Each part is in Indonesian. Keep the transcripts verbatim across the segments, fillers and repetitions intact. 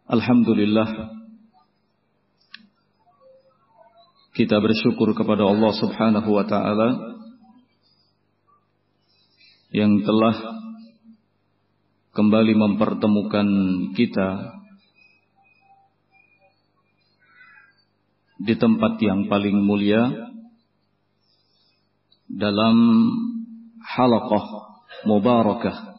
Alhamdulillah, kita bersyukur kepada Allah Subhanahu wa ta'ala yang telah kembali mempertemukan kita di tempat yang paling mulia dalam halaqah mubarakah.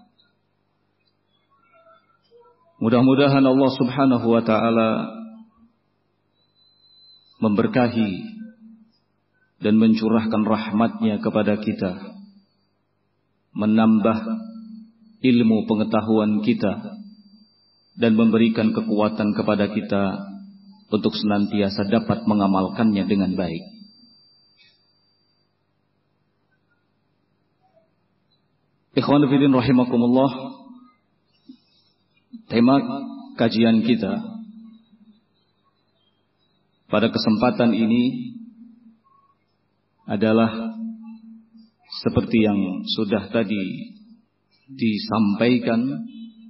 Mudah-mudahan Allah Subhanahu wa ta'ala memberkahi dan mencurahkan rahmatnya kepada kita, menambah ilmu pengetahuan kita, dan memberikan kekuatan kepada kita untuk senantiasa dapat mengamalkannya dengan baik. Ikhwan fillah rahimakumullah, tema kajian kita pada kesempatan ini adalah seperti yang sudah tadi disampaikan,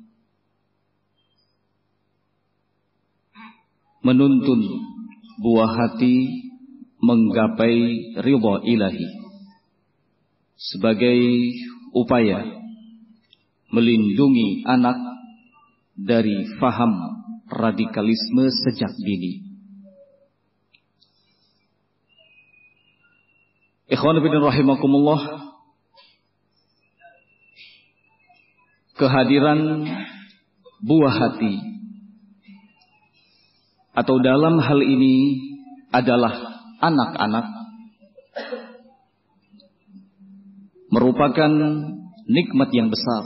menuntun buah hati menggapai ridha ilahi sebagai upaya melindungi anak dari faham radikalisme sejak dini. Ikhwan fillah rahimakumullah, kehadiran buah hati atau dalam hal ini adalah anak-anak merupakan nikmat yang besar,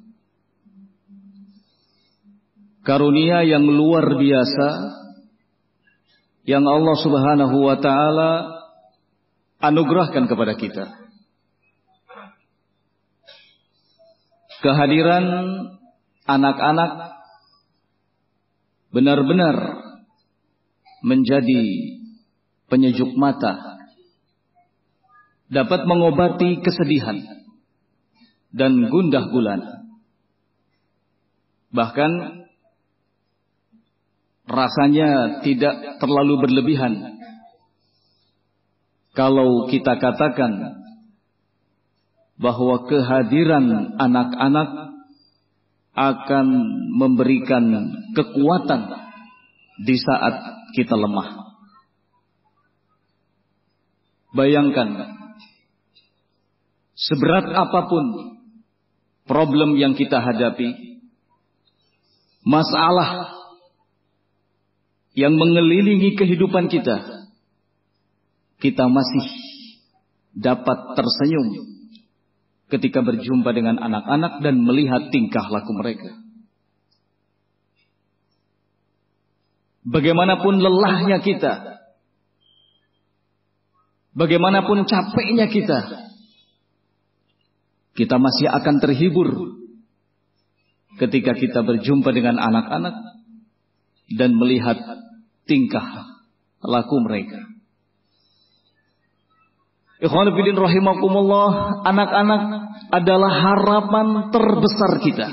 karunia yang luar biasa yang Allah Subhanahu wa ta'ala anugerahkan kepada kita. Kehadiran anak-anak benar-benar menjadi penyejuk mata, dapat mengobati kesedihan dan gundah gulana. Bahkan rasanya tidak terlalu berlebihan kalau kita katakan bahwa kehadiran anak-anak akan memberikan kekuatan di saat kita lemah. Bayangkan, seberat apapun problem yang kita hadapi, masalah yang mengelilingi kehidupan kita, kita masih dapat tersenyum ketika berjumpa dengan anak-anak dan melihat tingkah laku mereka. Bagaimanapun lelahnya kita, bagaimanapun capeknya kita, kita masih akan terhibur ketika kita berjumpa dengan anak-anak dan melihat tingkah laku mereka. Ikhwan fillah rahimakumullah, anak-anak adalah harapan terbesar kita,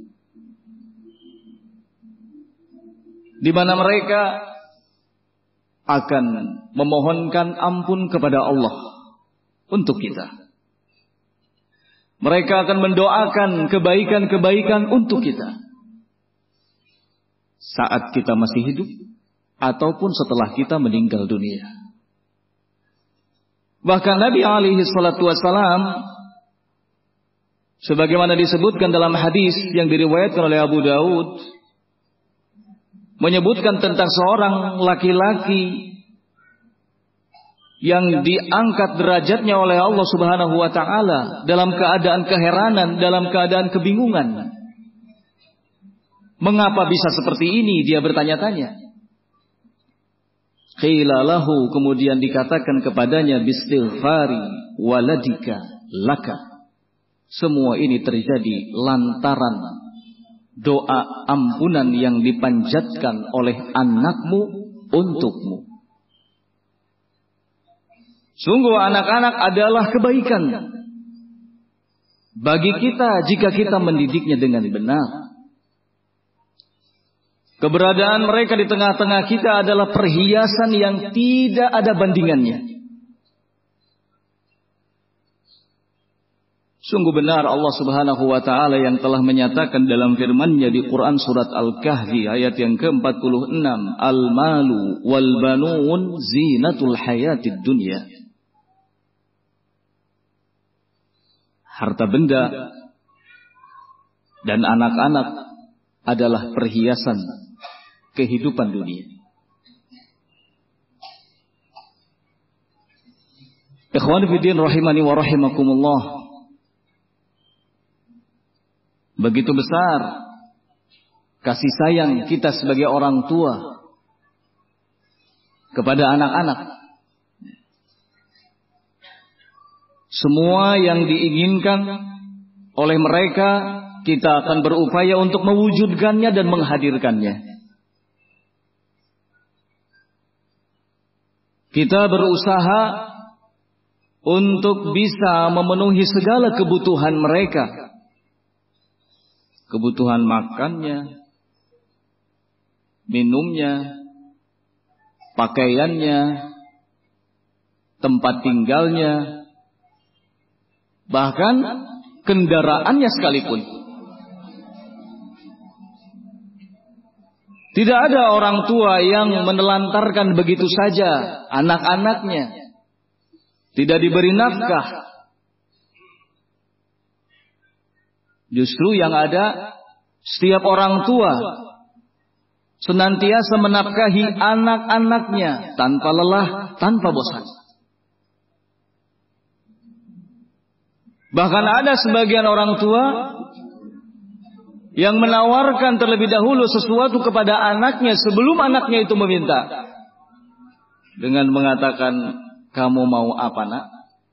di mana mereka akan memohonkan ampun kepada Allah untuk kita. Mereka akan mendoakan kebaikan-kebaikan untuk kita saat kita masih hidup ataupun setelah kita meninggal dunia. Bahkan Nabi alaihi salatu wassalam, sebagaimana disebutkan dalam hadis yang diriwayatkan oleh Abu Daud, menyebutkan tentang seorang laki-laki yang diangkat derajatnya oleh Allah Subhanahu wa ta'ala dalam keadaan keheranan, dalam keadaan kebingungan. Mengapa bisa seperti ini? Dia bertanya-tanya. Qila lahu, kemudian dikatakan kepadanya, bistighfari waladika laka. Semua ini terjadi lantaran doa ampunan yang dipanjatkan oleh anakmu untukmu. Sungguh anak-anak adalah kebaikan bagi kita jika kita mendidiknya dengan benar. Keberadaan mereka di tengah-tengah kita adalah perhiasan yang tidak ada bandingannya. Sungguh benar Allah Subhanahu wa taala yang telah menyatakan dalam firman-Nya di Quran surat Al-Kahfi ayat yang ke empat puluh enam, "Al-malu wal banun zinatul hayatid dunya." Harta benda dan anak-anak adalah perhiasan kehidupan dunia. Ikhwan fillah rahimani wa rahimakumullah. Begitu besar kasih sayang kita sebagai orang tua kepada anak-anak. Semua yang diinginkan oleh mereka, kita akan berupaya untuk mewujudkannya dan menghadirkannya. Kita berusaha untuk bisa memenuhi segala kebutuhan mereka. Kebutuhan makannya, minumnya, pakaiannya, tempat tinggalnya, bahkan kendaraannya sekalipun. Tidak ada orang tua yang menelantarkan begitu saja anak-anaknya, tidak diberi nafkah. Justru yang ada, setiap orang tua senantiasa menafkahi anak-anaknya tanpa lelah, tanpa bosan. Bahkan ada sebagian orang tua yang menawarkan terlebih dahulu sesuatu kepada anaknya sebelum anaknya itu meminta, dengan mengatakan, "Kamu mau apa, nak?"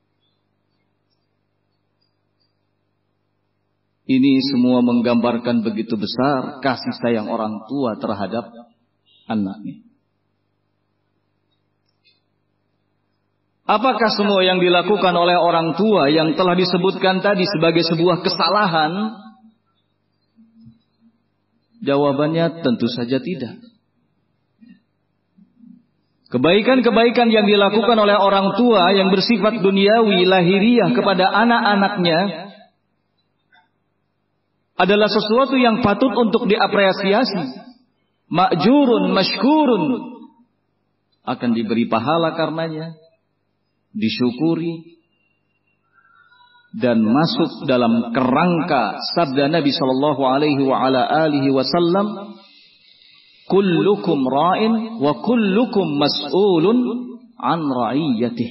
Ini semua menggambarkan begitu besar kasih sayang orang tua terhadap anaknya. Apakah semua yang dilakukan oleh orang tua yang telah disebutkan tadi sebagai sebuah kesalahan? Jawabannya tentu saja tidak. Kebaikan-kebaikan yang dilakukan oleh orang tua yang bersifat duniawi, lahiriah kepada anak-anaknya adalah sesuatu yang patut untuk diapresiasi. Ma'jurun, mashkurun. Akan diberi pahala karenanya. Disyukuri. Dan masuk dalam kerangka sabda Nabi sallallahu alaihi wa ala alihi wasallam, "Kullukum ra'in wa kullukum mas'ulun an ra'iyyatih."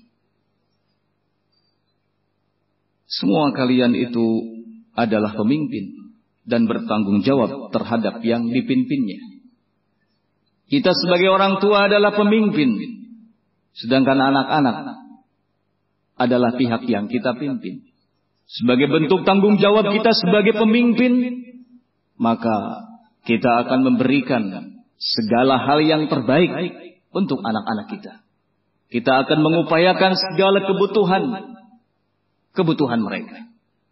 Semua kalian itu adalah pemimpin dan bertanggung jawab terhadap yang dipimpinnya. Kita sebagai orang tua adalah pemimpin, sedangkan anak-anak adalah pihak yang kita pimpin. Sebagai bentuk tanggung jawab kita sebagai pemimpin, maka kita akan memberikan segala hal yang terbaik untuk anak-anak kita. Kita akan mengupayakan segala kebutuhan kebutuhan mereka.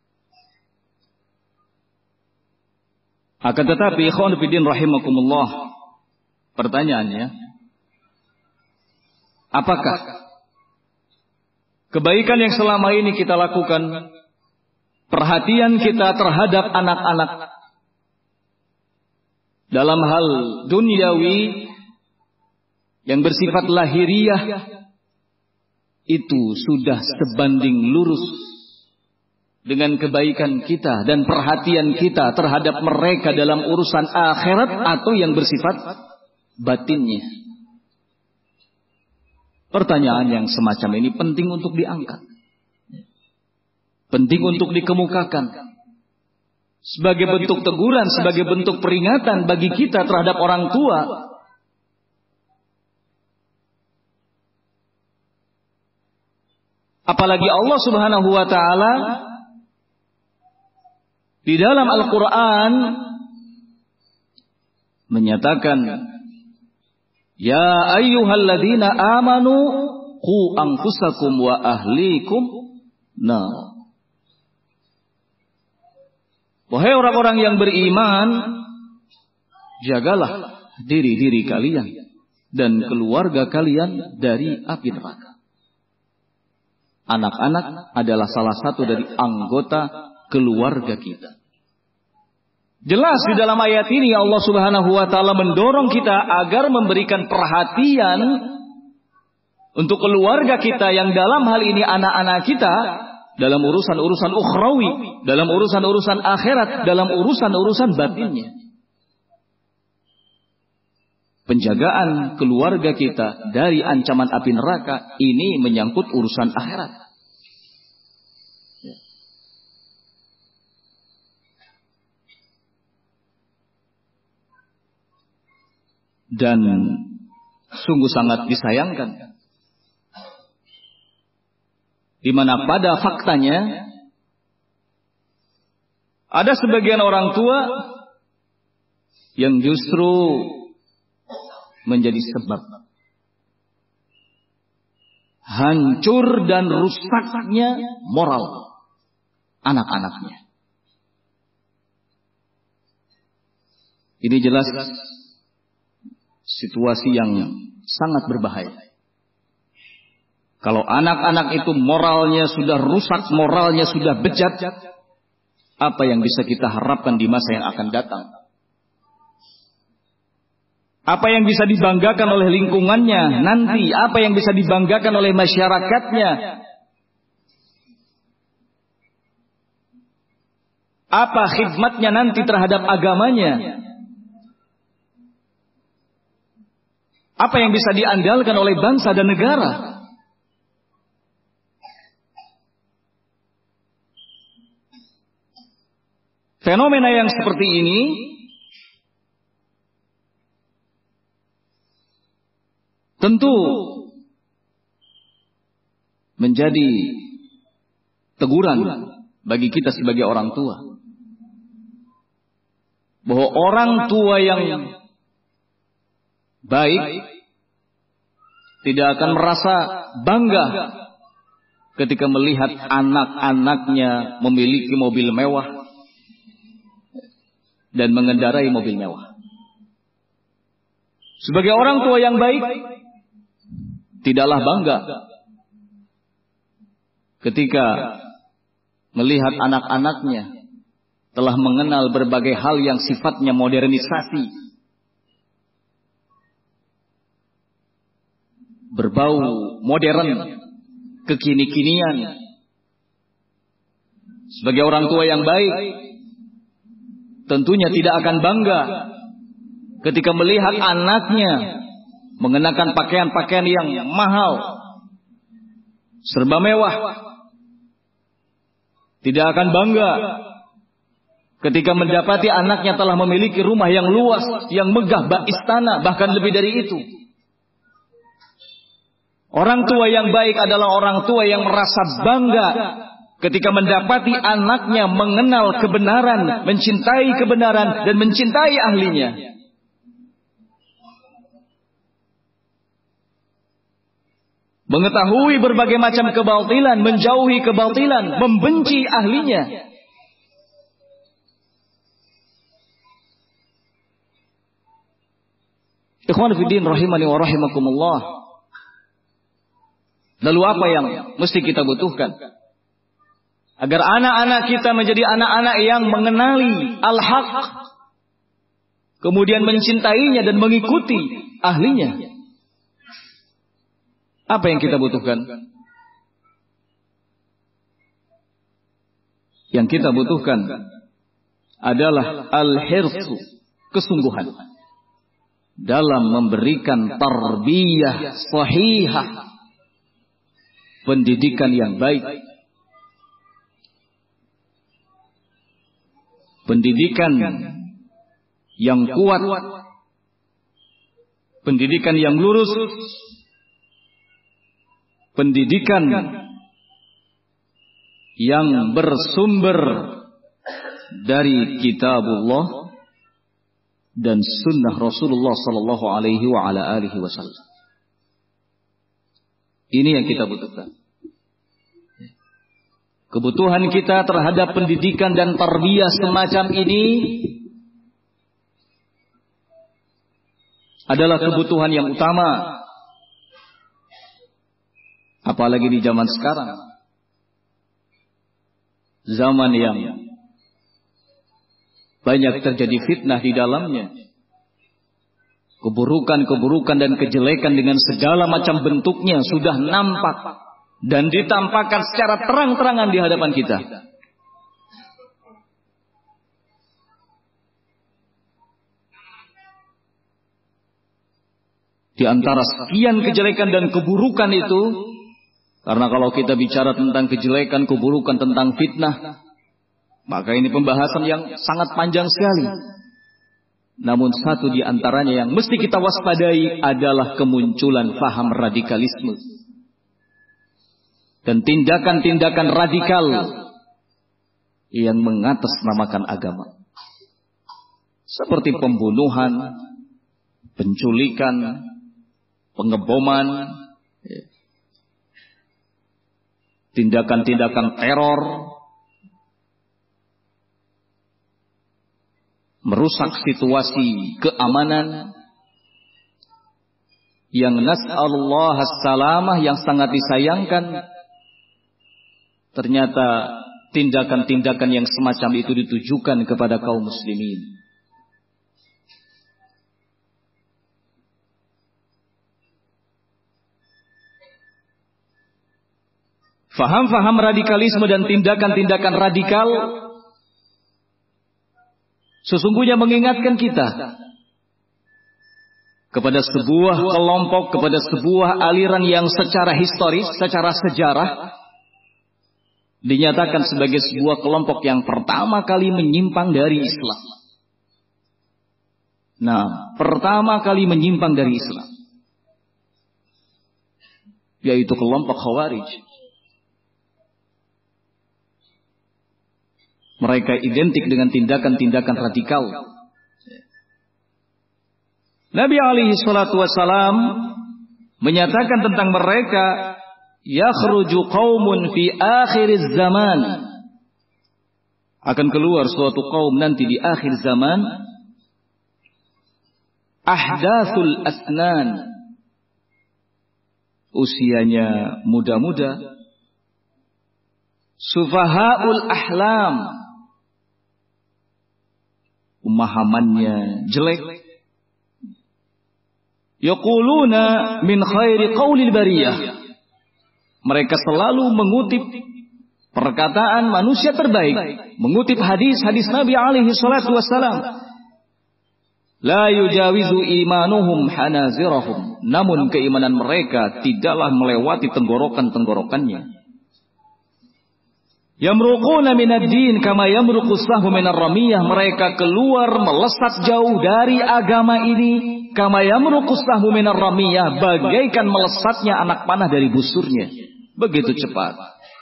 Akan tetapi, ikhwan fillah rahimakumullah, pertanyaannya, apakah kebaikan yang selama ini kita lakukan, perhatian kita terhadap anak-anak dalam hal duniawi yang bersifat lahiriah, itu sudah sebanding lurus dengan kebaikan kita dan perhatian kita terhadap mereka dalam urusan akhirat atau yang bersifat batinnya? Pertanyaan yang semacam ini penting untuk diangkat, penting untuk dikemukakan sebagai bentuk teguran, sebagai bentuk peringatan bagi kita terhadap orang tua. Apalagi Allah Subhanahu wa taala di dalam Al-Quran menyatakan, "Ya ayyuhalladzina amanu qu anfusakum wa ahlikum nar." Wahai orang-orang yang beriman, jagalah diri-diri kalian dan keluarga kalian dari api neraka. Anak-anak adalah salah satu dari anggota keluarga kita. Jelas di dalam ayat ini Allah Subhanahu wa taala mendorong kita agar memberikan perhatian untuk keluarga kita yang dalam hal ini anak-anak kita, dalam urusan-urusan ukhrawi, dalam urusan-urusan akhirat, dalam urusan-urusan batinnya. Penjagaan keluarga kita dari ancaman api neraka ini menyangkut urusan akhirat. Dan sungguh sangat disayangkan, di mana pada faktanya ada sebagian orang tua yang justru menjadi sebab hancur dan rusaknya moral anak-anaknya. Ini jelas situasi yang sangat berbahaya. Kalau anak-anak itu moralnya sudah rusak, moralnya sudah bejat, apa yang bisa kita harapkan di masa yang akan datang? Apa yang bisa dibanggakan oleh lingkungannya nanti? Apa yang bisa dibanggakan oleh masyarakatnya? Apa khidmatnya nanti terhadap agamanya? Apa yang bisa diandalkan oleh bangsa dan negara? Fenomena yang seperti ini tentu menjadi teguran bagi kita sebagai orang tua, bahwa orang tua yang baik tidak akan merasa bangga ketika melihat anak-anaknya memiliki mobil mewah dan mengendarai mobil mewah. Sebagai orang tua yang baik, tidaklah bangga ketika melihat anak-anaknya telah mengenal berbagai hal yang sifatnya modernisasi, berbau modern, kekini-kinian. Sebagai orang tua yang baik, tentunya tidak akan bangga ketika melihat anaknya mengenakan pakaian-pakaian yang mahal, serba mewah. Tidak akan bangga ketika mendapati anaknya telah memiliki rumah yang luas, yang megah, bak istana, bahkan lebih dari itu. Orang tua yang baik adalah orang tua yang merasa bangga ketika mendapati anaknya mengenal kebenaran, mencintai kebenaran, dan mencintai ahlinya. Mengetahui berbagai macam kebatilan, menjauhi kebatilan, membenci ahlinya. Ikhwan fillah rahimani wa rahimakumullah. Lalu apa yang mesti kita butuhkan agar anak-anak kita menjadi anak-anak yang mengenali al-haq, kemudian mencintainya dan mengikuti ahlinya? Apa yang kita butuhkan? Yang kita butuhkan adalah al-hirsu, kesungguhan dalam memberikan tarbiyah sahihah, pendidikan yang baik, pendidikan yang kuat, pendidikan yang lurus, pendidikan yang bersumber dari kitabullah dan sunnah Rasulullah sallallahu alaihi wa ala alihi wasallam. Ini yang kita butuhkan. Kebutuhan kita terhadap pendidikan dan tarbiyah semacam ini adalah kebutuhan yang utama. Apalagi di zaman sekarang. Zaman yang banyak terjadi fitnah di dalamnya. Keburukan-keburukan dan kejelekan dengan segala macam bentuknya sudah nampak dan ditampakkan secara terang-terangan di hadapan kita. Di antara sekian kejelekan dan keburukan itu, karena kalau kita bicara tentang kejelekan, keburukan, tentang fitnah, maka ini pembahasan yang sangat panjang sekali. Namun satu di antaranya yang mesti kita waspadai adalah kemunculan paham radikalisme dan tindakan-tindakan radikal yang mengatasnamakan agama, seperti pembunuhan, penculikan, pengeboman, tindakan-tindakan teror, merusak situasi keamanan yang nas'alullah as-salamah, yang sangat disayangkan. Ternyata tindakan-tindakan yang semacam itu ditujukan kepada kaum muslimin. Faham-faham radikalisme dan tindakan-tindakan radikal sesungguhnya mengingatkan kita kepada sebuah kelompok, kepada sebuah aliran yang secara historis, secara sejarah dinyatakan sebagai sebuah kelompok yang pertama kali menyimpang dari Islam. Nah, pertama kali menyimpang dari Islam, yaitu kelompok Khawarij. Mereka identik dengan tindakan-tindakan radikal. Nabi alaihi salatu wassalam menyatakan tentang mereka, yakhruju qaumun fi akhiriz zaman, akan keluar suatu kaum nanti di akhir zaman, ahdatsul asnan, usianya muda-muda, sufahaul ahlam, pemahamannya jelek, yaquluna min khairi qaulil bariyah, mereka selalu mengutip perkataan manusia terbaik, mengutip hadis-hadis Nabi alaihi salatu wassalam. La yujawizu imanuhum hanazirahum, namun keimanan mereka tidaklah melewati tenggorokan-tenggorokannya. Yamruquna minad din kama yamruqus sahmu minar ramiyah, mereka keluar melesat jauh dari agama ini kama yamruqus sahmu minar ramiyah, bagaikan melesatnya anak panah dari busurnya, begitu cepat.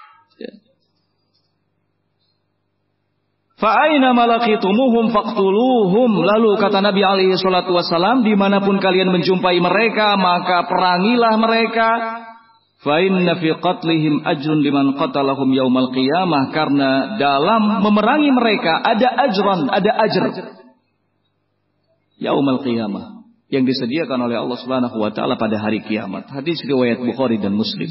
Fa aina malaqitumuhum faqtuluhum, lalu kata Nabi alaihi salatu wasalam, dimanapun kalian menjumpai mereka maka perangilah mereka. Fa inna fi qatlihim ajrun liman qatalahum yaumal qiyamah, karena dalam memerangi mereka ada ajran, ada ajr yaumal qiyamah yang disediakan oleh Allah Subhanahu wa taala pada hari kiamat. Hadis riwayat Bukhari dan Muslim.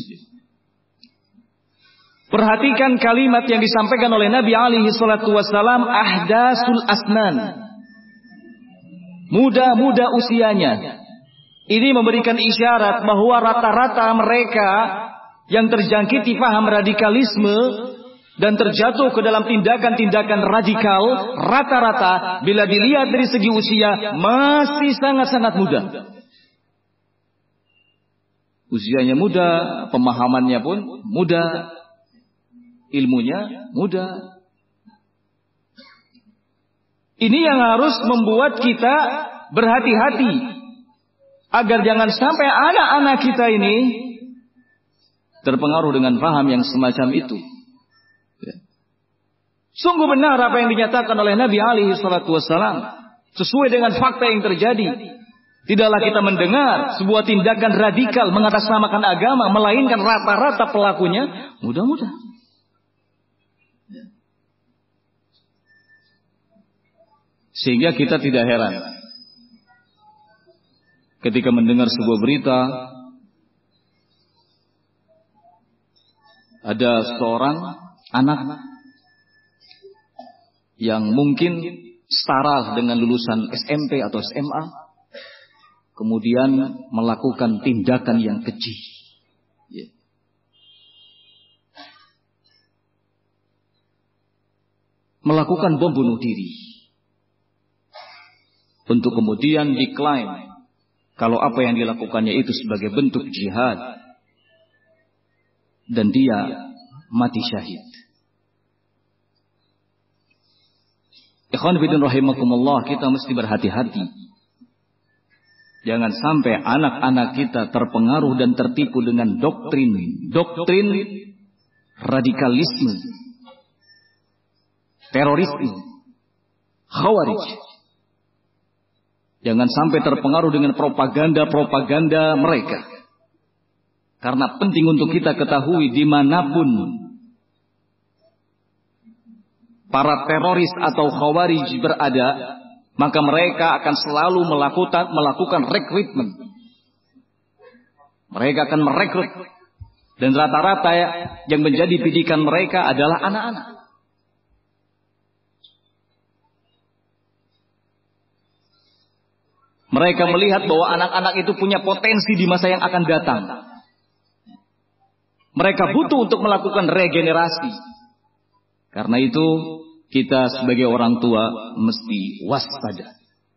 Perhatikan kalimat yang disampaikan oleh Nabi alaihi salatu wassalam, ahdasul asnan, muda-muda usianya. Ini memberikan isyarat bahwa rata-rata mereka yang terjangkiti paham radikalisme dan terjatuh ke dalam tindakan-tindakan radikal, rata-rata bila dilihat dari segi usia masih sangat-sangat muda. Usianya muda, pemahamannya pun muda, ilmunya muda. Ini yang harus membuat kita berhati-hati agar jangan sampai anak-anak kita ini terpengaruh dengan paham yang semacam itu. Sungguh benar apa yang dinyatakan oleh Nabi alaihi salatu wassalam, sesuai dengan fakta yang terjadi. Tidaklah kita mendengar sebuah tindakan radikal mengatasnamakan agama, melainkan rata-rata pelakunya muda-muda. Sehingga kita tidak heran ketika mendengar sebuah berita ada seorang anak yang mungkin setara dengan lulusan S M P atau S M A, kemudian melakukan tindakan yang keji. Ya. Melakukan bom bunuh diri. Untuk kemudian diklaim kalau apa yang dilakukannya itu sebagai bentuk jihad. Dan dia mati syahid. Ikhwan fillah rahimakumullah, kita mesti berhati-hati. Jangan sampai anak-anak kita terpengaruh dan tertipu dengan doktrin doktrin radikalisme, terorisme, khawarij. Jangan sampai terpengaruh dengan propaganda-propaganda mereka. Karena penting untuk kita ketahui dimanapun para teroris atau khawarij berada, maka mereka akan selalu melakukan, melakukan rekrutmen. Mereka akan merekrut. Dan rata-rata yang menjadi bidikan mereka adalah anak-anak. Mereka melihat bahwa anak-anak itu punya potensi di masa yang akan datang. Mereka butuh untuk melakukan regenerasi. Karena itu kita sebagai orang tua mesti waspada.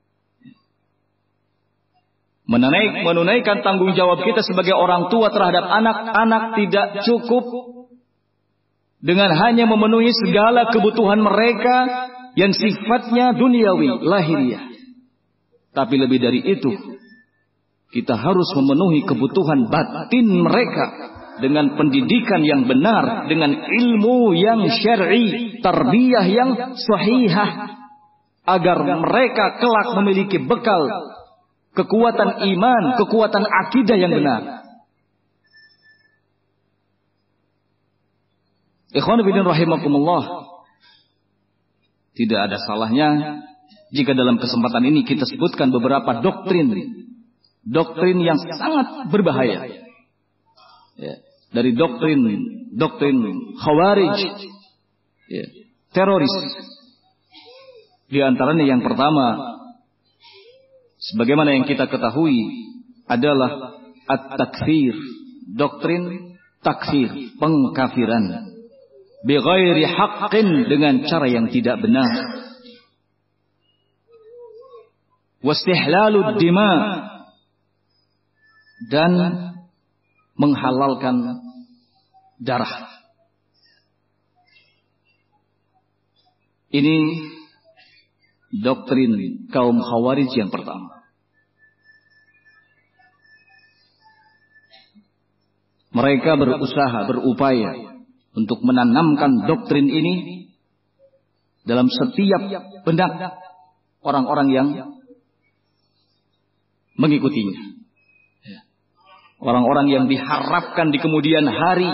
Menaik, menunaikan tanggung jawab kita sebagai orang tua terhadap anak-anak tidak cukup dengan hanya memenuhi segala kebutuhan mereka yang sifatnya duniawi, lahiriah. Tapi lebih dari itu, kita harus memenuhi kebutuhan batin mereka dengan pendidikan yang benar, dengan ilmu yang syar'i, tarbiyah yang sahihah, agar mereka kelak memiliki bekal kekuatan iman, kekuatan akidah yang benar. Ikhwan fillah rahimakumullah, tidak ada salahnya jika dalam kesempatan ini kita sebutkan beberapa doktrin, doktrin yang sangat berbahaya. Ya, dari doktrin, doktrin khawarij, ya, teroris. Di antaranya yang pertama, sebagaimana yang kita ketahui adalah at-takfir, doktrin takfir, pengkafiran, bighairi haqqin, dengan cara yang tidak benar. Wastihlalud dima, dan menghalalkan darah. Ini doktrin kaum khawarij yang pertama. Mereka berusaha, berupaya untuk menanamkan doktrin ini dalam setiap benak orang-orang yang mengikutinya. Orang-orang yang diharapkan di kemudian hari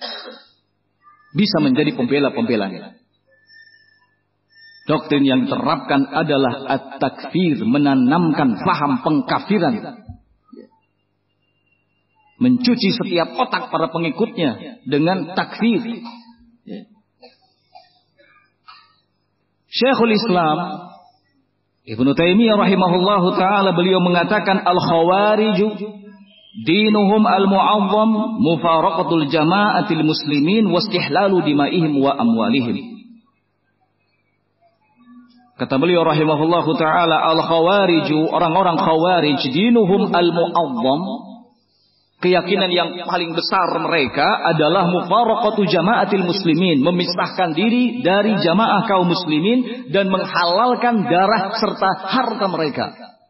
bisa menjadi pembela-pembelanya. Doktrin yang diterapkan adalah at-takfir, menanamkan faham pengkafiran. Mencuci setiap otak para pengikutnya dengan takfir. Syekhul Islam Ibnu Taimiyah rahimahullahu ta'ala, beliau mengatakan al-khawariju dinuhum al-mu'azzam mufaraqatul jama'atil muslimin wastihlalu dimaihim wa amwalihim. Kata beliau rahimahullahu ta'ala, al-khawariju, orang-orang khawarij, dinuhum al-mu'azzam, keyakinan yang paling besar mereka adalah mufaraqatu jama'atil muslimin, memisahkan diri dari jamaah kaum muslimin dan menghalalkan darah serta harta mereka.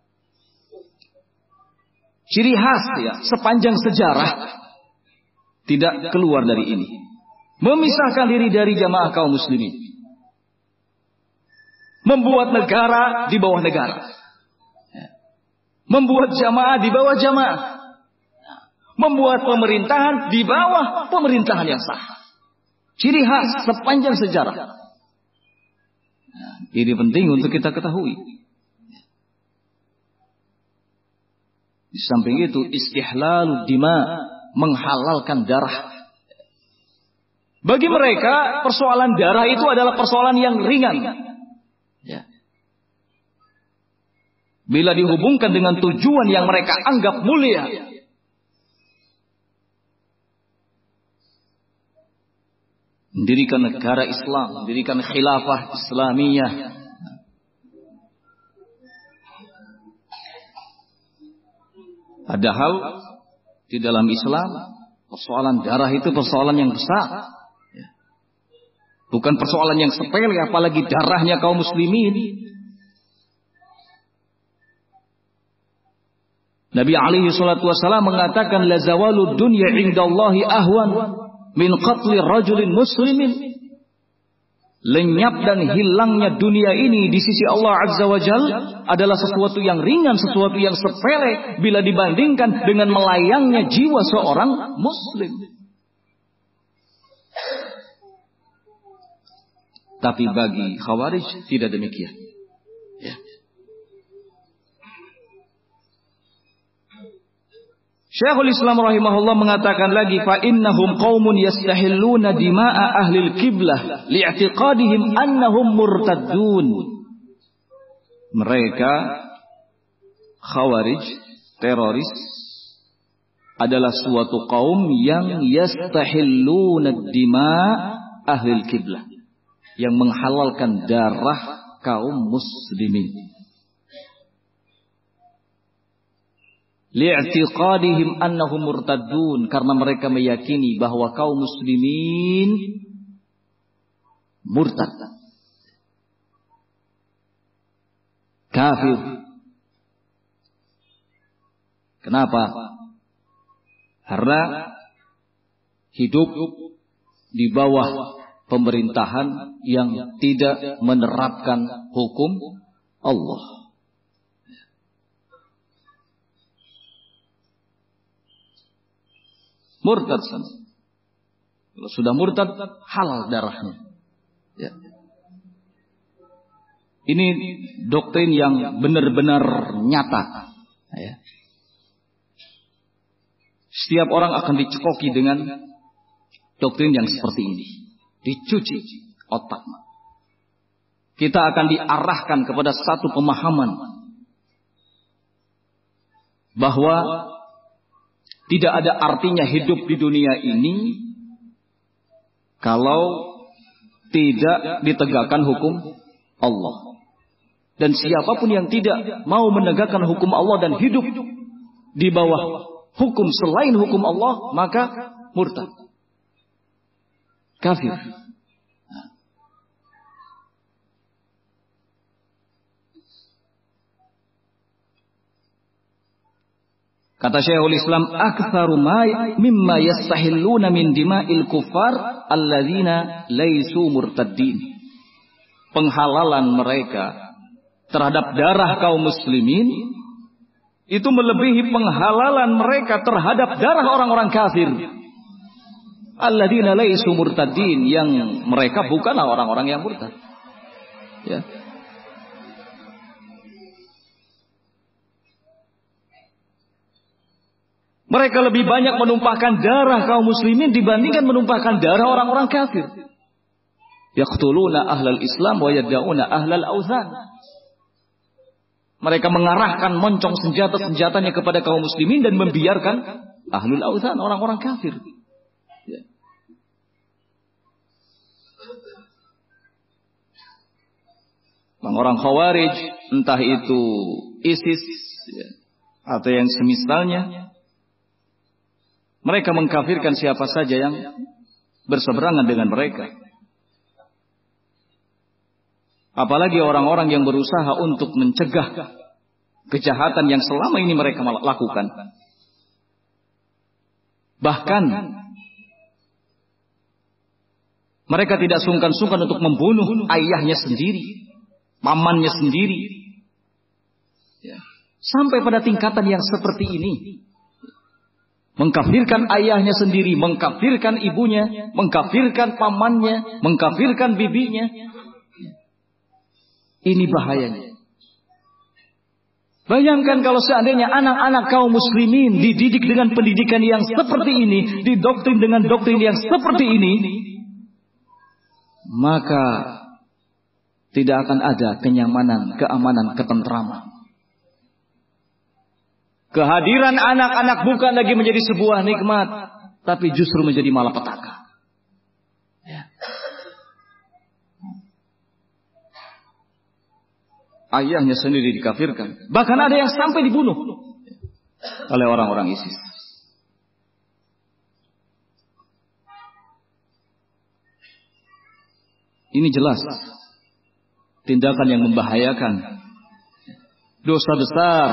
Ciri khas ya, sepanjang sejarah tidak keluar dari ini. Memisahkan diri dari jamaah kaum muslimin. Membuat negara di bawah negara. Membuat jamaah di bawah jamaah. Membuat pemerintahan di bawah pemerintahan yang sah. Ciri khas sepanjang sejarah. Nah, ini penting untuk kita ketahui. Di samping itu istihlalud dima, menghalalkan darah. Bagi mereka persoalan darah itu adalah persoalan yang ringan. Ya. Bila dihubungkan dengan tujuan yang mereka anggap mulia, mendirikan negara Islam, mendirikan khilafah Islamiyah, padahal di dalam Islam persoalan darah itu persoalan yang besar, bukan persoalan yang sepele, apalagi darahnya kaum muslimin. Nabi alaihi salatu wasallam mengatakan, la zawalud dunya indallahi ahwan min qatli rajulin muslimin. Lenyap dan hilangnya dunia ini di sisi Allah Azza wa Jal adalah sesuatu yang ringan, sesuatu yang sepele bila dibandingkan dengan melayangnya jiwa seorang muslim. Tapi bagi Khawarij tidak demikian. Ya. Syekhul Islam rahimahullah mengatakan lagi, fa innahum qaumun yastahilluna dima'a ahlil qiblah li'tiqadihim annahum murtaddun. Mereka Khawarij, teroris, adalah suatu kaum yang yastahilluna dima'a ahlil qiblah, yang menghalalkan darah kaum muslimin. Li'tiqadihim annahum murtaddun, karena mereka meyakini bahwa kaum muslimin murtad, kafir. Kenapa? Karena hidup di bawah pemerintahan yang tidak menerapkan hukum Allah. Murtad. Kalau sudah murtad, halal darahnya. Ya. Ini doktrin yang benar-benar nyata. Ya. Setiap orang akan dicekoki dengan doktrin yang seperti ini. Dicuci otak. Kita akan diarahkan kepada satu pemahaman bahwa tidak ada artinya hidup di dunia ini kalau tidak ditegakkan hukum Allah. Dan siapapun yang tidak mau menegakkan hukum Allah dan hidup di bawah hukum selain hukum Allah, maka murtad, kafir. Kata Syekhul Islam, aktsaru ma mimma yastahilluna min dima'il kuffar alladzina laisu murtaddin. Penghalalan mereka terhadap darah kaum muslimin itu melebihi penghalalan mereka terhadap darah orang-orang kafir. Alladzina laisu murtaddin, yang mereka bukanlah orang-orang yang murtad. Ya. Mereka lebih banyak menumpahkan darah kaum muslimin dibandingkan menumpahkan darah orang-orang kafir. Yaqtuluna ahlal Islam wa yad'una ahlal authan. Mereka mengarahkan moncong senjata-senjatanya kepada kaum muslimin dan membiarkan ahlul authan, orang-orang kafir. Ya. Orang Khawarij, entah itu ISIS ya, atau yang semisalnya, mereka mengkafirkan siapa saja yang berseberangan dengan mereka. Apalagi orang-orang yang berusaha untuk mencegah kejahatan yang selama ini mereka lakukan. Bahkan mereka tidak sungkan-sungkan untuk membunuh ayahnya sendiri, pamannya sendiri. Ya. Sampai pada tingkatan yang seperti ini. Mengkafirkan ayahnya sendiri, mengkafirkan ibunya, mengkafirkan pamannya, mengkafirkan bibinya. Ini bahayanya. Bayangkan kalau seandainya anak-anak kaum muslimin dididik dengan pendidikan yang seperti ini, didoktrin dengan doktrin yang seperti ini, maka tidak akan ada kenyamanan, keamanan, ketentraman. Kehadiran anak-anak bukan lagi menjadi sebuah nikmat, tapi justru menjadi malapetaka. Ya. Ayahnya sendiri dikafirkan. Bahkan ada yang sampai dibunuh oleh orang-orang ISIS. Ini jelas tindakan yang membahayakan, dosa besar.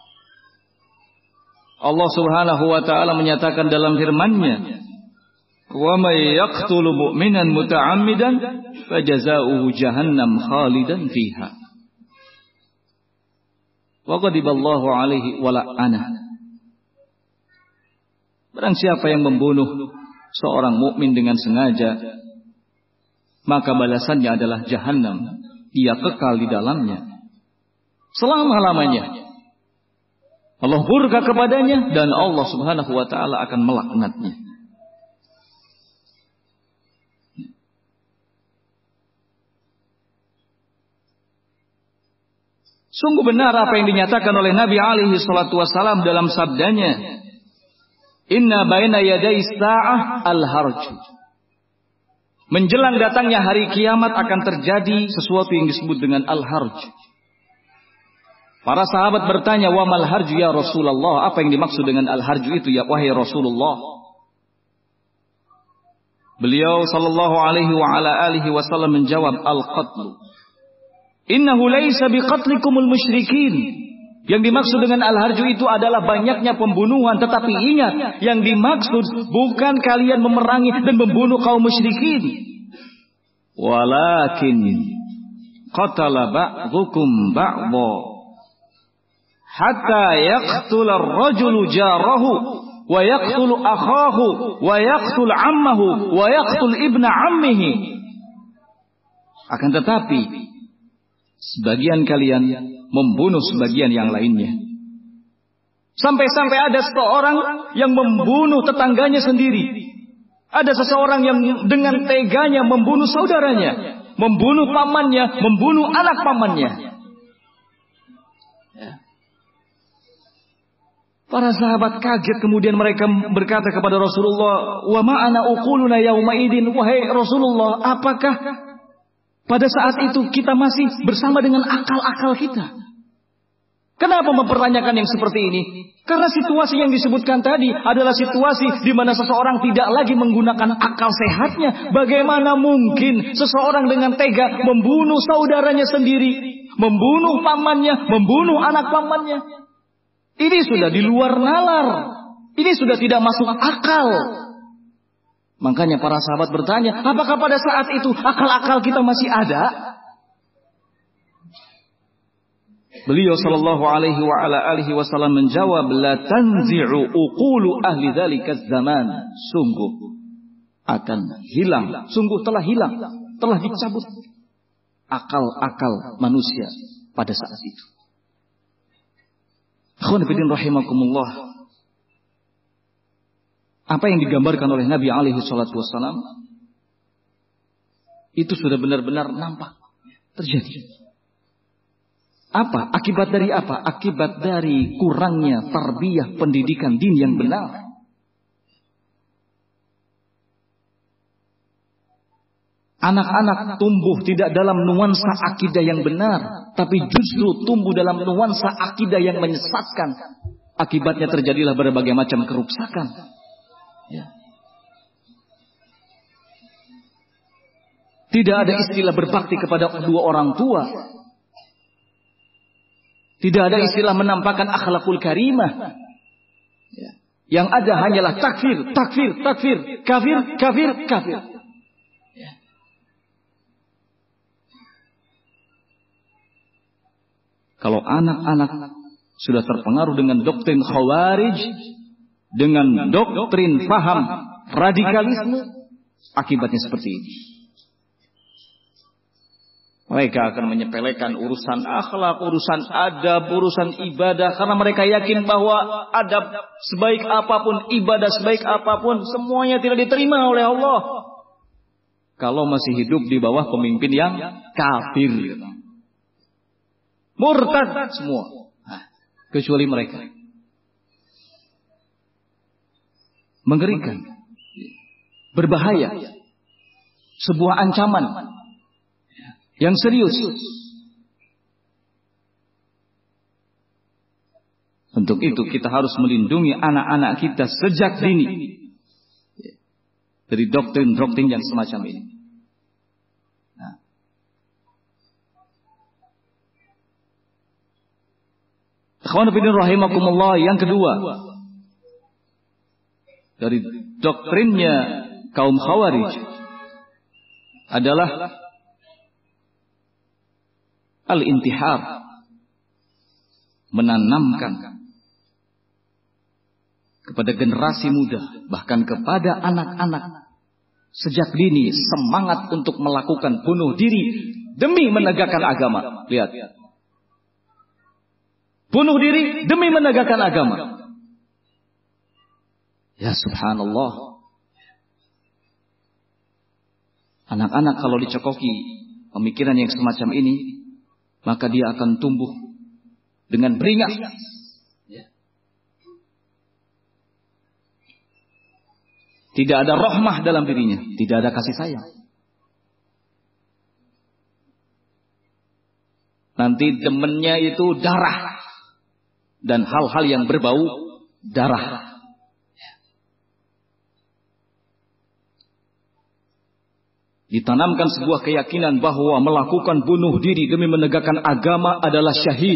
Allah Subhanahu wa taala menyatakan dalam firman-Nya, "Wa may yaqtulu mu'minan muta'ammidan fajazaohu jahannam khalidan fiha. Wa ghadiballahu 'alaihi wa la'anah." Barang siapa yang membunuh seorang mukmin dengan sengaja, maka balasannya adalah jahannam. Dia kekal di dalamnya selama-lamanya. Allah murka kepadanya dan Allah Subhanahu wa taala akan melaknatnya. Sungguh benar apa yang dinyatakan oleh Nabi alaihi salatu wasalam dalam sabdanya, "Inna baina yaday sa'ah al-harj." Menjelang datangnya hari kiamat akan terjadi sesuatu yang disebut dengan al-harj. Para sahabat bertanya, "Wa mal harj ya Rasulullah?" Apa yang dimaksud dengan al-harj itu ya wahai Rasulullah? Beliau sallallahu alaihi wa ala alihi wasallam menjawab, "Al-qatl. Innahu laysa biqatlikumul musyrikin." Yang dimaksud dengan al-harju itu adalah banyaknya pembunuhan. Tetapi ingat, yang dimaksud bukan kalian memerangi dan membunuh kaum musyrikin. Walakin qatala ba'dukum ba'dha hatta yaqtula ar-rajulu jarahu wa yaqtulu akhahu wa yaqtul ammahu wa yaqtul ibna ammihi. Akan tetapi sebagian kalian membunuh sebagian yang lainnya. Sampai-sampai ada seseorang yang membunuh tetangganya sendiri. Ada seseorang yang dengan teganya membunuh saudaranya, membunuh pamannya, membunuh anak pamannya. Ya. Para sahabat kaget, kemudian mereka berkata kepada Rasulullah, "Wa ma'ana uquluna yauma idin." Wahai Rasulullah, apakah pada saat itu kita masih bersama dengan akal-akal kita? Kenapa mempertanyakan yang seperti ini? Karena situasi yang disebutkan tadi adalah situasi di mana seseorang tidak lagi menggunakan akal sehatnya. Bagaimana mungkin seseorang dengan tega membunuh saudaranya sendiri, membunuh pamannya, membunuh anak pamannya? Ini sudah di luar nalar. Ini sudah tidak masuk akal. Makanya para sahabat bertanya, apakah pada saat itu akal-akal kita masih ada? Beliau sallallahu alaihi wa ala alihi wasallam menjawab, la tanzi'u uqulu ahli dzalika zaman. Sungguh akan hilang, sungguh telah hilang, telah dicabut akal-akal manusia pada saat itu. Ikhwan fillah rahimakumullah. Apa yang digambarkan oleh Nabi alaihi salatu wasallam itu sudah benar-benar nampak terjadi. Apa? Akibat dari apa? Akibat dari kurangnya tarbiyah pendidikan din yang benar. Anak-anak tumbuh tidak dalam nuansa akidah yang benar, tapi justru tumbuh dalam nuansa akidah yang menyesatkan. Akibatnya terjadilah berbagai macam kerusakan. Ya. Tidak ada istilah berbakti kepada kedua orang tua. Tidak ada istilah menampakkan akhlakul karimah. Ya. Yang ada hanyalah takfir, takfir, takfir, kafir, kafir, kafir. Ya. Kalau anak-anak sudah terpengaruh dengan doktrin khawarij, dengan doktrin faham radikalisme, akibatnya seperti ini. Mereka akan menyepelekan urusan akhlak, urusan adab, urusan ibadah. Karena mereka yakin bahwa adab sebaik apapun, ibadah sebaik apapun, semuanya tidak diterima oleh Allah kalau masih hidup di bawah pemimpin yang kafir. Murtad semua. Nah, kecuali mereka. Mengerikan. Berbahaya. Sebuah ancaman yang serius. Untuk itu kita harus melindungi anak-anak kita sejak dini dari doktrin-doktrin yang semacam ini. Nah. Ikhwan fillah rahimakumullah, yang kedua dari doktrinnya kaum Khawarij adalah al-intihar, menanamkan kepada generasi muda, bahkan kepada anak-anak sejak dini semangat untuk melakukan bunuh diri demi menegakkan agama. Lihat, bunuh diri demi menegakkan agama. Ya subhanallah. Anak-anak kalau dicekoki pemikiran yang semacam ini, maka dia akan tumbuh dengan beringas. Tidak ada rahmah dalam dirinya, tidak ada kasih sayang. Nanti demennya itu darah dan hal-hal yang berbau darah. Ditanamkan sebuah keyakinan bahwa melakukan bunuh diri demi menegakkan agama adalah syahid.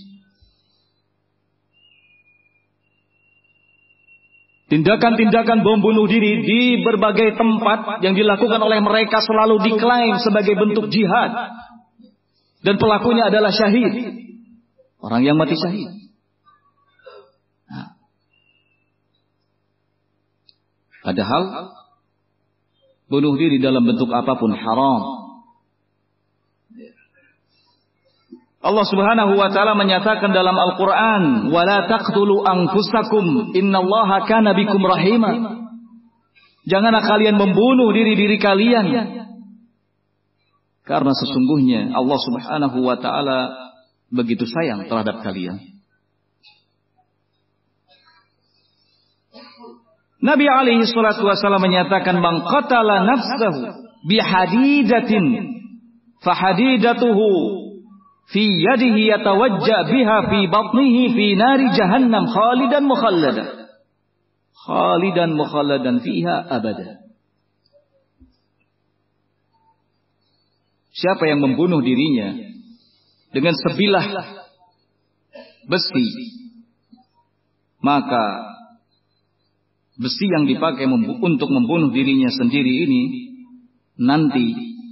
Tindakan-tindakan bom bunuh diri di berbagai tempat yang dilakukan oleh mereka selalu diklaim sebagai bentuk jihad. Dan pelakunya adalah syahid. Orang yang mati syahid. Nah. Padahal bunuh diri dalam bentuk apapun haram. Allah Subhanahu wa taala menyatakan dalam Al-Qur'an, "Wa la taqtulu anfusakum, innallaha kana bikum rahima." Janganlah kalian membunuh diri-diri kalian. Karena sesungguhnya Allah Subhanahu wa taala begitu sayang terhadap kalian. Nabi alaihi salatu wasallam menyatakan, "Man qatala nafsahu bihadidatin fahadidatuhu fi yadihi yatawajja biha fi batnihi fi nari jahannam khalidan mukhalladan khalidan mukhalladan fiha abada." Siapa yang membunuh dirinya dengan sebilah besi, maka besi yang dipakai membu- untuk membunuh dirinya sendiri ini nanti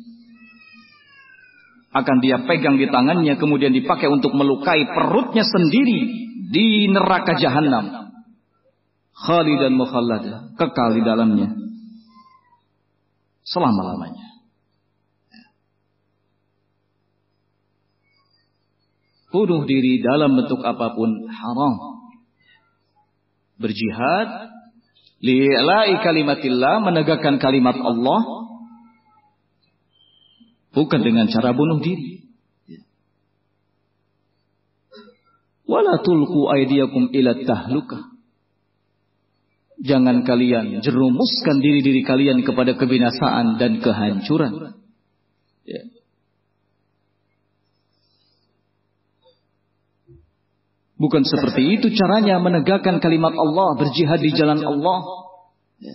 akan dia pegang di tangannya, kemudian dipakai untuk melukai perutnya sendiri di neraka jahanam. Khalidan mukhallada, kekal di dalamnya selama-lamanya. Bunuh diri dalam bentuk apapun haram. Berjihad li'la'i kalimatillah, menegakkan kalimat Allah, bukan dengan cara bunuh diri. Wala tulqu aydiyakum ila tahlukah. Jangan kalian jerumuskan diri-diri kalian kepada kebinasaan dan kehancuran. Ya. Bukan seperti itu caranya menegakkan kalimat Allah, berjihad di jalan Allah. Ya.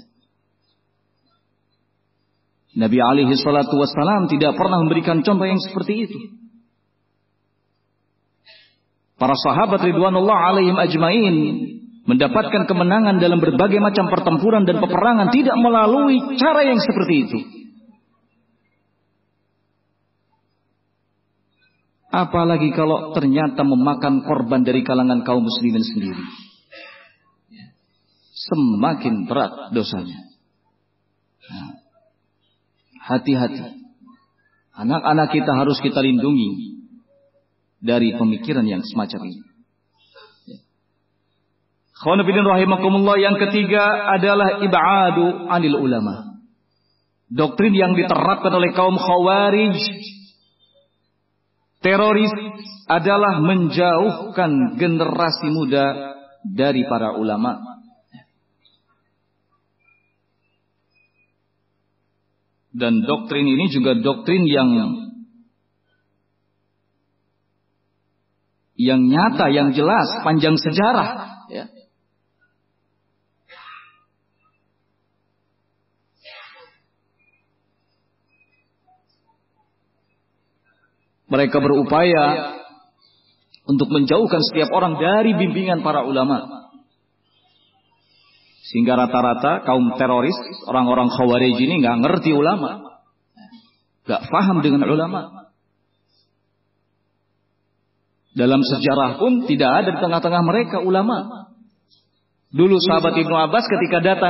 Nabi alaihi salatu wassalam tidak pernah memberikan contoh yang seperti itu. Para sahabat ridwanullah alaihim ajmain mendapatkan kemenangan dalam berbagai macam pertempuran dan peperangan tidak melalui cara yang seperti itu. Apalagi kalau ternyata memakan korban dari kalangan kaum muslimin sendiri. Semakin berat dosanya. Nah, hati-hati. Anak-anak kita harus kita lindungi dari pemikiran yang semacam ini. Khawna bidin rahimakumullah, yang ketiga adalah ib'adu anil ulama. Doktrin yang diterapkan oleh kaum Khawarij, teroris, adalah menjauhkan generasi muda dari para ulama. Dan doktrin ini juga doktrin yang yang nyata, yang jelas, panjang sejarah, ya. Mereka berupaya untuk menjauhkan setiap orang dari bimbingan para ulama. Sehingga rata-rata kaum teroris, orang-orang Khawarij ini nggak ngerti ulama, nggak paham dengan ulama. Dalam sejarah pun tidak ada di tengah-tengah mereka ulama. Dulu sahabat Ibnu Abbas ketika datang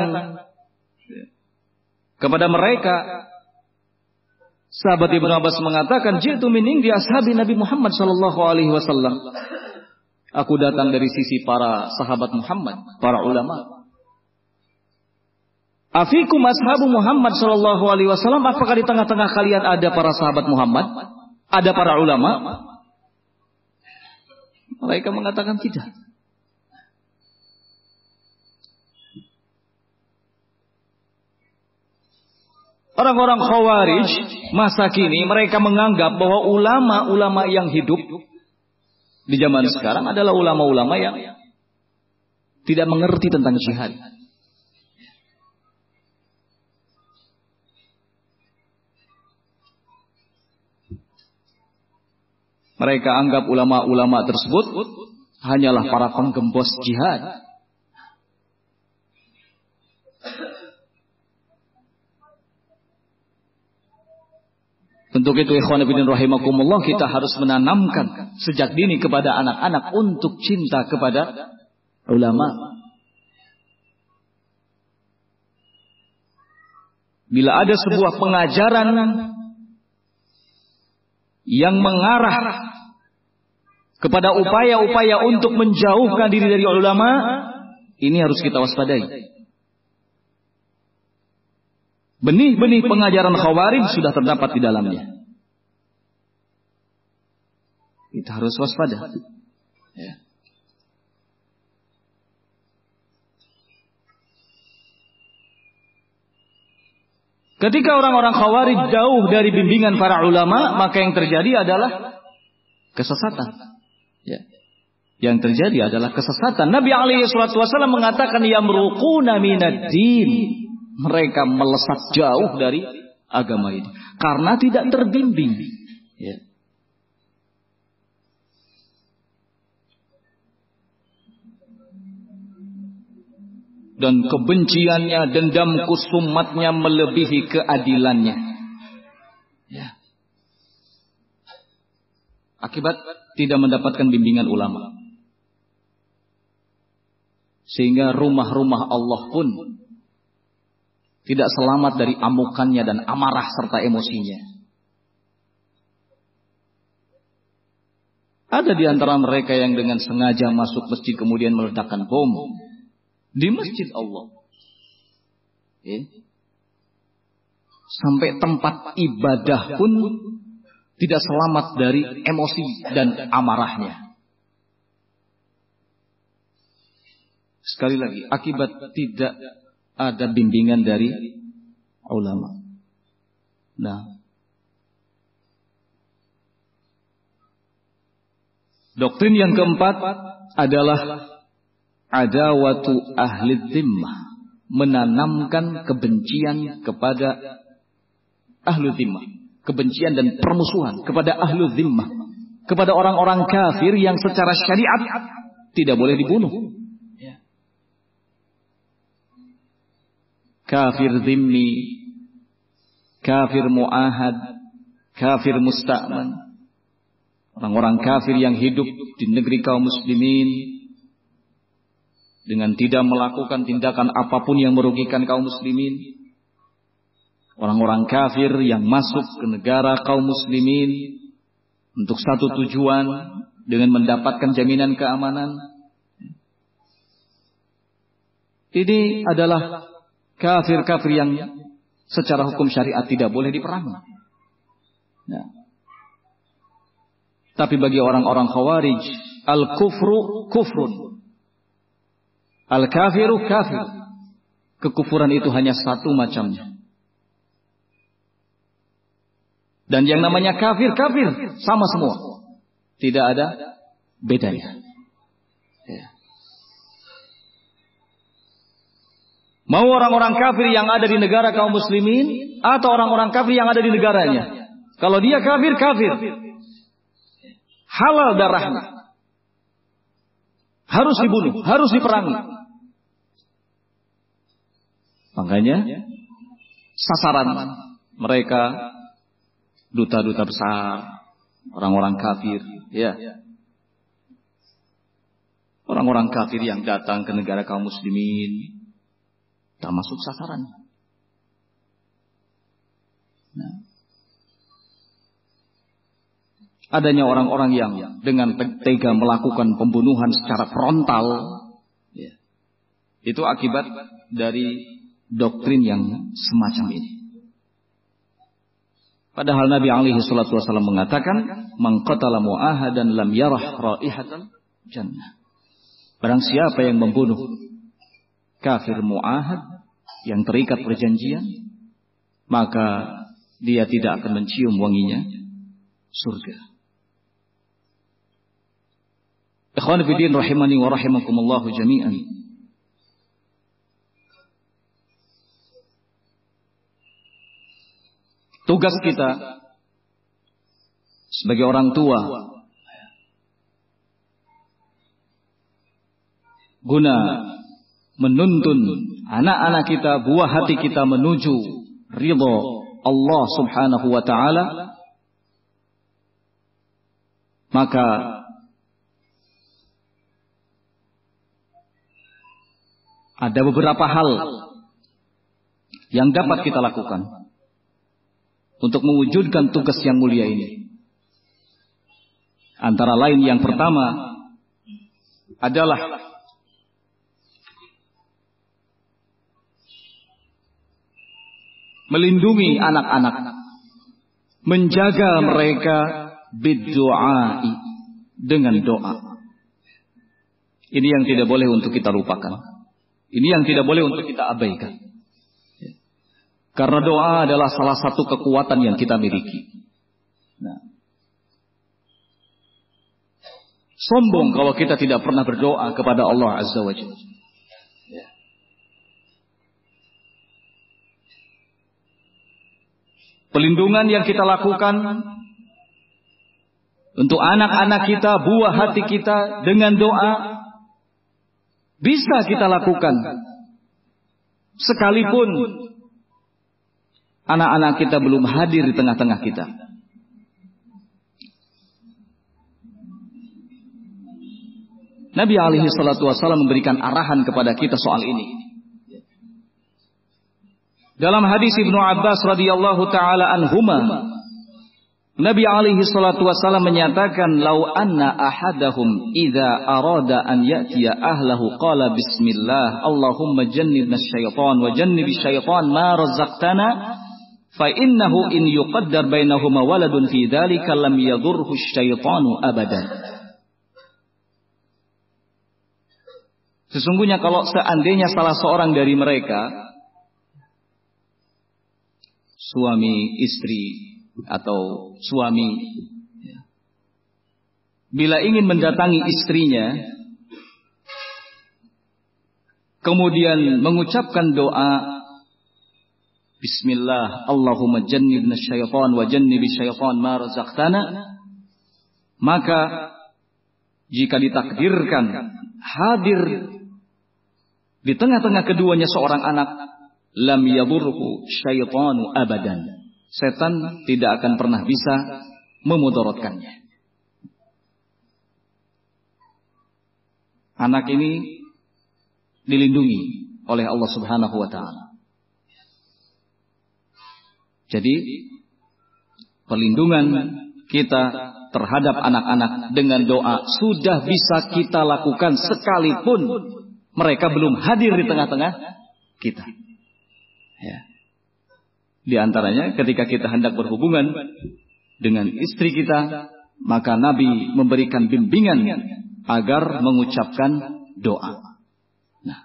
kepada mereka, sahabat Ibnu Abbas mengatakan, "Jitu min indi ashabi Nabi Muhammad sallallahu alaihi wasallam." Aku datang dari sisi para sahabat Muhammad, para ulama. Afikum ashabu Muhammad sallallahu alaihi wasallam, apakah di tengah-tengah kalian ada para sahabat Muhammad? Ada para ulama? Mereka mengatakan tidak. Orang-orang Khawarij masa kini mereka menganggap bahwa ulama-ulama yang hidup di zaman sekarang adalah ulama-ulama yang tidak mengerti tentang jihad. Mereka anggap ulama-ulama tersebut hanyalah para penggembos jihad. Untuk itu ikhwan fillah rahimakumullah, kita harus menanamkan sejak dini kepada anak-anak untuk cinta kepada ulama. Bila ada sebuah pengajaran yang mengarah kepada upaya-upaya untuk menjauhkan diri dari ulama, ini harus kita waspadai. Benih-benih pengajaran Khawarij sudah terdapat di dalamnya. Kita harus waspada. Ya. Ketika orang-orang Khawarij jauh dari bimbingan para ulama, maka yang terjadi adalah kesesatan. Ya. Yang terjadi adalah kesesatan. Nabi alaihi salatu wasallam mengatakan, yamruquna minad-din. Mereka melesat jauh dari agama ini karena tidak terbimbing. Ya. Dan kebenciannya, dendam kusumatnya melebihi keadilannya. Ya. Akibat tidak mendapatkan bimbingan ulama. Sehingga rumah-rumah Allah pun tidak selamat dari amukannya dan amarah serta emosinya. Ada di antara mereka yang dengan sengaja masuk masjid kemudian meledakkan bom di masjid Allah. Ya. Sampai tempat ibadah pun tidak selamat dari emosi dan amarahnya. Sekali lagi, akibat tidak ada bimbingan dari ulama. Nah, doktrin yang keempat adalah adawatu ahli dhimmah, menanamkan kebencian kepada ahli dhimmah, kebencian dan permusuhan kepada ahli dhimmah, kepada orang-orang kafir yang secara syariat tidak boleh dibunuh. Kafir dhimmi, kafir mu'ahad, kafir musta'man. Orang-orang kafir yang hidup di negeri kaum muslimin dengan tidak melakukan tindakan apapun yang merugikan kaum muslimin. orang-orang kafir yang masuk ke negara kaum muslimin untuk satu tujuan dengan mendapatkan jaminan keamanan. Ini adalah kafir-kafir yang secara hukum syariat tidak boleh diperangi. Nah. Tapi bagi orang-orang khawarij, al-kufru kufrun, al-kafiru kafir. Kekufuran itu hanya satu macamnya. Dan yang namanya kafir, kafir. Sama semua. Tidak ada bedanya. Ya. Mau orang-orang kafir yang ada di negara kaum muslimin, atau orang-orang kafir yang ada di negaranya. Kalau dia kafir, kafir. Halal darahnya. Harus dibunuh, harus diperangi. Makanya sasaran mereka duta-duta besar, orang-orang kafir, ya. Orang-orang kafir yang datang ke negara kaum muslimin tak masuk sasaran. Nah. Adanya orang-orang yang dengan tega melakukan pembunuhan secara frontal, ya. Itu akibat dari doktrin yang semacam ini. Padahal Nabi alaihi salatu wasallam mengatakan, "Man qatala mu'ahadan lam yarah raihatal jannah." Barang siapa yang membunuh kafir mu'ahad yang terikat perjanjian, maka dia tidak akan mencium wanginya surga. Ikhwan fillah rahimani wa rahimakumullah jami'an. Tugas kita sebagai orang tua guna menuntun anak-anak kita, buah hati kita menuju ridha Allah Subhanahu wa taala, maka ada beberapa hal yang dapat kita lakukan untuk mewujudkan tugas yang mulia ini. Antara lain yang pertama adalah melindungi anak-anak, menjaga mereka biddu'ai, dengan doa. Ini yang tidak boleh untuk kita lupakan. Ini yang tidak boleh untuk kita abaikan. Karena doa adalah salah satu kekuatan yang kita miliki. Nah. Sombong kalau kita tidak pernah berdoa kepada Allah Azza wa Jalla. Ya. Pelindungan yang kita lakukan untuk anak-anak kita, buah hati kita dengan doa, bisa kita lakukan. Sekalipun anak-anak kita belum hadir di tengah-tengah kita. Nabi alaihi salatu wasallam memberikan arahan kepada kita soal ini. Dalam hadis Ibnu Abbas radhiyallahu taala anhuma, Nabi alaihi salatu wasallam menyatakan, "Lau anna ahadahum idza arada an ya'tiya ahlahu qala bismillah, Allahumma jannibna asy-syaitan wa jannibish syaitan ma razaqtana." Fa innahu in yuqaddar bainahuma waladun fi dzalika lam yadhurhu asyaitanu abadan. Sesungguhnya kalau seandainya salah seorang dari mereka, suami istri atau suami, bila ingin mendatangi istrinya, kemudian mengucapkan doa Bismillah, Allahumma jannibna syaitan wa jannibi syaitan ma razaqtana, maka jika ditakdirkan hadir di tengah-tengah keduanya seorang anak, lam yadurhu syaitanu abadan, setan tidak akan pernah bisa memudaratkannya. Anak ini dilindungi oleh Allah Subhanahu wa taala. Jadi perlindungan kita terhadap anak-anak dengan doa sudah bisa kita lakukan sekalipun mereka belum hadir di tengah-tengah kita. Ya. Di antaranya ketika kita hendak berhubungan dengan istri kita, maka Nabi memberikan bimbingan agar mengucapkan doa. Nah,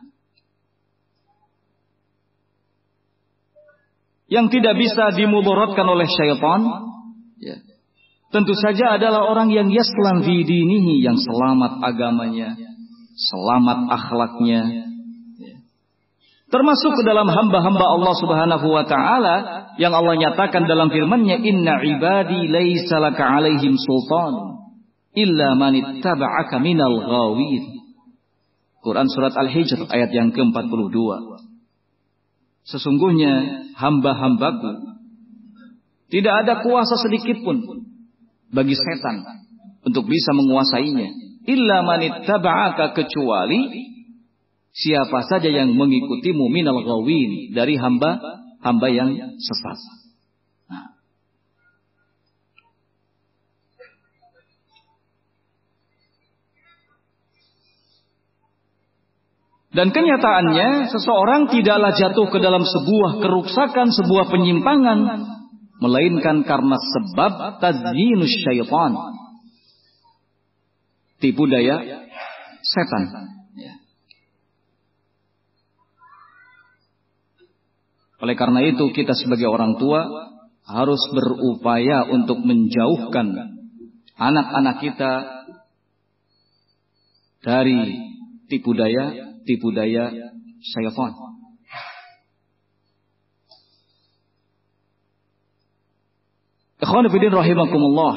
yang tidak bisa dimudaratkan oleh syaitan, ya, tentu saja adalah orang yang yaslam fi dinihi, yang selamat agamanya, selamat akhlaknya. Termasuk ke dalam hamba-hamba Allah Subhanahu wa taala yang Allah nyatakan dalam firman-Nya, "Inna ibadi laisa laka 'alaihim sultan illa man ittaba'aka minal ghawin." Quran surat Al-Hijr ayat yang ke empat puluh dua. Sesungguhnya hamba-hambaku tidak ada kuasa sedikit pun bagi setan untuk bisa menguasainya. Illa man ittaba'aka, kecuali siapa saja yang mengikutimu minal ghawin, dari hamba-hamba yang sesat. Nah. Dan kenyataannya seseorang tidaklah jatuh ke dalam sebuah kerusakan, sebuah penyimpangan, melainkan karena sebab tazyinus syaitan, tipu daya setan. Oleh karena itu kita sebagai orang tua harus berupaya untuk menjauhkan anak-anak kita dari tipu daya tipu daya syaitan. Ikhwan fillah rahimakumullah.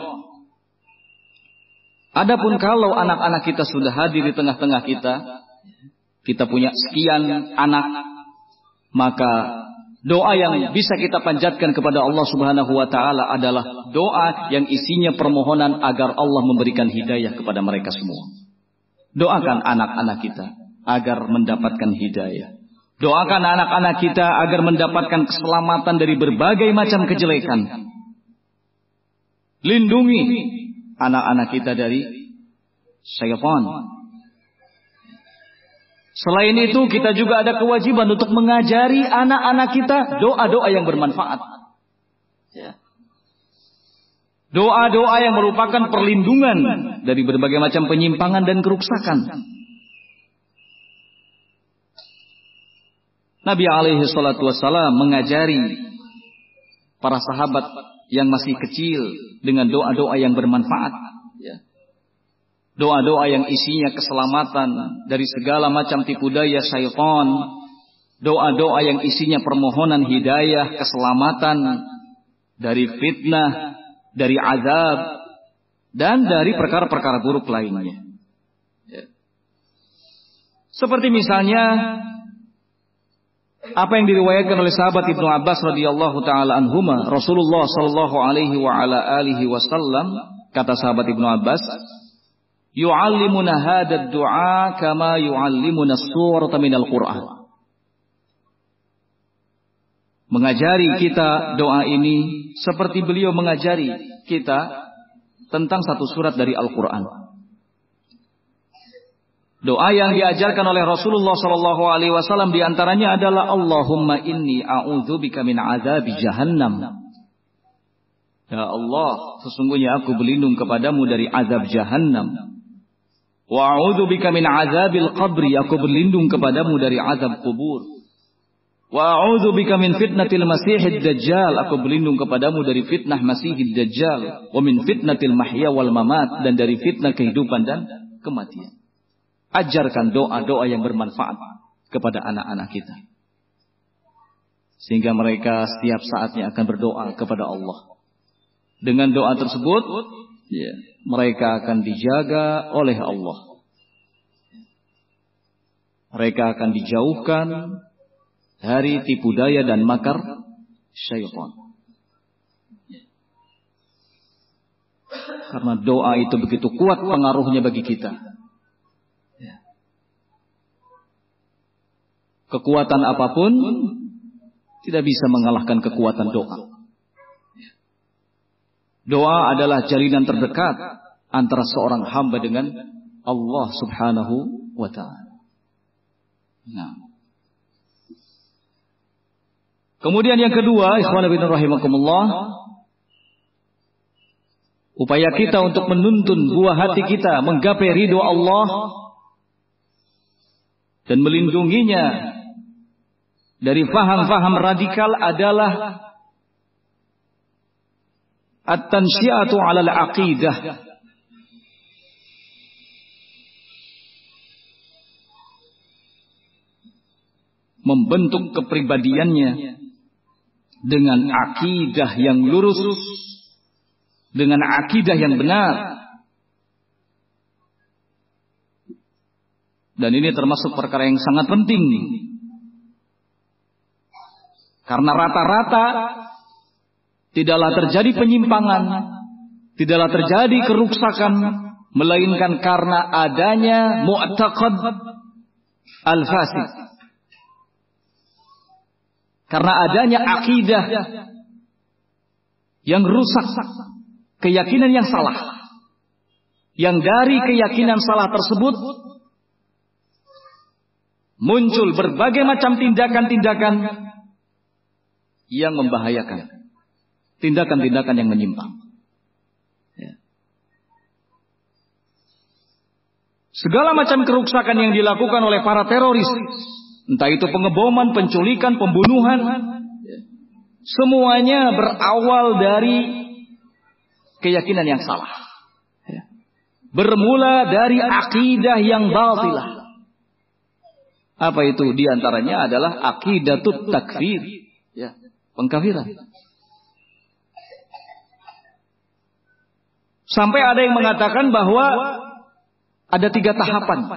Adapun kalau anak-anak kita sudah hadir di tengah-tengah kita, kita punya sekian anak, maka doa yang bisa kita panjatkan kepada Allah Subhanahu wa taala adalah doa yang isinya permohonan agar Allah memberikan hidayah kepada mereka semua. Doakan anak-anak kita agar mendapatkan hidayah. Doakan anak-anak kita agar mendapatkan keselamatan dari berbagai macam kejelekan. Lindungi anak-anak kita dari syaitan. Selain itu kita juga ada kewajiban untuk mengajari anak-anak kita doa-doa yang bermanfaat. Doa-doa yang merupakan perlindungan dari berbagai macam penyimpangan dan kerusakan. Nabi alaihi salatu wassalam mengajari para sahabat yang masih kecil dengan doa-doa yang bermanfaat. Doa-doa yang isinya keselamatan dari segala macam tipu daya syaitan. Doa-doa yang isinya permohonan hidayah, keselamatan dari fitnah, dari azab, dan dari perkara-perkara buruk lainnya. Ya. Seperti misalnya apa yang diriwayatkan oleh sahabat Ibnu Abbas radhiyallahu taala anhuma, Rasulullah sallallahu alaihi wa ala alihi wasallam, kata sahabat Ibnu Abbas, yu'allimuna hadad du'a kama yu'allimuna as-surata minal Qur'an. Mengajari kita doa ini seperti beliau mengajari kita tentang satu surat dari Al-Quran. Doa yang diajarkan oleh Rasulullah sallallahu alaihi wasallam diantaranya adalah Allahumma inni a'udzubika min azabi jahannam. Ya Allah, sesungguhnya aku berlindung kepadamu dari azab jahannam. Wa a'udzubika min azabil qabri, aku berlindung kepadamu dari azab kubur. Wa a'udzubika min fitnatil masihid dajjal, aku berlindung kepadamu dari fitnah masihid dajjal. Wa min fitnatil mahya wal mamat, dan dari fitnah kehidupan dan kematian. Ajarkan doa-doa yang bermanfaat kepada anak-anak kita, sehingga mereka setiap saatnya akan berdoa kepada Allah. Dengan doa tersebut, ya, mereka akan dijaga oleh Allah. Mereka akan dijauhkan dari tipu daya dan makar syaitan. Karena doa itu begitu kuat pengaruhnya bagi kita. Kekuatan apapun tidak bisa mengalahkan kekuatan doa. Doa adalah jalinan terdekat antara seorang hamba dengan Allah Subhanahu wa ta'ala. Nah. Kemudian yang kedua, ikhwan fillah rahimakumullah, upaya kita untuk menuntun buah hati kita menggapai ridho Allah dan melindunginya dari faham-faham radikal adalah at-tansyiatu 'alal aqidah. Membentuk kepribadiannya dengan akidah yang lurus, dengan akidah yang benar. Dan ini termasuk perkara yang sangat penting. Karena rata-rata tidaklah terjadi penyimpangan, tidaklah terjadi keruksakan, melainkan karena adanya mu'taqad al-fasid. Karena adanya akidah yang rusak, keyakinan yang salah. Yang dari keyakinan salah tersebut muncul berbagai macam tindakan-tindakan yang membahayakan, tindakan-tindakan yang menyimpang. Ya. Segala macam keruksakan yang dilakukan oleh para teroris, entah itu pengeboman, penculikan, pembunuhan, semuanya berawal dari keyakinan yang salah. Bermula dari akidah yang batilah. Apa itu? Di antaranya adalah aqidatut takfir, ya, pengkafiran. Sampai ada yang mengatakan bahwa ada tiga tahapan.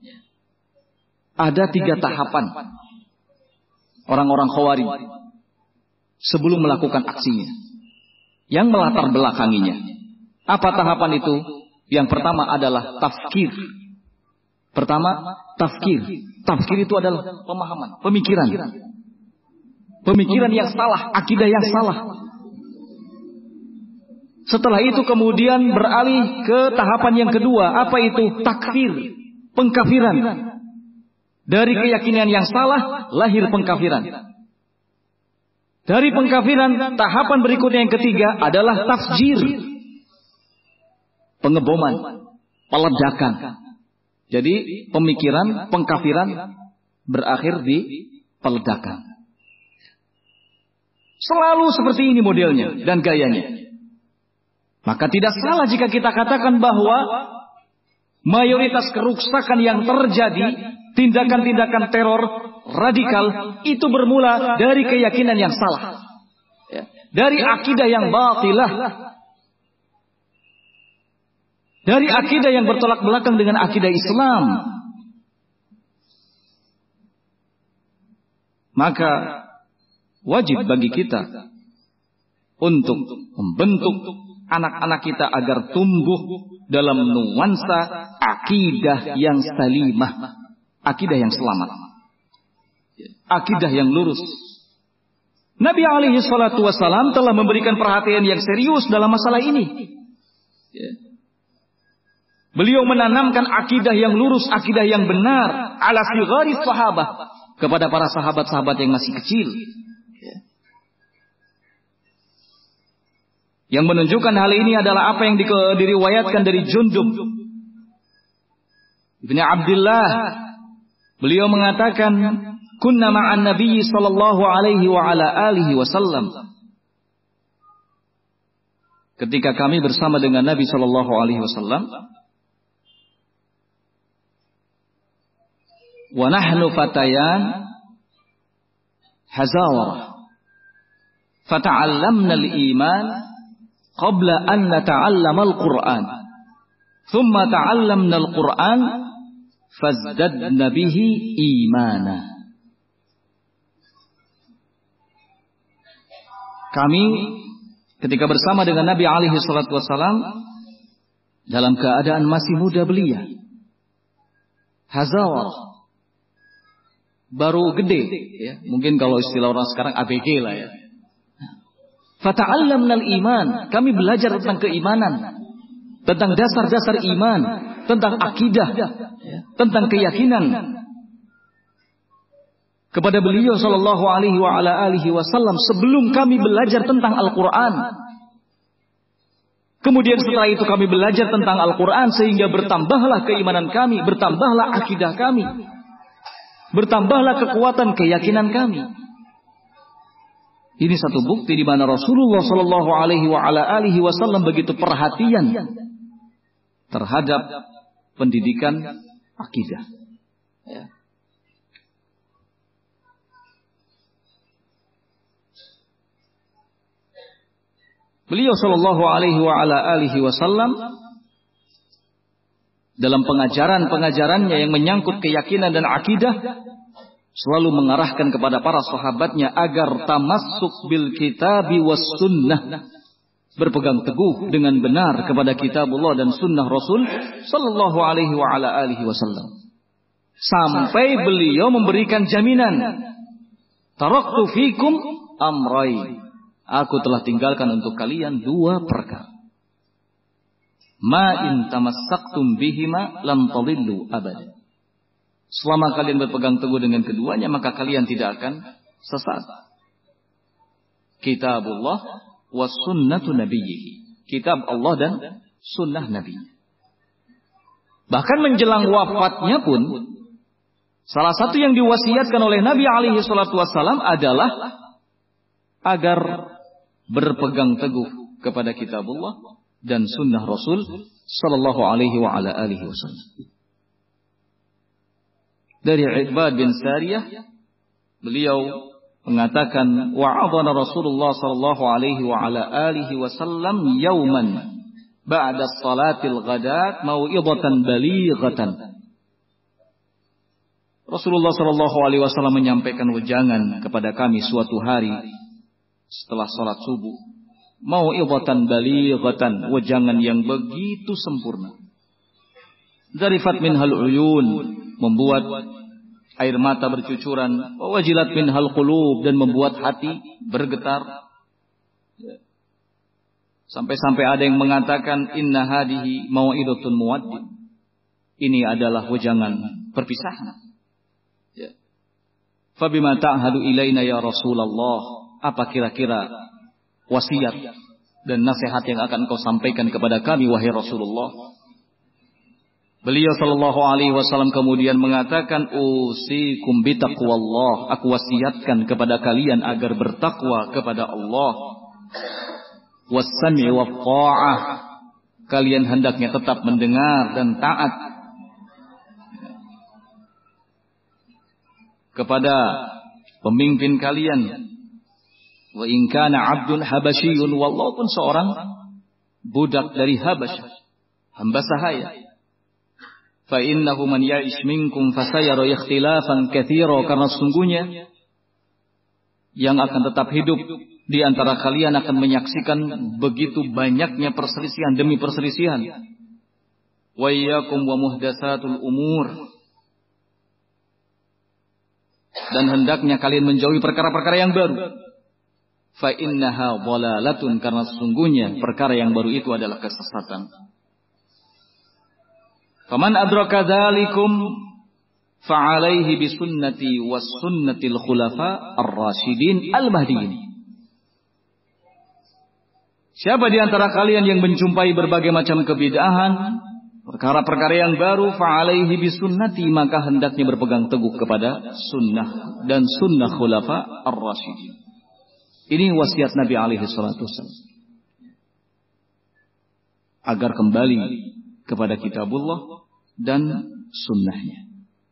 Ada tiga tahapan orang-orang Khawarij sebelum melakukan aksinya, yang melatar belakanginya. Apa tahapan itu? Yang pertama adalah tafkir. Pertama, tafkir. Tafkir itu adalah pemahaman, pemikiran. Pemikiran yang salah, akidah yang salah. Setelah itu kemudian beralih ke tahapan yang kedua. Apa itu? Takfir, pengkafiran. Dari keyakinan yang salah, lahir pengkafiran. Dari pengkafiran, tahapan berikutnya yang ketiga adalah tafjir. Pengeboman, peledakan. Jadi pemikiran, pengkafiran berakhir di peledakan. Selalu seperti ini modelnya dan gayanya. Maka tidak salah jika kita katakan bahwa mayoritas keruksakan yang terjadi, tindakan-tindakan teror radikal, itu bermula dari keyakinan yang salah, dari akidah yang batilah, dari akidah yang bertolak belakang dengan akidah Islam. Maka wajib bagi kita untuk membentuk anak-anak kita agar tumbuh dalam nuansa akidah yang salimah, akidah yang selamat, akidah yang lurus. Nabi alaihi salatu wassalam telah memberikan perhatian yang serius dalam masalah ini. Beliau menanamkan akidah yang lurus, akidah yang benar ala sighari sahabah, kepada para sahabat-sahabat yang masih kecil. Yang menunjukkan hal ini adalah apa yang diriwayatkan dari Jundub Ibnu Abdullah. Beliau mengatakan, kunna ma'an nabiyyi sallallahu alaihi wa ala alihi wasallam. Ketika kami bersama dengan Nabi sallallahu alaihi wasallam, wa nahnu fatayan hazawara fata'allamna al-iman qabla an nata'allama al-Qur'an thumma ta'allamna al-Qur'an fazdadna bihi imana. Kami ketika bersama dengan Nabi alaihi salatu wassalam dalam keadaan masih muda belia, hazawar, baru gede, ya. Mungkin kalau istilah orang sekarang A B G lah ya. Fata'allamnal iman. Kami belajar tentang keimanan, tentang dasar-dasar iman, tentang akidah, tentang keyakinan. Kepada beliau sallallahu alaihi wa ala alihi wasallam sebelum kami belajar tentang Al-Quran. Kemudian setelah itu kami belajar tentang Al-Quran sehingga bertambahlah keimanan kami, bertambahlah akidah kami, bertambahlah kekuatan keyakinan kami. Ini satu bukti di mana Rasulullah sallallahu alaihi wa ala alihi wasallam begitu perhatian terhadap pendidikan akidah. Ya. Beliau sallallahu alaihi wa ala alihi wasallam dalam pengajaran-pengajarannya yang menyangkut keyakinan dan akidah selalu mengarahkan kepada para sahabatnya agar tamassuk bil kitabi was sunnah, berpegang teguh dengan benar kepada kitabullah dan sunnah Rasul sallallahu alaihi wa ala alihi wasallam. Sampai beliau memberikan jaminan, taraktu fikum amrayn, aku telah tinggalkan untuk kalian dua perkara. Ma in tamassaktum bihima lam tadillu abada. Selama kalian berpegang teguh dengan keduanya, maka kalian tidak akan sesat. Kitabullah was sunnatu nabiyhi. Kitab Allah dan sunnah Nabi. Bahkan menjelang wafatnya pun, salah satu yang diwasiatkan oleh Nabi alaihi salatu wassalam adalah agar berpegang teguh kepada kitabullah dan sunnah Rasul sallallahu alaihi wa ala alihi wasallam. Dari Ibad bin Sariyah, beliau mengatakan, wa'adana Rasulullah sallallahu alaihi wa ala alihi wasallam yauman ba'da salatil ghadat mau'izatan balighatan. Rasulullah sallallahu alaihi wasallam menyampaikan wejangan kepada kami suatu hari setelah salat subuh. Mau'izatan balighatan, wejangan yang begitu sempurna. Zarifat minhal uyun, membuat air mata bercucuran, wajilat minhal qulub, dan membuat hati bergetar. Sampai-sampai ada yang mengatakan inna hadihi mau'idatun muwaddin. Ini adalah wejangan perpisahan. Ya. Fabima ta'hadu ilaina ya Rasulullah, apa kira-kira wasiat dan nasihat yang akan kau sampaikan kepada kami wahai Rasulullah? Beliau sallallahu alaihi wasallam kemudian mengatakan, usikum bitaqwallah, aku wasiatkan kepada kalian agar bertakwa kepada Allah. Was-sam'i wat-tha'ah, kalian hendaknya tetap mendengar dan taat kepada pemimpin kalian. Wa in kana 'abdun habasyiyun, walaupun seorang budak dari Habasyah, hamba sahaya. Fa innahu man ya'ish minkum fasayara ikhtilafan katsira, karena sungguhnya yang akan tetap hidup di antara kalian akan menyaksikan begitu banyaknya perselisihan demi perselisihan. Wa iyyakum wa muhdatsatul umur, dan hendaknya kalian menjauhi perkara-perkara yang baru. Fa innaha dhalalatun, karena sesungguhnya perkara yang baru itu adalah kesesatan. Faman adraka dzalikum fa'alaihi bisunnati was sunnatil khulafa ar-rasyidin al-mahdiyyin. Siapa di antara kalian yang menjumpai berbagai macam kebid'ahan, perkara-perkara yang baru, fa'alaihi bisunnati, maka hendaknya berpegang teguh kepada sunnah dan sunnah khulafa ar-rasyidin. Ini wasiat Nabi alaihi salatu wasallam, agar kembali kepada kitabullah dan sunnahnya.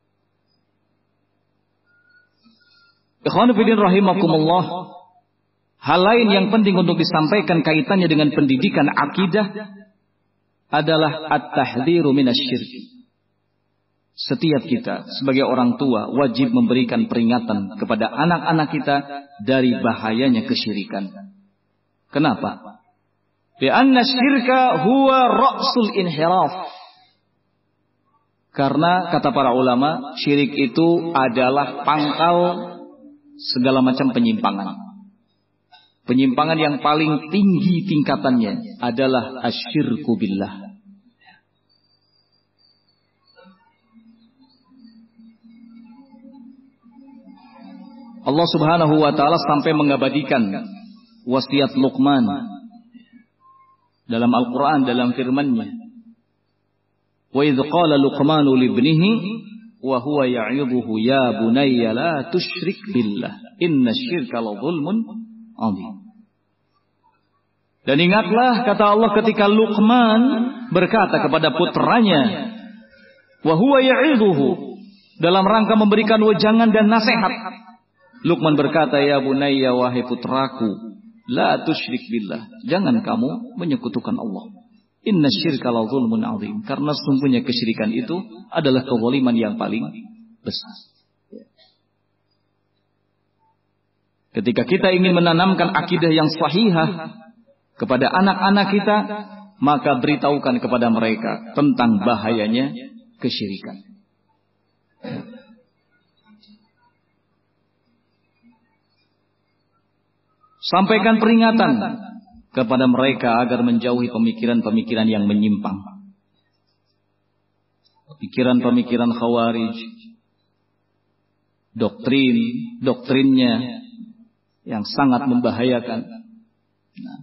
Ikhwan fillah rahimakumullah, hal lain yang penting untuk disampaikan kaitannya dengan pendidikan akidah adalah at-tahdhiru minasyirk. Setiap kita sebagai orang tua wajib memberikan peringatan kepada anak-anak kita dari bahayanya kesyirikan. Kenapa? Li'anna syirka huwa ra'sul inhiraf. Karena kata para ulama, syirik itu adalah pangkal segala macam penyimpangan. Penyimpangan yang paling tinggi tingkatannya adalah asyirku billah. Allah Subhanahu wa taala sampai mengabadikan wasiat Luqman dalam Al-Qur'an, dalam firman-Nya. Wa idz qala Luqmanu libnihi wa huwa ya'idhuhu ya bunayya la tusyrik billah innasyirka la dzulmun 'adzim. Dan ingatlah kata Allah ketika Luqman berkata kepada putranya, wa huwa ya'idhuhu, dalam rangka memberikan wejangan dan nasihat. Luqman berkata, ya bunayya, wahai putraku, la tusyrik billah, jangan kamu menyekutukan Allah. Inna syirka la zulmun azim, karena sesungguhnya kesyirikan itu adalah kezaliman yang paling besar. Ketika kita ingin menanamkan akidah yang sahihah kepada anak-anak kita, maka beritahukan kepada mereka tentang bahayanya kesyirikan. Sampaikan peringatan kepada mereka agar menjauhi pemikiran-pemikiran yang menyimpang. Pemikiran-pemikiran Khawarij, doktrin, doktrinnya yang sangat membahayakan. Nah,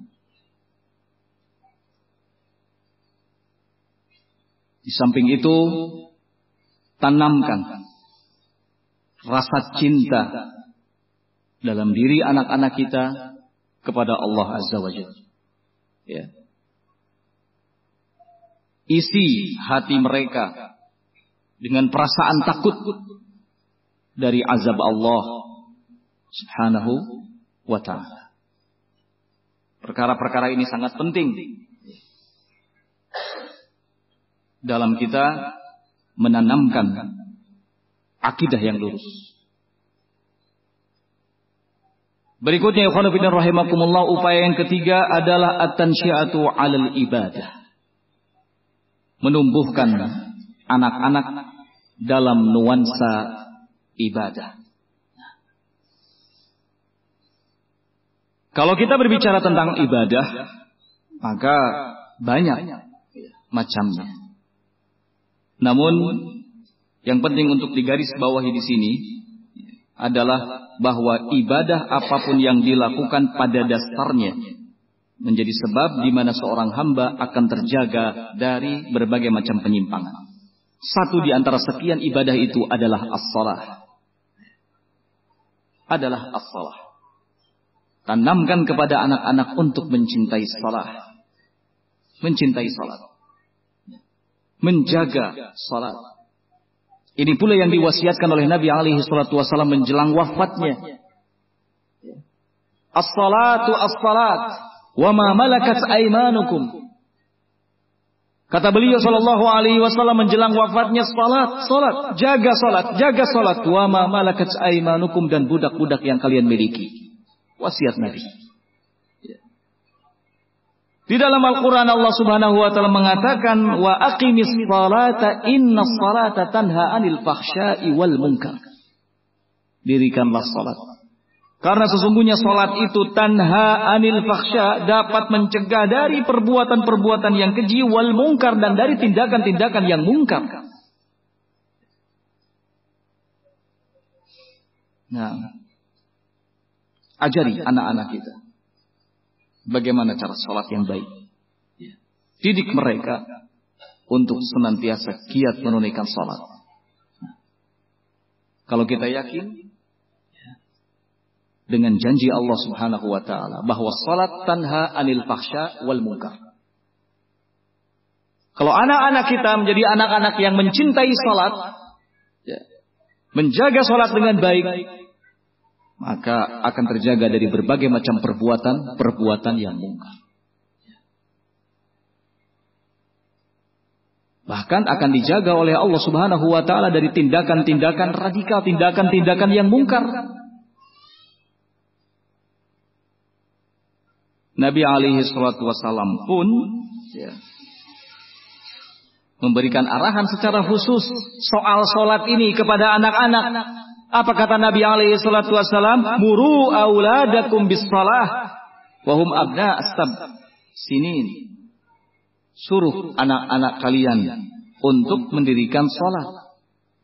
di samping itu, tanamkan rasa cinta dalam diri anak-anak kita kepada Allah Azza wa Jalla. Ya. Isi hati mereka dengan perasaan takut dari azab Allah Subhanahu wa ta'ala. Perkara-perkara ini sangat penting dalam kita menanamkan akidah yang lurus. Berikutnya, ikhwan fillah rahimakumullah, upaya yang ketiga adalah at-tansyiatu 'alal ibadah. Menumbuhkan anak-anak dalam nuansa ibadah. Kalau kita berbicara tentang ibadah, maka banyak macamnya. Namun yang penting untuk digaris bawahi di sini adalah bahwa ibadah apapun yang dilakukan pada dasarnya menjadi sebab di mana seorang hamba akan terjaga dari berbagai macam penyimpangan. Satu di antara sekian ibadah itu adalah as-shalah. Adalah as-shalah. Tanamkan kepada anak-anak untuk mencintai salat. Mencintai salat. Menjaga salat. Ini pula yang diwasiatkan oleh Nabi alaihi salatu wasallam menjelang wafatnya. As-salatu as-salat wa ma malakat aymanukum. Kata beliau sallallahu alaihi wasallam menjelang wafatnya, salat, salat, jaga salat, jaga salat, wa ma malakat aymanukum, dan budak-budak yang kalian miliki. Wasiat Nabi. Di dalam Al-Quran Allah Subhanahu wa ta'ala mengatakan, wa aqimis salata inna salata tanha anil fakhsya'i wal munkar. Dirikanlah salat, karena sesungguhnya salat itu tanha anil fakhsya, dapat mencegah dari perbuatan-perbuatan yang keji, wal munkar, dan dari tindakan-tindakan yang mungkar. Nah, ajari anak-anak kita bagaimana cara sholat yang baik. Didik mereka untuk senantiasa giat menunaikan sholat. Kalau kita yakin dengan janji Allah Subhanahu wa ta'ala bahwa sholat tanha anil fakhsya wal munkar. Kalau anak-anak kita menjadi anak-anak yang mencintai sholat, menjaga sholat dengan baik, maka akan terjaga dari berbagai macam perbuatan-perbuatan yang mungkar. Bahkan akan dijaga oleh Allah Subhanahu wa ta'ala dari tindakan-tindakan radikal, tindakan-tindakan yang mungkar. Nabi alaihi salatu wasallam pun ya, memberikan arahan secara khusus soal sholat ini kepada anak-anak. Apa kata Nabi alaihi salatu wasallam? Muru auladakum bis shalah Wahum abna asab sinin. Suruh anak-anak kalian untuk mendirikan sholat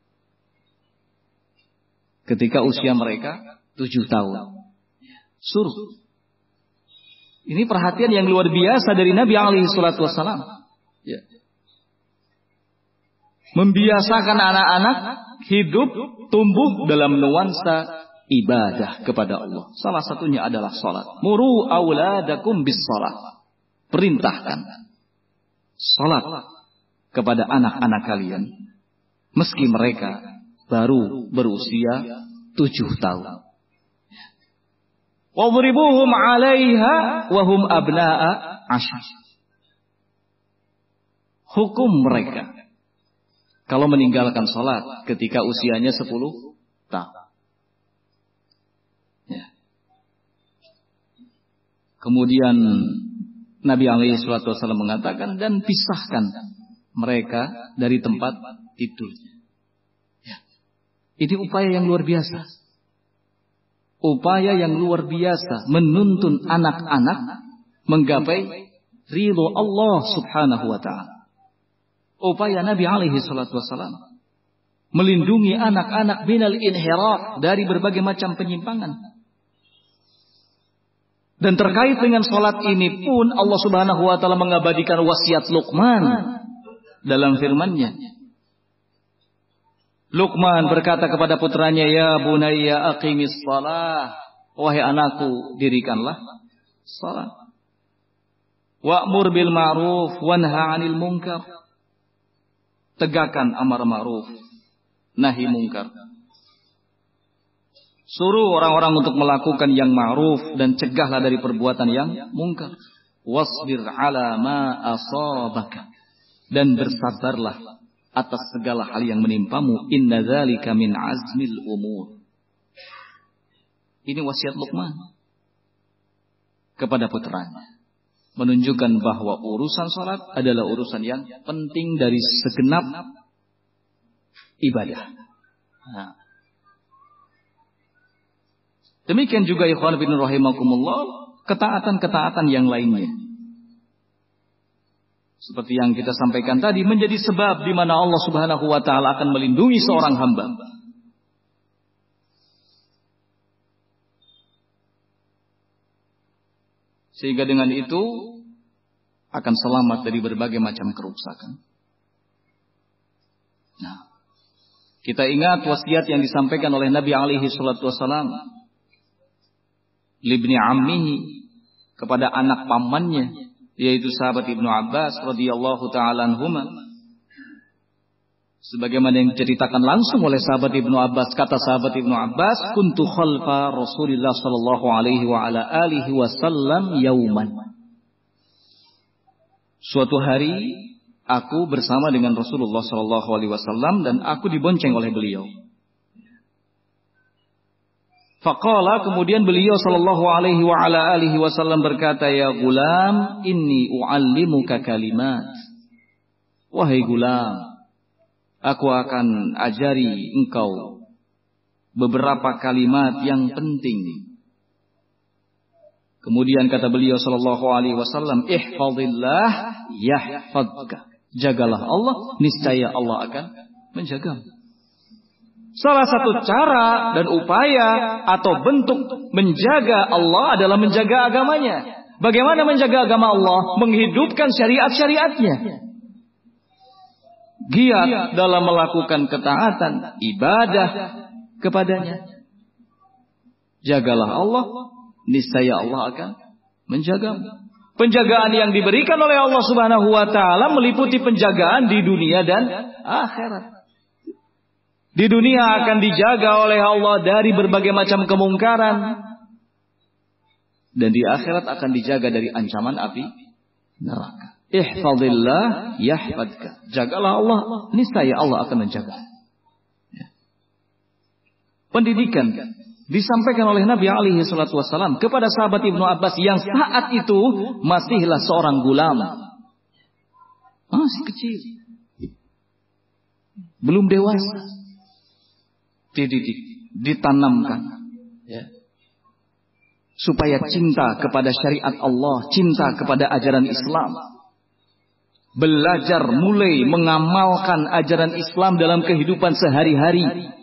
ketika usia mereka tujuh tahun. Suruh. Ini perhatian yang luar biasa dari Nabi alaihi salatu wassalam. Ya. Membiasakan anak-anak hidup, tumbuh dalam nuansa ibadah kepada Allah. Salah satunya adalah sholat. Muru auladakum bis sholat. Perintahkan sholat kepada anak-anak kalian, meski mereka baru berusia tujuh tahun. Wadribuhum 'alaiha wa hum abna'a ashar. Hukum mereka kalau meninggalkan sholat ketika usianya sepuluh tahun. Ya. Kemudian Nabi alaihi salatu wasallam mengatakan, dan pisahkan mereka dari tempat tidurnya. Ya. Ini upaya yang luar biasa. Upaya yang luar biasa menuntun anak-anak menggapai ridho Allah subhanahu wa ta'ala. Upaya Nabi alaihi salatu wasallam melindungi anak-anak minal inhiraf, dari berbagai macam penyimpangan. Dan terkait dengan sholat ini pun Allah subhanahu wa ta'ala mengabadikan wasiat Luqman dalam firman-Nya. Luqman berkata kepada putranya, ya bunayya aqimis shalah. Wahai anakku, dirikanlah salat. Wa'mur bil ma'ruf wanha 'anil munkar. Tegakkan amar ma'ruf, nahi munkar. Suruh orang-orang untuk melakukan yang ma'ruf dan cegahlah dari perbuatan yang munkar. Wasbir 'ala ma asabaka. Dan bersabarlah atas segala hal yang menimpamu. Inna dzalika min azmil umur. Ini wasiat Luqman kepada putranya, menunjukkan bahwa urusan salat adalah urusan yang penting dari segenap ibadah. Nah. Demikian juga ikhwan fillah rahimakumullah, ketaatan-ketaatan yang lainnya. Seperti yang kita sampaikan tadi, menjadi sebab di mana Allah Subhanahu wa taala akan melindungi seorang hamba. Sehingga dengan itu akan selamat dari berbagai macam kerusakan. Nah, kita ingat wasiat yang disampaikan oleh Nabi alaihi salatu wasalam libni ammihi, kepada anak pamannya, yaitu sahabat Ibnu Abbas radhiyallahu taala anhuma. Sebagaimana yang diceritakan langsung oleh sahabat Ibnu Abbas, kata sahabat Ibnu Abbas, kuntu khalfa Rasulillah sallallahu alaihi wa ala alihi wasallam yauman. Suatu hari aku bersama dengan Rasulullah sallallahu alaihi wasallam dan aku dibonceng oleh beliau. Faqala, kemudian beliau sallallahu alaihi wa ala alihi wasallam berkata, ya gulam, inni uallimuka kalimat. Wahai gulam, aku akan ajari engkau beberapa kalimat yang penting. Kemudian kata beliau sallallahu alaihi wasallam, ihfazillah yahfazka. Jagalah Allah, niscaya Allah akan menjagamu. Salah satu cara dan upaya atau bentuk menjaga Allah adalah menjaga agamanya. Bagaimana menjaga agama Allah? Menghidupkan syariat-syariatnya. Giat dalam melakukan ketaatan, ibadah kepadanya. Jagalah Allah, niscaya Allah akan menjagamu. Penjagaan yang diberikan oleh Allah Subhanahu wa taala meliputi penjagaan di dunia dan akhirat. Di dunia akan dijaga oleh Allah dari berbagai macam kemungkaran, dan di akhirat akan dijaga dari ancaman api neraka. Ihfazillah yahfazka. Jagalah Allah, niscaya Allah akan menjaga. Pendidikan disampaikan oleh Nabi alaihi salatu wasallam kepada sahabat Ibnu Abbas yang saat itu masihlah seorang gulam, masih kecil, belum dewasa. Dididik, ditanamkan, ya. supaya cinta kepada syariat Allah, cinta kepada ajaran Islam. Belajar mulai mengamalkan ajaran Islam dalam kehidupan sehari-hari.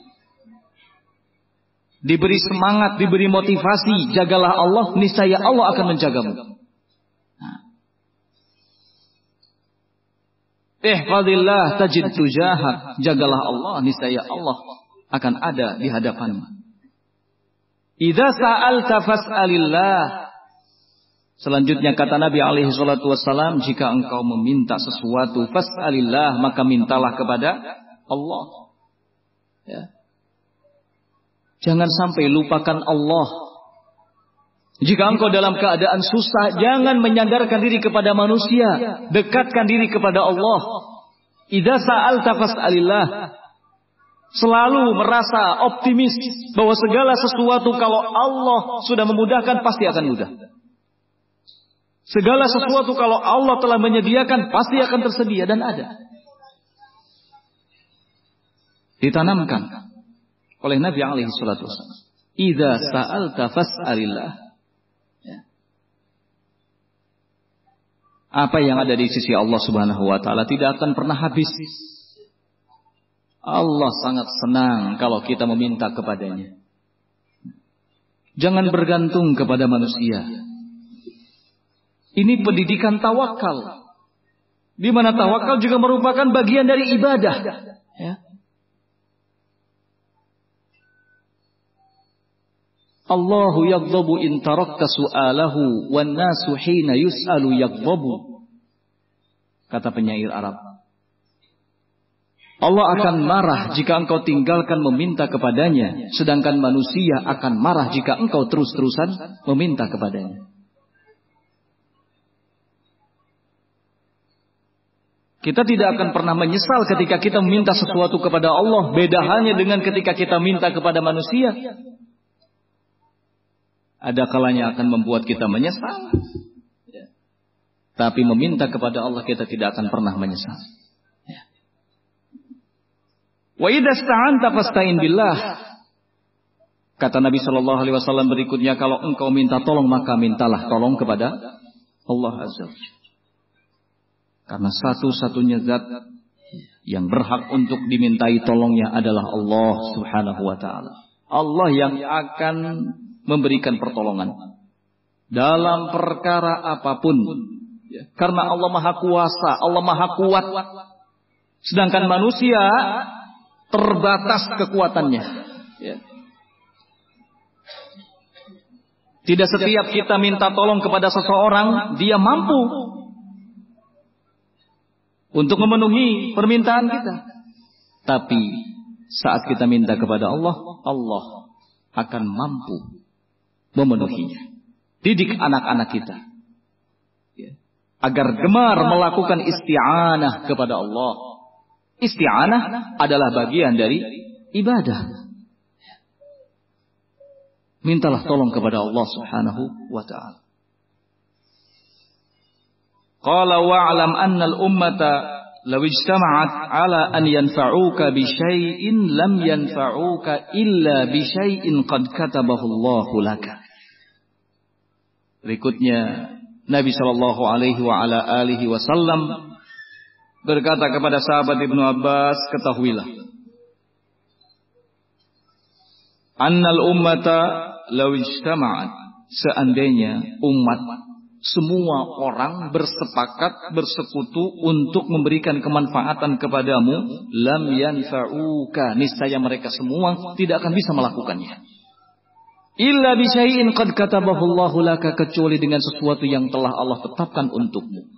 Diberi semangat, diberi motivasi, jagalah Allah, niscaya Allah akan menjagamu. Ihfazillah tajid tujahak, jagalah Allah, niscaya Allah akan ada di hadapanmu. Idza sa'alta fas'alillah. Selanjutnya kata Nabi alaihi salatu wassalam, jika engkau meminta sesuatu, fas'alillah, maka mintalah kepada Allah. Ya. Jangan sampai lupakan Allah. Jika engkau dalam keadaan susah, jangan menyandarkan diri kepada manusia, dekatkan diri kepada Allah. Idza sa'alta fas'alillah. Selalu merasa optimis bahwa segala sesuatu kalau Allah sudah memudahkan pasti akan mudah. Segala sesuatu kalau Allah telah menyediakan pasti akan tersedia dan ada. Ditanamkan oleh Nabi alaihi salatu wasallam. Idza sa'alta fas'alillah. Ya. Apa yang ada di sisi Allah Subhanahu wa taala tidak akan pernah habis. Allah sangat senang kalau kita meminta kepadanya. Jangan bergantung kepada manusia. Ini pendidikan tawakal. Di mana tawakal juga merupakan bagian dari ibadah. Ya. Allahu yaghdabu in tarakta su'alahu wan nasu hina yus'alu yaghdabu. Kata penyair Arab. Allah akan marah jika engkau tinggalkan meminta kepadanya, sedangkan manusia akan marah jika engkau terus-terusan meminta kepadanya. Kita tidak akan pernah menyesal ketika kita meminta sesuatu kepada Allah. Beda halnya dengan ketika kita minta kepada manusia. Ada kalanya akan membuat kita menyesal. Tapi meminta kepada Allah kita tidak akan pernah menyesal. Wa idza sta'anta fasta'in billah. Kata Nabi sallallahu alaihi wasallam berikutnya, kalau engkau minta tolong maka mintalah tolong kepada Allah Azza wa Jalla. Karena satu-satunya zat yang berhak untuk dimintai tolongnya adalah Allah Subhanahu wa taala. Allah yang akan memberikan pertolongan dalam perkara apapun. Karena Allah Maha Kuasa, Allah Maha Kuat. Sedangkan manusia terbatas kekuatannya. Ya. Tidak setiap kita minta tolong kepada seseorang, dia mampu untuk memenuhi permintaan kita. Tapi saat kita minta kepada Allah, Allah akan mampu memenuhinya. Didik anak-anak kita ya, agar gemar melakukan isti'anah kepada Allah. Isti'anah adalah bagian dari ibadah. Mintalah tolong kepada Allah Subhanahu wa ta'ala. Qala wa'lam anna al-ummata law ijtama'at 'ala an yanfa'uka bi syai'in lam yanfa'uka illa bi syai'in qad katabahu Allahu laka. Berikutnya Nabi sallallahu alaihi wa ala alihi wasallam berkata kepada sahabat Ibnu Abbas, ketahuilah, annal ummata law ijtama'at, seandainya umat, semua orang bersepakat, bersekutu untuk memberikan kemanfaatan kepadamu, lam yanfa'uka, niscaya mereka semua tidak akan bisa melakukannya. Illa bisyai'in qad katabahu Allahu laka, kecuali dengan sesuatu yang telah Allah tetapkan untukmu.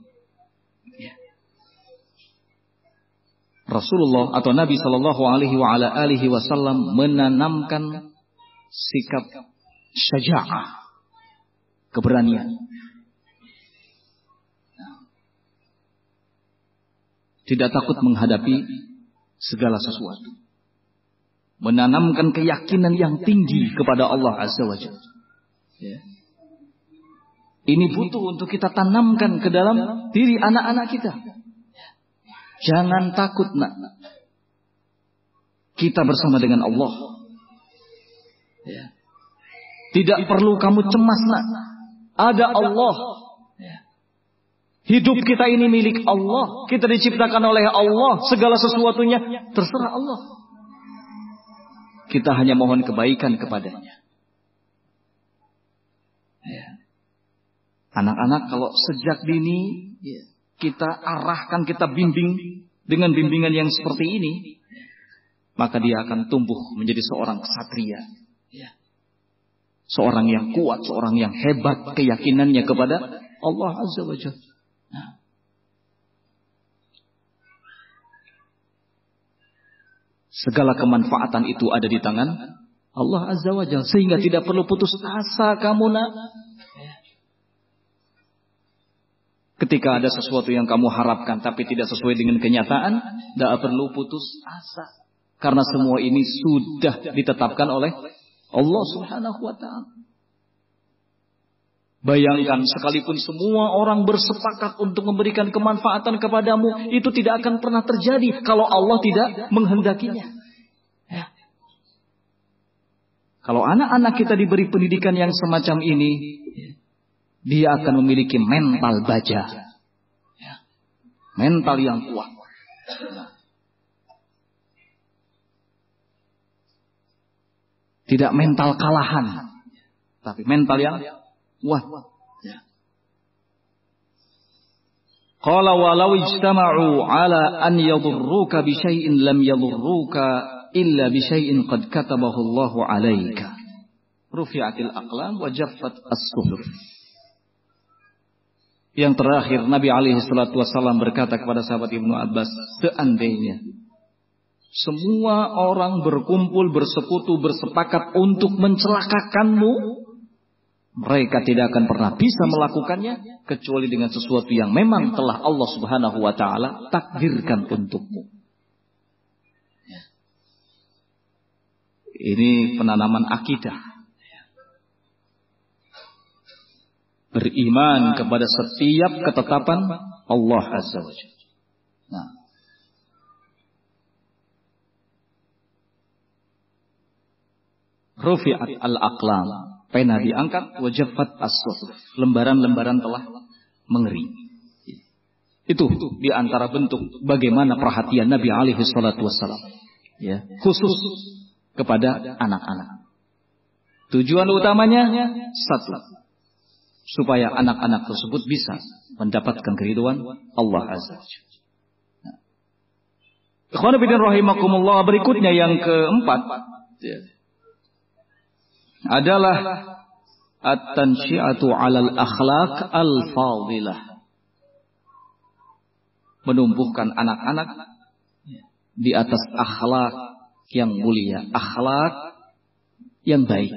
Rasulullah atau Nabi Shallallahu Alaihi wa ala alihi Wasallam menanamkan sikap syaja'ah, keberanian. Tidak takut menghadapi segala sesuatu. Menanamkan keyakinan yang tinggi kepada Allah Azza wa Jalla. Ya. Ini butuh untuk kita tanamkan ke dalam diri anak-anak kita. Jangan takut nak. Kita bersama dengan Allah. Ya. Tidak perlu kamu cemas, nak. Ada Allah. Hidup kita ini milik Allah. Kita diciptakan oleh Allah. Segala sesuatunya terserah Allah. Kita hanya mohon kebaikan kepadanya. Anak-anak kalau sejak dini kita arahkan, kita bimbing dengan bimbingan yang seperti ini, maka dia akan tumbuh menjadi seorang ksatria. Seorang yang kuat, seorang yang hebat keyakinannya kepada Allah Azza wa Jalla. Nah. Segala kemanfaatan itu ada di tangan Allah Azza wa Jalla, sehingga tidak perlu putus asa kamu, nak. Ketika ada sesuatu yang kamu harapkan tapi tidak sesuai dengan kenyataan, tidak perlu putus asa, karena semua ini sudah ditetapkan oleh Allah Subhanahu wa ta'ala. Bayangkan, sekalipun semua orang bersepakat untuk memberikan kemanfaatan kepadamu, itu tidak akan pernah terjadi kalau Allah tidak menghendakinya. Ya. Kalau anak-anak kita diberi pendidikan yang semacam ini, dia akan memiliki mental baja. Ya. Mental yang kuat. Tidak mental kalahan, tapi mental yang kuat. Ya. Qala walau ijtama'u ala an yadurruka bi syai'in lam yadurruka illa bi syai'in qad katabahu Allahu 'alaika. Rufi'atil aqlam wa jaffat as-suhuf. Yang terakhir, Nabi alaihi salatu wasallam berkata kepada sahabat Ibnu Abbas, seandainya semua orang berkumpul, bersekutu, bersepakat untuk mencelakakanmu, mereka tidak akan pernah bisa melakukannya kecuali dengan sesuatu yang memang telah Allah Subhanahu wa ta'ala takdirkan untukmu. Ini penanaman akidah. Beriman kepada setiap ketetapan Allah Azza wa Jalla. Nah, rufi'at al-aqlam, pena diangkat, wajaffat as-suhuf, lembaran-lembaran telah mengering. Itu di antara bentuk bagaimana perhatian Nabi alaihi salatu wassalam, ya, khusus kepada anak-anak. Tujuan utamanya satu, supaya anak-anak tersebut bisa mendapatkan keridhaan Allah Azza wa Jalla. Nah. Ikhwan fillah rahimakumullah, berikutnya yang keempat, ya, adalah at-tansyi'atu 'alal akhlaq al-fadilah. Menumbuhkan anak-anak di atas akhlak yang mulia, akhlak yang baik.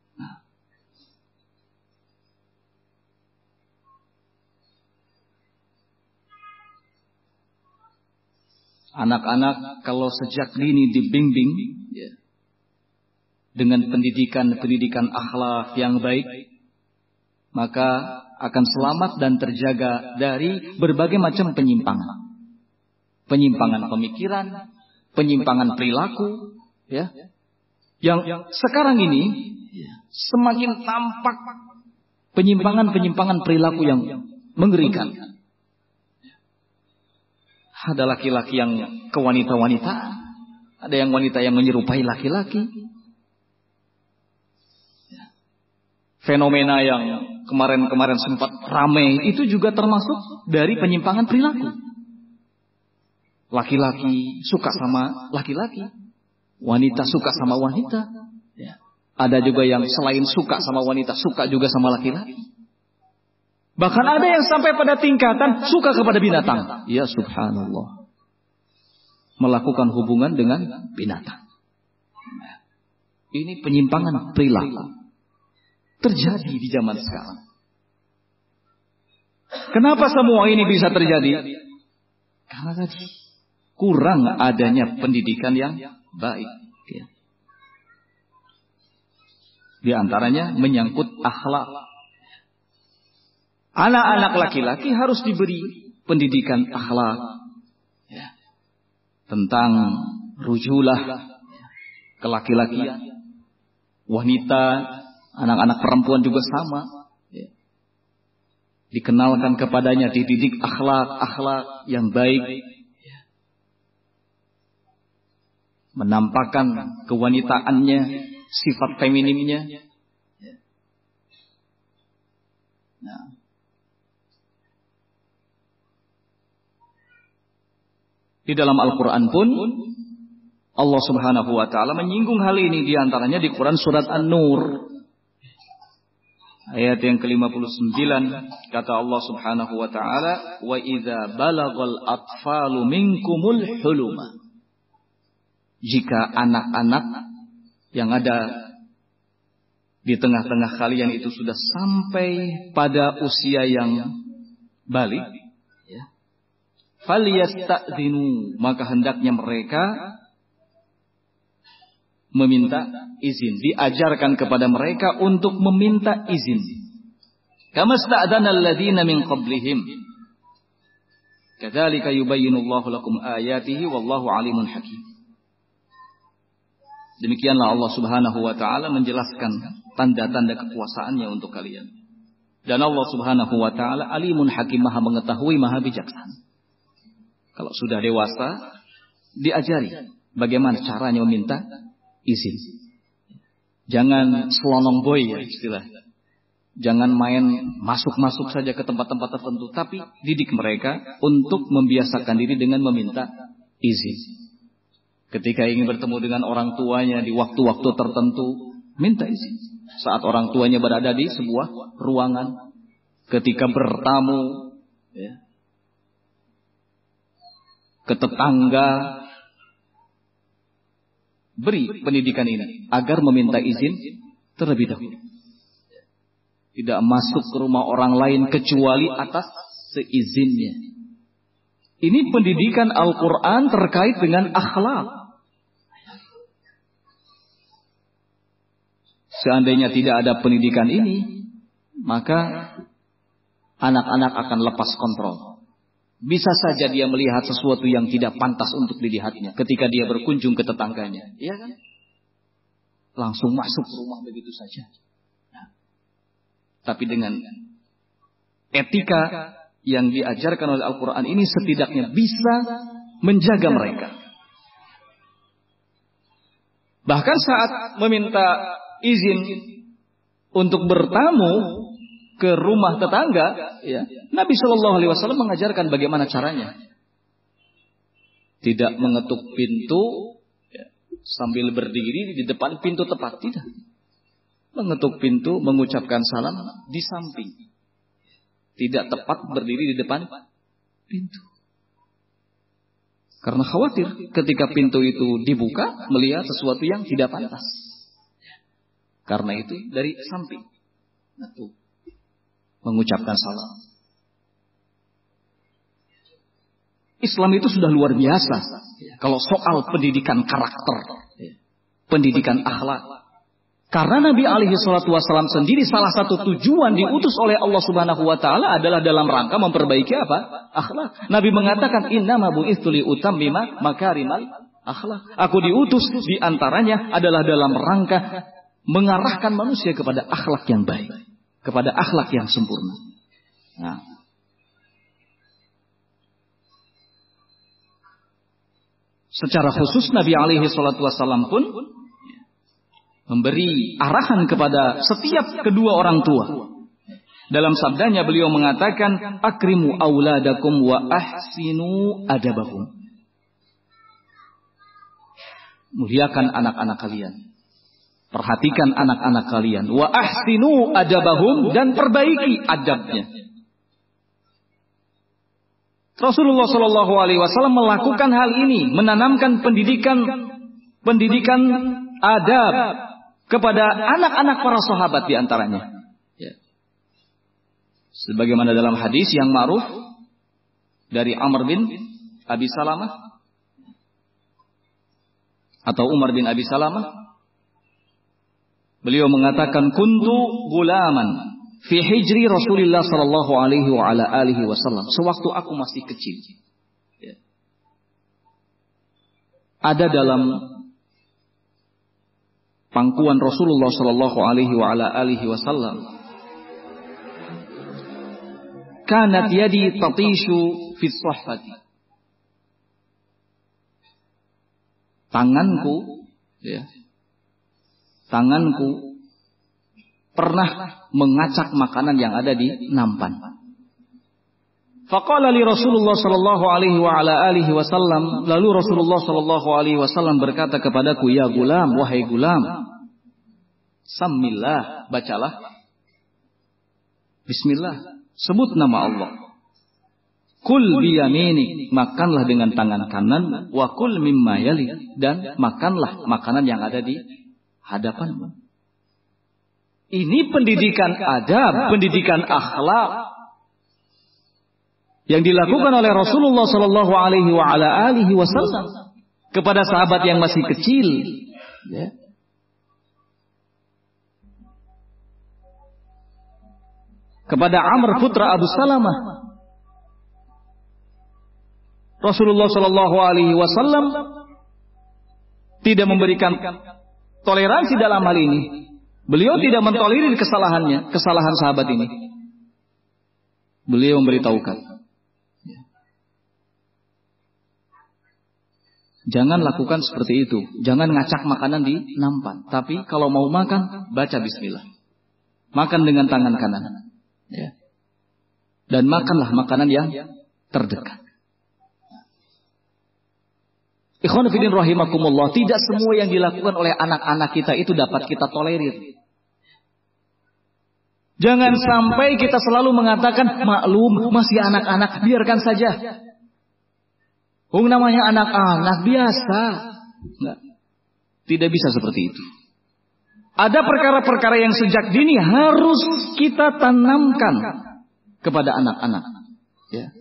Anak-anak kalau sejak dini dibimbing, ya, dengan pendidikan-pendidikan akhlak yang baik, maka akan selamat dan terjaga dari berbagai macam penyimpangan. Penyimpangan pemikiran, penyimpangan perilaku, ya. Yang sekarang ini semakin tampak penyimpangan-penyimpangan perilaku yang mengerikan. Ada laki-laki yang ke wanita-wanita, ada yang wanita yang menyerupai laki-laki. Fenomena yang kemarin-kemarin sempat ramai itu juga termasuk dari penyimpangan perilaku. Laki-laki suka sama laki-laki, wanita suka sama wanita. Ada juga yang selain suka sama wanita, suka juga sama laki-laki. Bahkan ada yang sampai pada tingkatan suka kepada binatang. Ya subhanallah. Melakukan hubungan dengan binatang. Ini penyimpangan perilaku terjadi di zaman sekarang. Kenapa semua ini bisa terjadi? Karena tadi kurang adanya pendidikan yang baik. Ya. Di antaranya menyangkut akhlak. Anak-anak laki-laki harus diberi pendidikan akhlak, ya, tentang rujulah kelaki-lakian. Wanita Anak-anak perempuan juga sama. Ya. Dikenalkan kepadanya, dididik akhlak-akhlak yang baik. Ya. Menampakkan kewanitaannya, sifat feminimnya. Ya. Nah. Di dalam Al-Quran pun Allah Subhanahu wa ta'ala menyinggung hal ini, di antaranya di Quran surat An-Nur ayat yang ke lima puluh sembilan, kata Allah Subhanahu wa ta'ala, wa idza balagal atfalu minkumul huluma, jika anak-anak yang ada di tengah-tengah kalian itu sudah sampai pada usia yang balik, ya, falyasta'dzinu, maka hendaknya mereka meminta izin, diajarkan kepada mereka untuk meminta izin. Kama sta'dzana alladziina min qablihim, kadzalika yubayyinu Allahu lakum ayatihi wallahu alimun hakim. Demikianlah Allah Subhanahu wa ta'ala menjelaskan tanda-tanda kekuasaannya untuk kalian. Dan Allah Subhanahu wa ta'ala alimun hakim, maha mengetahui, maha bijaksana. Kalau sudah dewasa, diajari bagaimana caranya meminta izin. Jangan selonong boy ya istilah. Jangan main masuk-masuk saja ke tempat-tempat tertentu, tapi didik mereka untuk membiasakan diri dengan meminta izin. Ketika ingin bertemu dengan orang tuanya di waktu-waktu tertentu, minta izin. Saat orang tuanya berada di sebuah ruangan, ketika bertamu ya, ke tetangga, beri pendidikan ini agar meminta izin terlebih dahulu. Tidak masuk ke rumah orang lain kecuali atas seizinnya. Ini pendidikan Al-Quran terkait dengan akhlak. Seandainya tidak ada pendidikan ini, maka anak-anak akan lepas kontrol. Bisa saja dia melihat sesuatu yang tidak pantas untuk dilihatnya ketika dia berkunjung ke tetangganya. Iya kan? Langsung masuk ke rumah begitu saja. Nah, tapi dengan etika yang diajarkan oleh Al-Quran ini setidaknya bisa menjaga mereka. Bahkan saat meminta izin untuk bertamu ke rumah tetangga, ya, Nabi Shallallahu Alaihi Wasallam mengajarkan bagaimana caranya. Tidak mengetuk pintu ya, sambil berdiri di depan pintu tepat, tidak. Mengetuk pintu, mengucapkan salam di samping. Tidak tepat berdiri di depan pintu. Karena khawatir ketika pintu itu dibuka melihat sesuatu yang tidak pantas. Karena itu dari samping. Nah, tuh. Mengucapkan salam. Islam itu sudah luar biasa. Kalau soal pendidikan karakter, pendidikan akhlak. Karena Nabi alaihi salatu wasallam sendiri salah satu tujuan diutus oleh Allah Subhanahu wa taala adalah dalam rangka memperbaiki apa? Akhlak. Nabi mengatakan innama bu'itsu li utammima makarimal akhlak. Aku diutus di antaranya adalah dalam rangka mengarahkan manusia kepada akhlak yang baik, kepada akhlak yang sempurna. Nah, secara khusus Nabi alaihi salatu wasallam pun memberi arahan kepada setiap kedua orang tua. Dalam sabdanya beliau mengatakan, akrimu auladakum wa ahsinu adabahum. Muliakan anak-anak kalian. Perhatikan anak-anak kalian. Wa ahsinu adabahum, dan perbaiki adabnya. Rasulullah Shallallahu Alaihi Wasallam melakukan hal ini, menanamkan pendidikan pendidikan adab kepada anak-anak para sahabat di antaranya. Ya. Sebagaimana dalam hadis yang ma'ruf dari Amr bin Abi Salamah atau Umar bin Abi Salamah, beliau mengatakan, kuntu gulaman fi hijri Rasulullah sallallahu alaihi wa ala alihi wasallam. Sewaktu aku masih kecil, ya, ada dalam pangkuan Rasulullah sallallahu alaihi wa ala alihi wasallam. Kanat yadi tatishu fi shahfati. Tanganku, ya, tanganku pernah mengacak makanan yang ada di nampan. Faqala li Rasulullah sallallahu alaihi wa ala alihi wasallam, lalu Rasulullah sallallahu alaihi wasallam berkata kepadaku, ya gulam, wahai gulam, sammillah, bacalah bismillah, sebut nama Allah. Kul biyaminik, makanlah dengan tangan kanan, wa kul mimma yali, dan makanlah makanan yang ada di hadapanmu. Ini pendidikan adab, pendidikan akhlak yang dilakukan oleh Rasulullah sallallahu alaihi wa ala alihi wasallam kepada sahabat yang masih kecil, ya. Kepada Amr putra Abu Salamah, Rasulullah sallallahu alaihi wasallam tidak memberikan toleransi dalam hal ini. Beliau tidak mentolerir kesalahannya, kesalahan sahabat ini. Beliau memberitahukan, jangan lakukan seperti itu. Jangan ngacak makanan di nampan. Tapi kalau mau makan, baca bismillah. Makan dengan tangan kanan. Ya. Dan makanlah makanan yang terdekat. Ikhwan fillah rahimakumullah, tidak semua yang dilakukan oleh anak-anak kita itu dapat kita tolerir. Jangan sampai kita selalu mengatakan, maklum, masih anak-anak, biarkan saja. Oh, namanya anak-anak biasa. Enggak. Tidak bisa seperti itu. Ada perkara-perkara yang sejak dini harus kita tanamkan kepada anak-anak. Ya.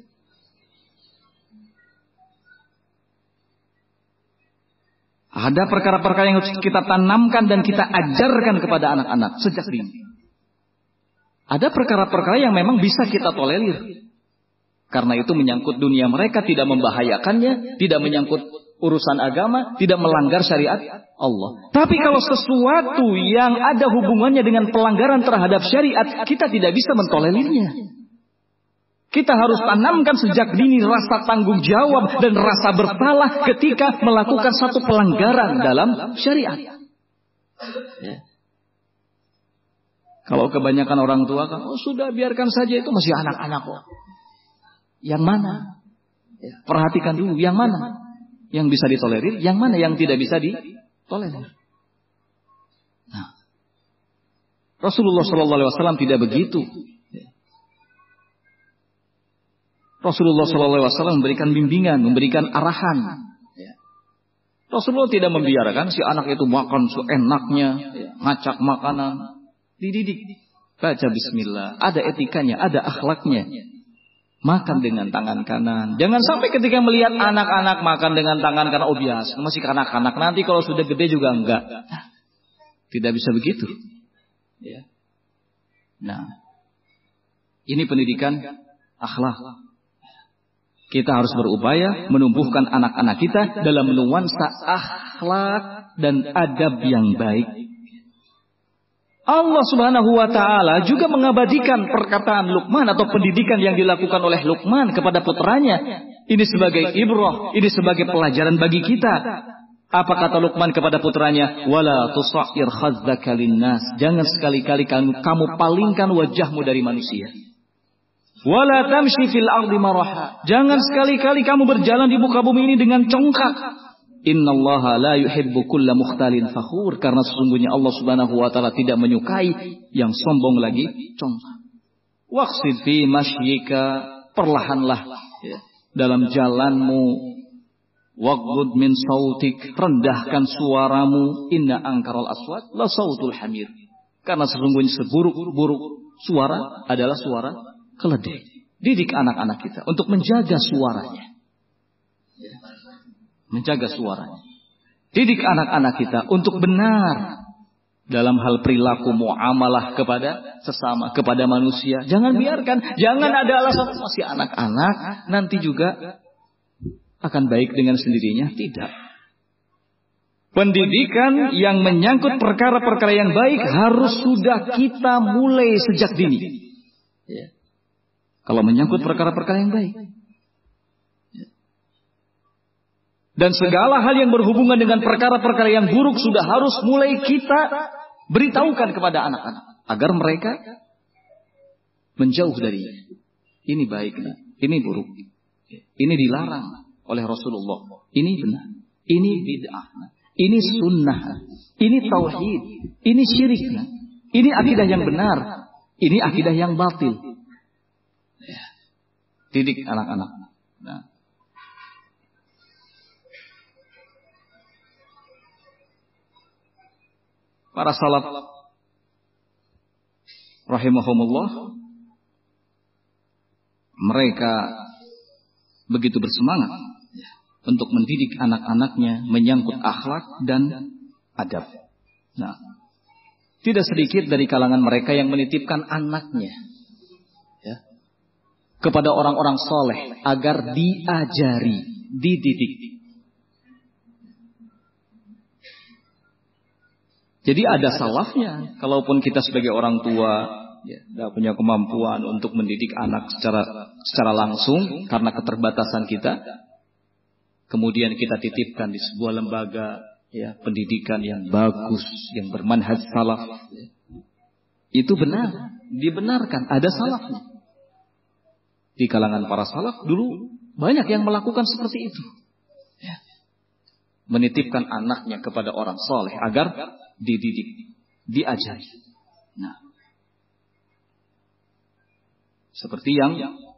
Ada perkara-perkara yang harus kita tanamkan dan kita ajarkan kepada anak-anak sejak dini. Ada perkara-perkara yang memang bisa kita tolerir. Karena itu menyangkut dunia mereka, tidak membahayakannya, tidak menyangkut urusan agama, tidak melanggar syariat Allah. Tapi kalau sesuatu yang ada hubungannya dengan pelanggaran terhadap syariat, kita tidak bisa mentolerirnya. Kita harus tanamkan sejak dini rasa tanggung jawab dan rasa bersalah ketika melakukan satu pelanggaran dalam syariat. Ya. Kalau kebanyakan orang tua kan, oh sudah biarkan saja, itu masih anak-anak kok. Yang mana? Ya, perhatikan dulu, yang mana yang bisa ditolerir, yang mana yang tidak bisa ditolerir. Nah, Rasulullah shallallahu alaihi wasallam tidak begitu. Rasulullah shallallahu alaihi wasallam memberikan bimbingan, memberikan arahan. Rasulullah tidak membiarkan si anak itu makan seenaknya, ngacak makanan. Dididik, baca bismillah, ada etikanya, ada akhlaknya. Makan dengan tangan kanan. Jangan sampai ketika melihat anak-anak makan dengan tangan kanan, oh biasa, masih kanak-kanak, nanti kalau sudah gede juga enggak. Tidak bisa begitu. Ya. Nah, ini pendidikan akhlak. Kita harus berupaya menumbuhkan anak-anak kita dalam nuansa akhlak dan adab yang baik. Allah Subhanahu wa ta'ala juga mengabadikan perkataan Luqman atau pendidikan yang dilakukan oleh Luqman kepada putranya. Ini sebagai ibrah, ini sebagai pelajaran bagi kita. Apa kata Luqman kepada putranya? Wala tusa'ir khazzaka linnas. Jangan sekali-kali kamu, kamu palingkan wajahmu dari manusia. Wala tamshi fil ardi maraha. Jangan sekali-kali kamu berjalan di muka bumi ini dengan congkak. Innallaha la yuhibbu kulla mukhtalin fakhur, karena sesungguhnya Allah Subhanahu wa taala tidak menyukai yang sombong lagi congkak. Waqsid fi mashyika, perlahanlah ya, dalam jalanmu. Waqbud min sautik, rendahkan suaramu. Inna angkaral aswat la sautul hamir, karena sesungguhnya seburuk-buruk suara adalah suara keledai. Didik anak-anak kita untuk menjaga suaranya. Menjaga suaranya. Didik anak-anak kita untuk benar dalam hal perilaku muamalah kepada sesama, kepada manusia. Jangan biarkan, jangan ada alasan masih anak-anak, nanti juga akan baik dengan sendirinya. Tidak. Pendidikan yang menyangkut perkara-perkara yang baik harus sudah kita mulai sejak dini. Ya. Kalau menyangkut perkara-perkara yang baik. Ya. Dan segala hal yang berhubungan dengan perkara-perkara yang buruk sudah harus mulai kita beritahukan kepada anak-anak. Agar mereka menjauh darinya. Ini baik, ini buruk. Ini dilarang oleh Rasulullah. Ini benar. Ini bid'ah. Ini sunnah. Ini tauhid. Ini syirik. Ini akidah yang benar. Ini akidah yang batil. Ya. Didik anak-anak. Nah. Para salaf rahimahumullah, mereka begitu bersemangat ya, untuk mendidik anak-anaknya menyangkut akhlak dan adab. Nah, tidak sedikit dari kalangan mereka yang menitipkan anaknya ya, kepada orang-orang soleh agar diajari, dididik. Jadi ada salafnya. Kalaupun kita sebagai orang tua ya, tidak punya kemampuan untuk mendidik anak secara secara langsung karena keterbatasan kita, kemudian kita titipkan di sebuah lembaga ya, pendidikan yang bagus, yang bermanhaj salaf, ya. Itu benar, dibenarkan, ada salafnya. Di kalangan para salaf dulu banyak yang melakukan seperti itu ya. Menitipkan anaknya kepada orang soleh agar dididik, diajari. Nah, seperti yang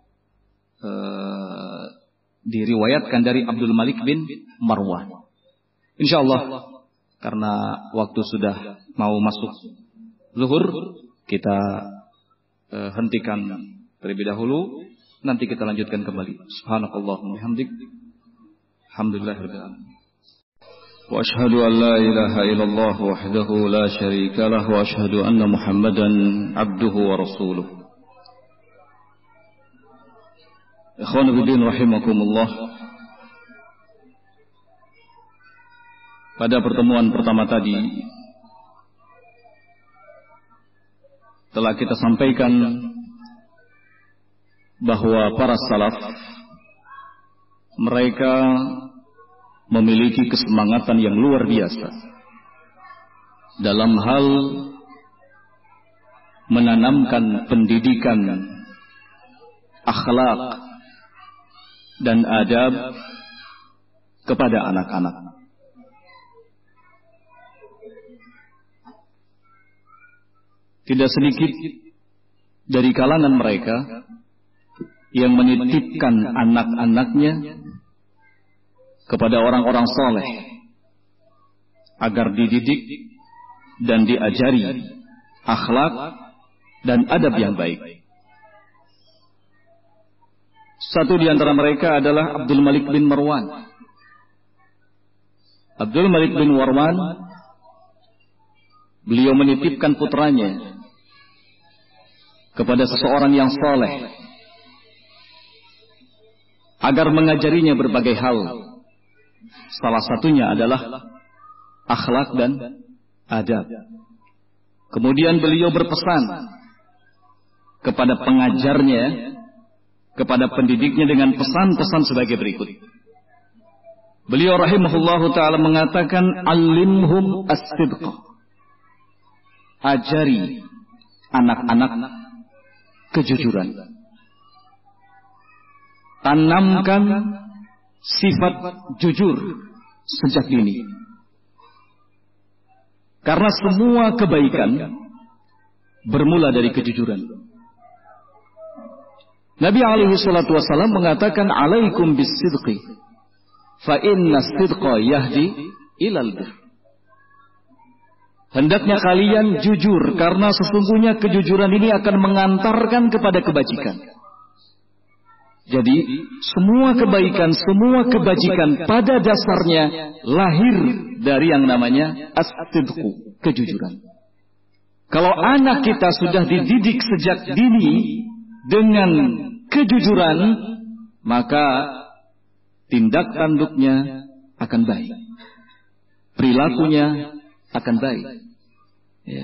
uh, diriwayatkan dari Abdul Malik bin Marwan. Insya Allah, karena waktu sudah mau masuk zuhur, kita uh, hentikan terlebih dahulu. Nanti kita lanjutkan kembali. Subhanakallahumma bihamdik. Alhamdulillahirabbil alamin. وأشهد أن لا إله إلا الله وحده لا شريك له وأشهد أن محمدا عبده ورسوله. إخوان الدين رحمكم الله. Pada pertemuan pertama tadi telah kita sampaikan bahwa para salaf mereka memiliki kesemangatan yang luar biasa dalam hal menanamkan pendidikan akhlak dan adab kepada anak-anak. Tidak sedikit dari kalangan mereka yang menitipkan anak-anaknya kepada orang-orang soleh agar dididik dan diajari akhlak dan adab yang baik. Satu di antara mereka adalah Abdul Malik bin Marwan. Abdul Malik bin Marwan, beliau menitipkan putranya kepada seseorang yang soleh agar mengajarinya berbagai hal. Salah satunya adalah akhlak dan adab. Kemudian beliau berpesan kepada pengajarnya, kepada pendidiknya dengan pesan-pesan sebagai berikut. Beliau rahimahullahu ta'ala mengatakan, Alimhum as-sidqa. Ajari anak-anak kejujuran. Tanamkan sifat jujur sejak dini. Karena semua kebaikan bermula dari kejujuran. Nabi alaihi salatu wasallam mengatakan, alaikum bis-sidqi fa inna as-sidqa yahdi ilal bir. Hendaknya kalian jujur karena sesungguhnya kejujuran ini akan mengantarkan kepada kebajikan. Jadi semua kebaikan, semua kebajikan pada dasarnya lahir dari yang namanya as-sidqu, kejujuran. Kalau anak kita sudah dididik sejak dini dengan kejujuran, maka tindak tanduknya akan baik. perilakunya akan baik. Ya.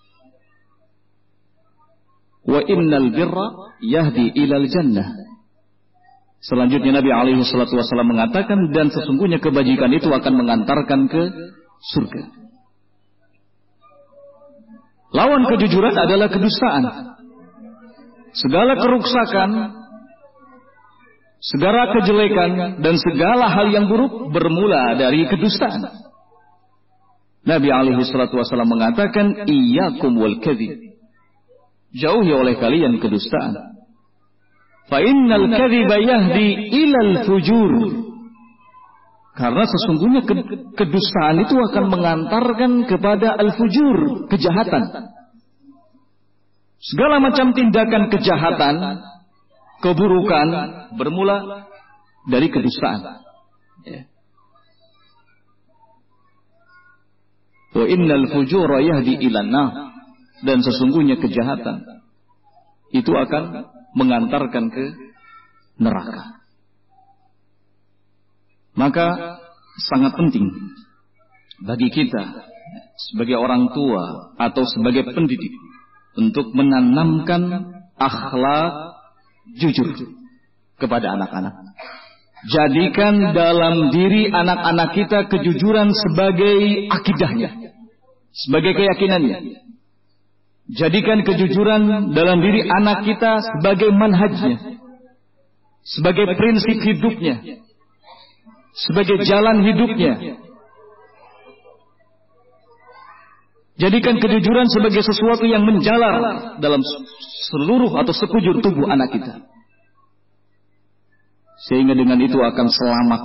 Wa innal birra yahdi ilal jannah. Selanjutnya Nabi alaihi salatu wasallam mengatakan, dan sesungguhnya kebajikan itu akan mengantarkan ke surga. Lawan kejujuran adalah kedustaan. Segala keruksakan, segala kejelekan, dan segala hal yang buruk bermula dari kedustaan. Nabi alaihi salatu wasallam mengatakan, iyyakum wal kadhib. Jauhi oleh kalian kedustaan. Fa innal kadhiba yahdi ilal fujur. Karena sesungguhnya kedustaan itu akan mengantarkan kepada al-fujur, kejahatan. Segala macam tindakan kejahatan, keburukan bermula dari kedustaan. Ya. Wa innal fujura yahdi ilan nar. Dan sesungguhnya kejahatan itu akan mengantarkan ke neraka. Maka sangat penting bagi kita sebagai orang tua atau sebagai pendidik untuk menanamkan akhlak jujur kepada anak-anak. Jadikan dalam diri anak-anak kita kejujuran sebagai akidahnya, sebagai keyakinannya. Jadikan kejujuran dalam diri anak kita sebagai manhajnya, sebagai prinsip hidupnya, sebagai jalan hidupnya. Jadikan kejujuran sebagai sesuatu yang menjalar dalam seluruh atau sekujur tubuh anak kita. Sehingga dengan itu akan selamat.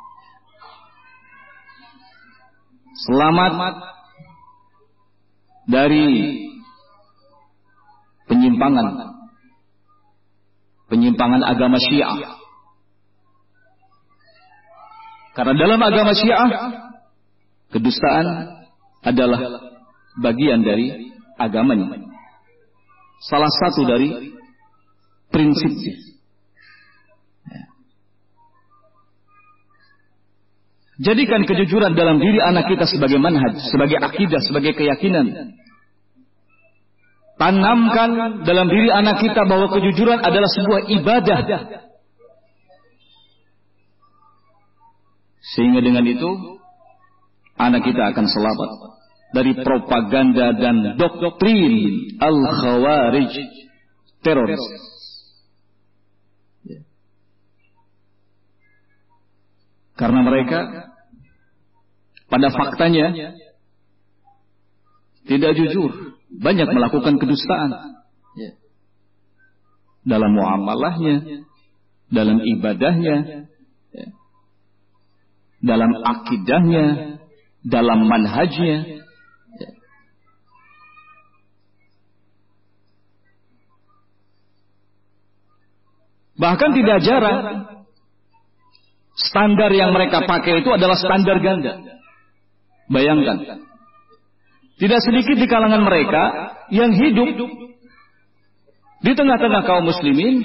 Selamat dari penyimpangan. Penyimpangan agama Syiah. Karena dalam agama Syiah, kedustaan adalah bagian dari agamanya. Salah satu dari prinsipnya. Jadikan kejujuran dalam diri anak kita sebagai manhaj, sebagai akidah, sebagai keyakinan. Tanamkan dalam diri anak kita bahwa kejujuran adalah sebuah ibadah. Sehingga dengan itu, anak kita akan selamat dari propaganda dan doktrin al-khawarij, teroris. Karena mereka pada faktanya tidak jujur, banyak melakukan kedustaan dalam muamalahnya, dalam ibadahnya, dalam akidahnya, dalam manhajnya. Bahkan tidak jarang standar yang mereka pakai itu adalah standar ganda. Bayangkan, tidak sedikit di kalangan mereka yang hidup di tengah-tengah kaum muslimin,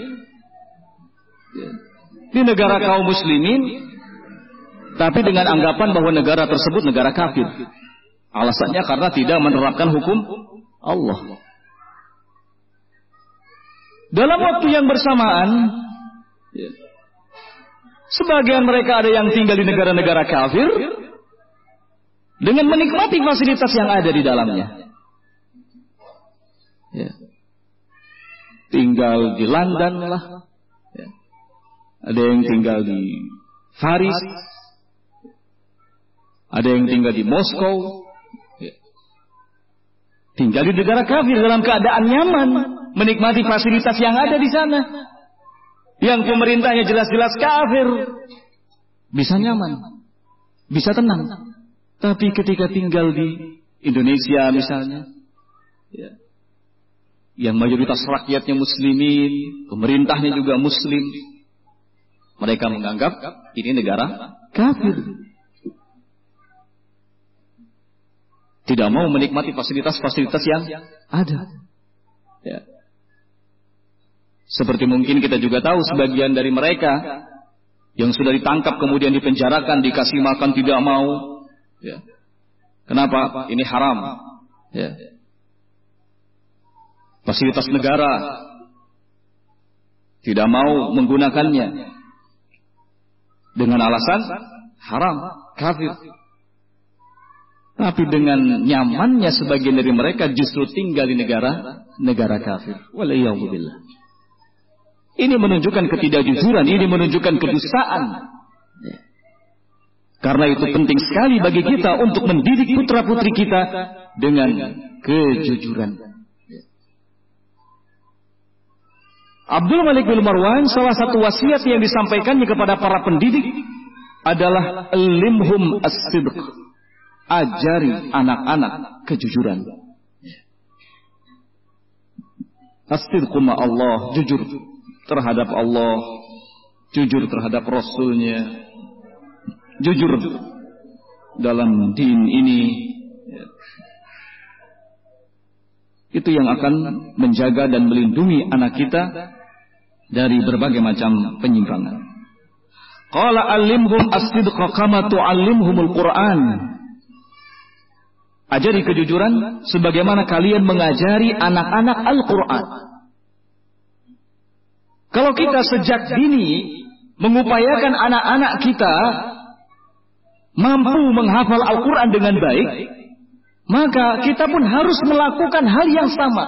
di negara kaum muslimin, tapi dengan anggapan bahwa negara tersebut negara kafir. Alasannya karena tidak menerapkan hukum Allah. Dalam waktu yang bersamaan, sebagian mereka ada yang tinggal di negara-negara kafir dengan menikmati fasilitas yang ada di dalamnya. Ya. Tinggal di London lah. Ya. Ada yang tinggal di Paris. Ada yang tinggal di Moskow. Ya. Tinggal di negara kafir dalam keadaan nyaman, menikmati fasilitas yang ada di sana. Yang pemerintahnya jelas-jelas kafir, bisa nyaman, bisa tenang. Tapi ketika tinggal di Indonesia misalnya, ya, yang mayoritas rakyatnya muslimin, pemerintahnya juga muslim, mereka menganggap ini negara kafir. Tidak mau menikmati fasilitas-fasilitas yang ada. Ya. Seperti mungkin kita juga tahu sebagian dari mereka yang sudah ditangkap kemudian dipenjarakan, dikasih makan tidak mau, ya. Kenapa? Ini haram. Ya. Fasilitas negara tidak mau menggunakannya dengan alasan haram, kafir. Tapi dengan nyamannya sebagian dari mereka justru tinggal di negara negara kafir. Waliyahumullah. Ini menunjukkan ketidakjujuran, ini menunjukkan kedustaan. Karena itu penting sekali bagi kita untuk mendidik putra-putri kita dengan kejujuran. Abdul Malik bin Marwan, salah satu wasiat yang disampaikannya kepada para pendidik adalah alimhum as-sidq. Ajari anak-anak kejujuran. As-sidqu ma Allah, jujur terhadap Allah, jujur terhadap Rasulnya, jujur dalam din ini. Itu yang akan menjaga dan melindungi anak kita dari berbagai macam penyimpangan. Qala alimhum as-sidqa kama tu'allimhumul Qur'an. Ajari kejujuran sebagaimana kalian mengajari anak-anak Al-Qur'an. Kalau kita sejak dini mengupayakan anak-anak kita mampu menghafal Al-Quran dengan baik, maka kita pun harus melakukan hal yang sama.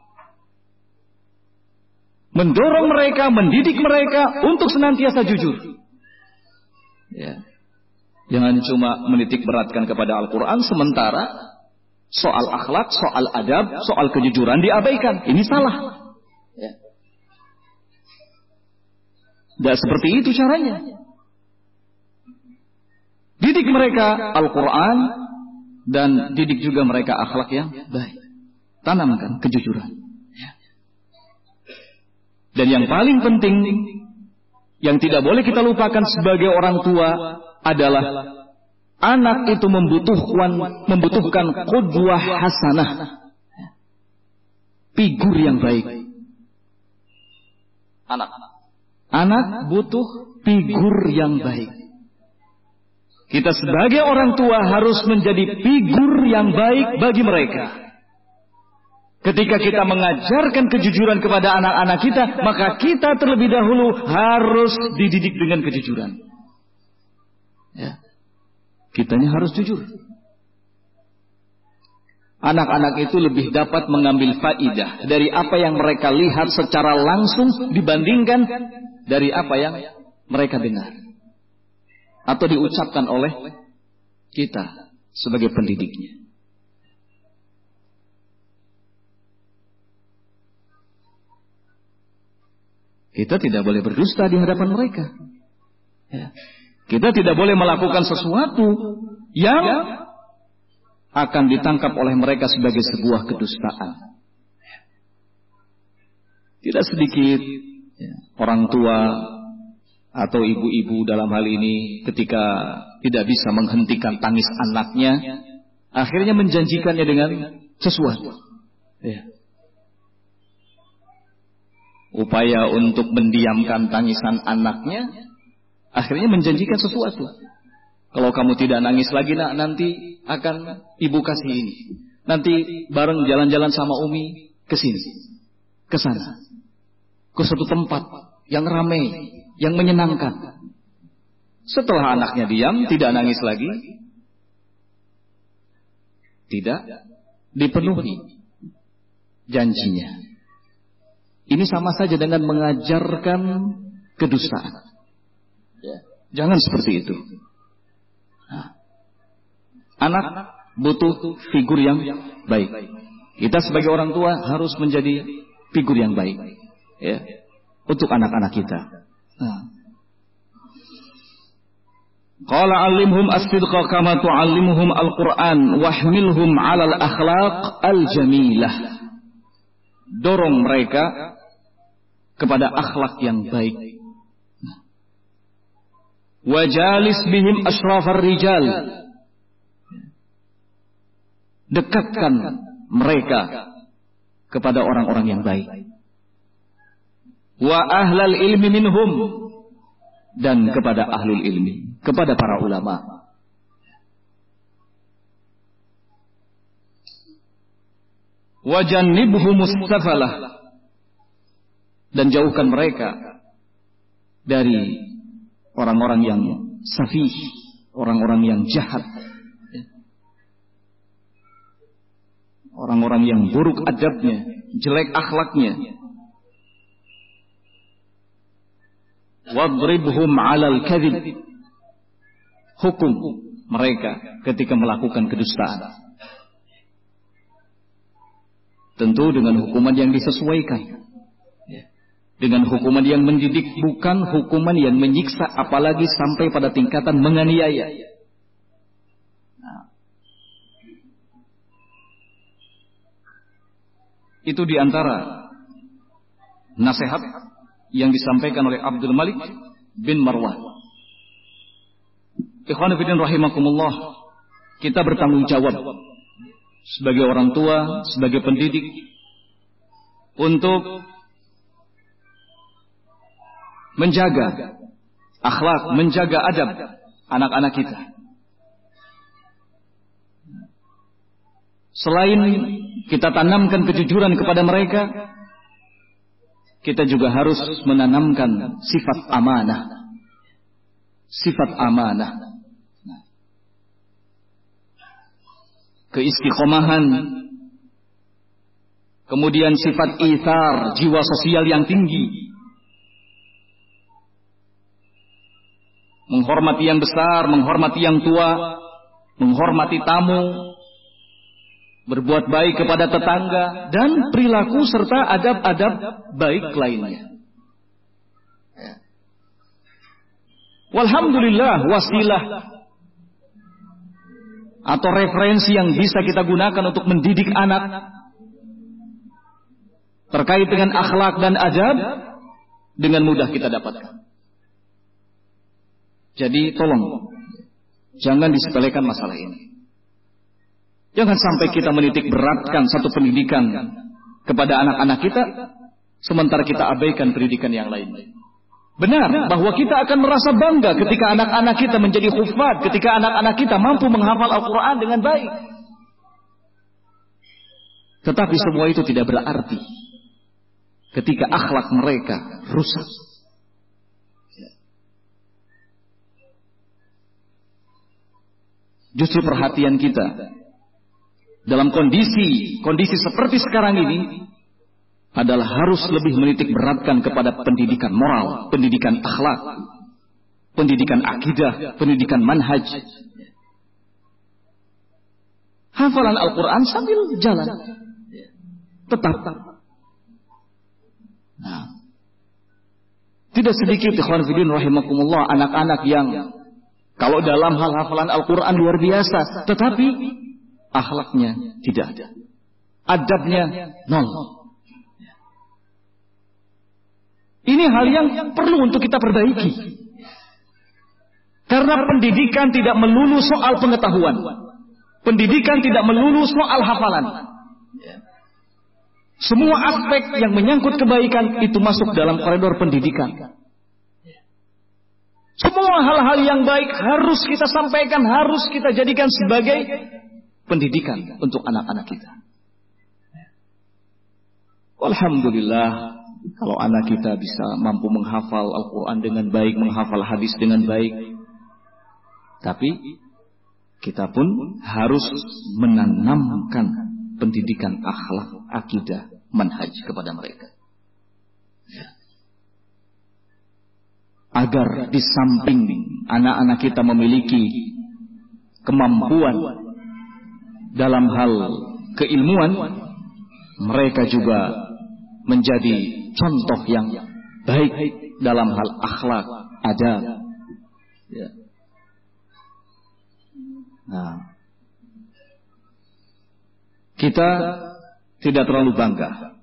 Mendorong mereka, mendidik mereka untuk senantiasa jujur. Ya. Jangan cuma menitik beratkan kepada Al-Quran, sementara soal akhlak, soal adab, soal kejujuran diabaikan. Ini salah. Ya. Tidak seperti itu caranya. Didik mereka Al-Quran dan didik juga mereka akhlak yang baik. Tanamkan kejujuran. Dan yang paling penting, yang tidak boleh kita lupakan sebagai orang tua adalah anak itu membutuhkan membutuhkan qudwah hasanah, figur yang baik. Anak, anak butuh figur yang baik. Kita sebagai orang tua harus menjadi figur yang baik bagi mereka. Ketika kita mengajarkan kejujuran kepada anak-anak kita, maka kita terlebih dahulu harus dididik dengan kejujuran. Ya. Kitanya harus jujur. Anak-anak itu lebih dapat mengambil faidah dari apa yang mereka lihat secara langsung dibandingkan dari apa yang mereka dengar atau diucapkan oleh kita sebagai pendidiknya. Kita tidak boleh berdusta di hadapan mereka. Ya. Kita tidak boleh melakukan sesuatu yang akan ditangkap oleh mereka sebagai sebuah kedustaan. Tidak sedikit ya, orang tua atau ibu-ibu dalam hal ini ketika tidak bisa menghentikan tangis anaknya, akhirnya menjanjikannya dengan sesuatu. Ya. Upaya untuk mendiamkan tangisan anaknya, akhirnya menjanjikan sesuatu. Kalau kamu tidak nangis lagi, nak, nanti akan ibu kasih ini. Nanti bareng jalan-jalan sama Umi ke sini, ke sana, ke suatu tempat yang ramai, yang menyenangkan. Setelah anaknya diam, tidak nangis lagi, tidak dipenuhi janjinya. Ini sama saja dengan mengajarkan kedustaan. Ya. Jangan seperti itu. Nah. Anak butuh figur yang baik. Kita sebagai orang tua harus menjadi figur yang baik, ya, untuk anak-anak kita. Nah. Qala alimhum as-sidqa kama tu'allimuhum al-Qur'an wahmilhum 'alal akhlaq al-jamilah. Dorong mereka kepada akhlak yang baik. Wajalis bihim ashrafar rijal. Dekatkan mereka kepada orang-orang yang baik. Wa ahlal ilmi minhum, dan kepada ahlul ilmi, kepada para ulama. Wajannibhum mustafalah, dan jauhkan mereka dari orang-orang yang safih, orang-orang yang jahat, orang-orang yang buruk adabnya, jelek akhlaknya. Wadribhum 'alal kadhib, hukum mereka ketika melakukan kedustaan. Tentu dengan hukuman yang disesuaikan, dengan hukuman yang mendidik, bukan hukuman yang menyiksa, apalagi sampai pada tingkatan menganiaya. Nah, itu diantara nasihat yang disampaikan oleh Abdul Malik bin Marwan. Ikhwan fillah rahimakumullah, kita bertanggung jawab sebagai orang tua, sebagai pendidik, untuk menjaga akhlak, menjaga adab anak-anak kita. Selain kita tanamkan kejujuran kepada mereka, kita juga harus menanamkan sifat amanah. Sifat amanah. Keistiqomahan. Kemudian sifat ithar, jiwa sosial yang tinggi. Menghormati yang besar, menghormati yang tua, menghormati tamu, berbuat baik kepada tetangga, dan perilaku serta adab-adab baik lainnya. Walhamdulillah, wasilah atau referensi yang bisa kita gunakan untuk mendidik anak terkait dengan akhlak dan adab dengan mudah kita dapatkan. Jadi tolong jangan disepelekan masalah ini. Jangan sampai kita menitik beratkan satu pendidikan kepada anak-anak kita, sementara kita abaikan pendidikan yang lain. Benar bahwa kita akan merasa bangga ketika anak-anak kita menjadi hufad, ketika anak-anak kita mampu menghafal Al-Quran dengan baik. Tetapi semua itu tidak berarti ketika akhlak mereka rusak. Justru perhatian kita dalam kondisi kondisi seperti sekarang ini adalah harus lebih menitik beratkan kepada pendidikan moral, pendidikan akhlak, pendidikan akidah, pendidikan manhaj. Hafalan Al-Quran sambil jalan. Tetap. Nah, tidak sedikit ikhwan fillah rahimakumullah anak-anak yang kalau dalam hal hafalan Al-Quran luar biasa, tetapi akhlaknya tidak ada. Adabnya nol. Ini hal yang perlu untuk kita perbaiki. Karena pendidikan tidak melulu soal pengetahuan. Pendidikan tidak melulu soal hafalan. Semua aspek yang menyangkut kebaikan itu masuk dalam koridor pendidikan. Semua hal-hal yang baik harus kita sampaikan, harus kita jadikan sebagai pendidikan untuk anak-anak kita. Alhamdulillah, kalau anak kita bisa mampu menghafal Al-Quran dengan baik, menghafal hadis dengan baik. Tapi kita pun harus menanamkan pendidikan akhlak, akidah, manhaj kepada mereka. Agar di samping anak-anak kita memiliki kemampuan dalam hal keilmuan, mereka juga menjadi contoh yang baik dalam hal akhlak, adab. Ya. Nah, kita tidak terlalu bangga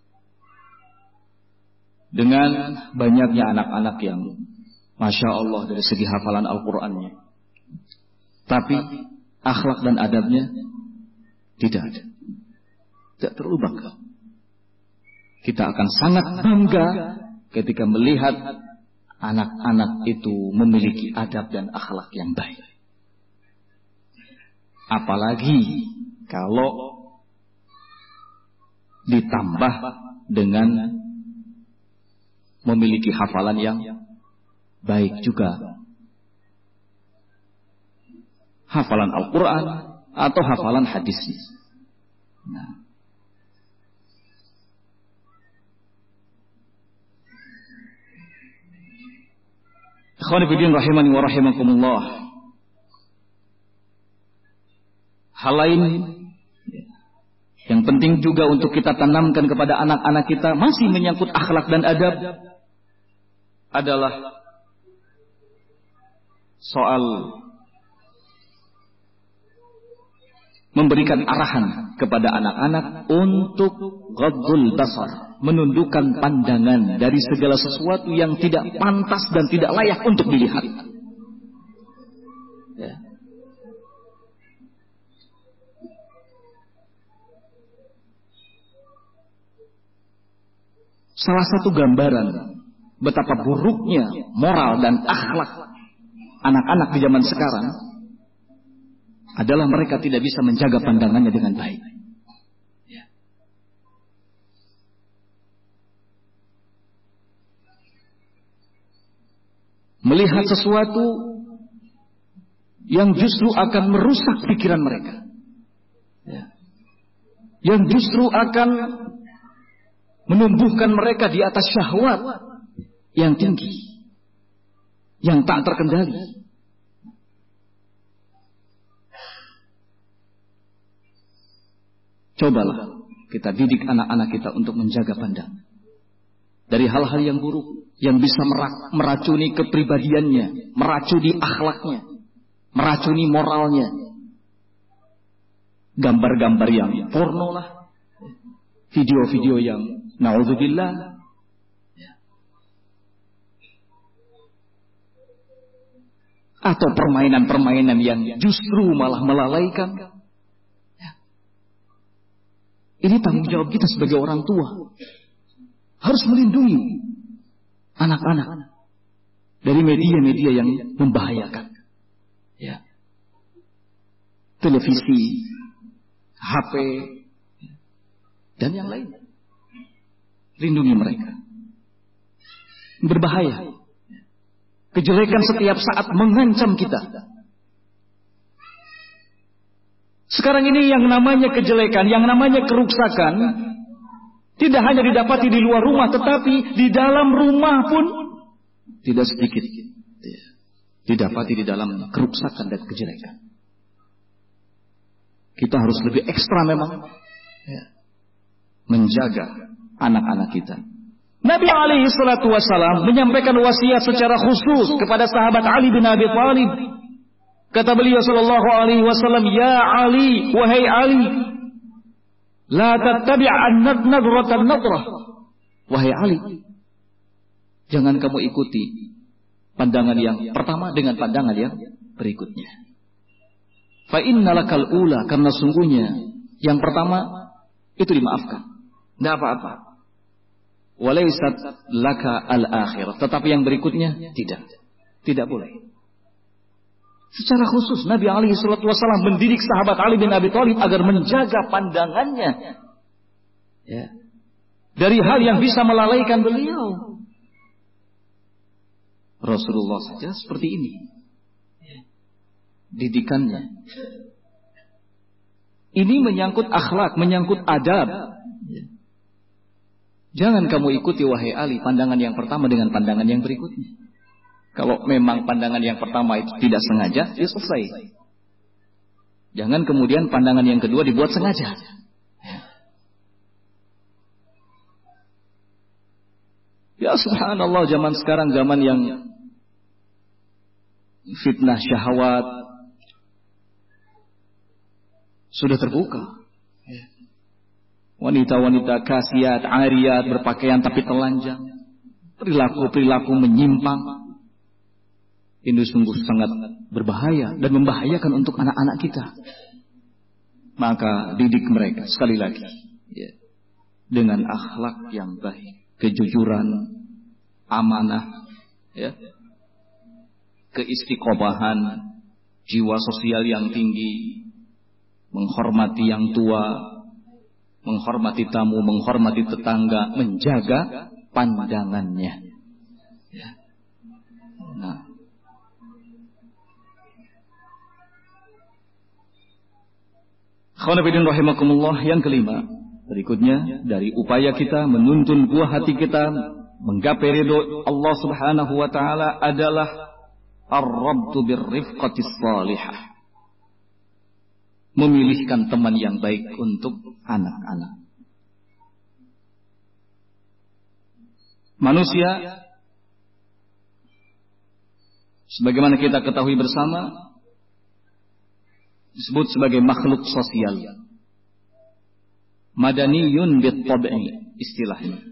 dengan banyaknya anak-anak yang Masya Allah dari segi hafalan Al-Qurannya, tapi akhlak dan adabnya tidak ada. Tidak terlalu bangga. Kita akan sangat bangga ketika melihat anak-anak itu memiliki adab dan akhlak yang baik. Apalagi kalau ditambah dengan memiliki hafalan yang baik juga. Hafalan Al-Quran atau hafalan hadis. Nah. Ikhwan fillah rahimani wa rahimakumullah. Hal lain yang penting juga untuk kita tanamkan kepada anak-anak kita masih menyangkut akhlak dan adab adalah soal memberikan arahan kepada anak-anak untuk ghaddul basar, menundukkan pandangan dari segala sesuatu yang tidak pantas dan tidak layak untuk dilihat. Ya. Salah satu gambaran betapa buruknya moral dan akhlak anak-anak di zaman sekarang adalah mereka tidak bisa menjaga pandangannya dengan baik. Ya. Melihat sesuatu yang justru akan merusak pikiran mereka. Ya. Yang justru akan menumbuhkan mereka di atas syahwat yang tinggi, yang tak terkendali. Cobalah kita didik anak-anak kita untuk menjaga pandangan dari hal-hal yang buruk yang bisa meracuni kepribadiannya, meracuni akhlaknya, meracuni moralnya. Gambar-gambar yang porno lah, video-video yang na'udzubillah, atau permainan-permainan yang justru malah melalaikan. Ini tanggung jawab kita sebagai orang tua. Harus melindungi anak-anak dari media-media yang membahayakan. Ya. Televisi, H P, dan yang lain. Lindungi mereka. Berbahaya. Kejelekan setiap saat mengancam kita. Sekarang ini yang namanya kejelekan, yang namanya keruksakan, tidak hanya didapati di luar rumah, tetapi di dalam rumah pun tidak sedikit didapati di dalam keruksakan dan kejelekan. Kita harus lebih ekstra memang menjaga anak-anak kita. Nabi alaihi salatu wassalam menyampaikan wasiat secara khusus kepada sahabat Ali bin Abi Thalib. Kata beliau sallallahu alaihi wasallam, "Ya Ali, wahai Ali, la tattabi' an-nadratan nadrah." Wahai Ali, jangan kamu ikuti pandangan yang pertama dengan pandangan yang berikutnya. Fa innalakal ula, karena sungguhnya yang pertama itu dimaafkan, tidak apa-apa. Walaysat laka al-akhirah, tetapi yang berikutnya tidak, tidak boleh. Secara khusus Nabi alaihi salatu wasallam mendidik sahabat Ali bin Abi Thalib agar menjaga pandangannya, ya, dari hal yang bisa melalaikan beliau. Rasulullah saja seperti ini, ya, didikannya. Ini menyangkut akhlak, menyangkut adab. Ya. Jangan kamu ikuti wahai Ali pandangan yang pertama dengan pandangan yang berikutnya. Kalau memang pandangan yang pertama itu tidak sengaja, ya selesai. Jangan kemudian pandangan yang kedua dibuat sengaja. Ya subhanallah, zaman sekarang zaman yang fitnah syahwat sudah terbuka. Wanita-wanita kasiat, ariyat, berpakaian tapi telanjang, perilaku-perilaku menyimpang. Ini sungguh sangat berbahaya dan membahayakan untuk anak-anak kita. Maka didik mereka sekali lagi, ya, dengan akhlak yang baik, kejujuran, amanah, ya, keistiqomahan, jiwa sosial yang tinggi, menghormati yang tua, menghormati tamu, menghormati tetangga, menjaga pandangannya. Ya. Nah, khonafidin rahimakumullah, yang kelima, berikutnya dari upaya kita menuntun buah hati kita menggapai ridho Allah Subhanahu wa taala adalah ar-rabtu birrifqatis salihah. Memilihkan teman yang baik untuk anak-anak. Manusia, sebagaimana kita ketahui bersama, disebut sebagai makhluk sosial. Madaniyun bit-tab'i istilahnya.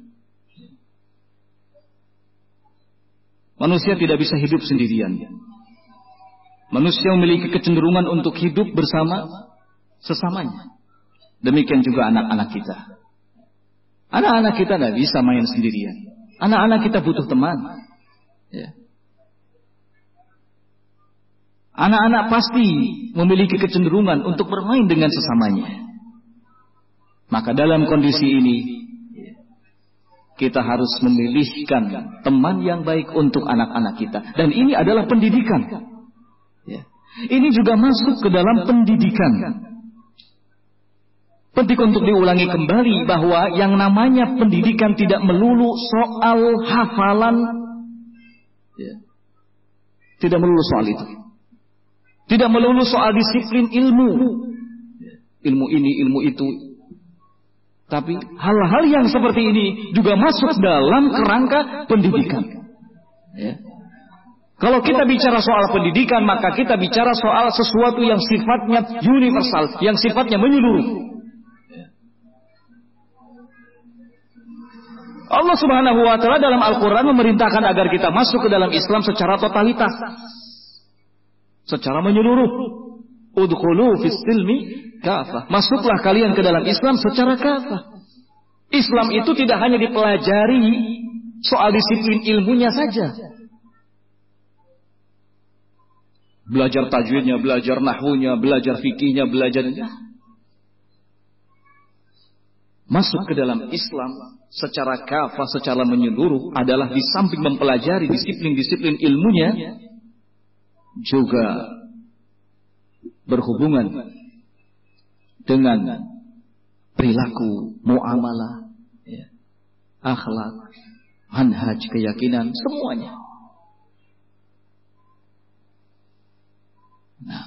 Manusia tidak bisa hidup sendirian. Manusia memiliki kecenderungan untuk hidup bersama sesamanya. Demikian juga anak-anak kita. Anak-anak kita tidak bisa main sendirian. Anak-anak kita butuh teman. Ya. Anak-anak pasti memiliki kecenderungan untuk bermain dengan sesamanya. Maka dalam kondisi ini, kita harus memilihkan teman yang baik untuk anak-anak kita. Dan ini adalah pendidikan. Ya. Ini juga masuk ke dalam pendidikan. Penting untuk diulangi kembali bahwa yang namanya pendidikan tidak melulu soal hafalan. Ya. Tidak melulu soal itu. Tidak melulu soal disiplin ilmu. Ilmu ini, ilmu itu. Tapi hal-hal yang seperti ini juga masuk dalam kerangka pendidikan. Ya. Kalau kita bicara soal pendidikan, maka kita bicara soal sesuatu yang sifatnya universal, yang sifatnya menyeluruh. Allah Subhanahu wa taala dalam Al-Qur'an memerintahkan agar kita masuk ke dalam Islam secara totalitas. Secara menyeluruh. Udkhulu fis silmi kafah. Masuklah kalian ke dalam Islam secara kafah. Islam itu tidak hanya dipelajari soal disiplin ilmunya saja. Belajar tajwidnya, belajar nahwunya, belajar fikihnya, belajar masuk ke dalam Islam secara kafah, secara menyeluruh adalah di samping mempelajari disiplin-disiplin ilmunya, juga berhubungan dengan perilaku, muamalah, ya, akhlak, manhaj, keyakinan, semuanya. Nah,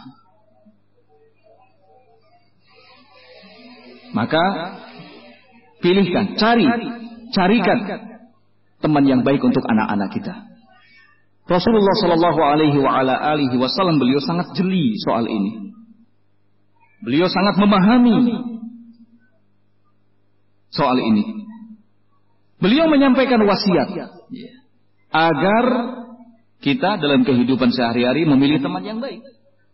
maka pilihkan, cari, carikan teman yang baik untuk anak-anak kita. Rasulullah Shallallahu Alaihi Wasallam beliau sangat jeli soal ini. Beliau sangat memahami soal ini. Beliau menyampaikan wasiat agar kita dalam kehidupan sehari-hari memilih teman yang baik.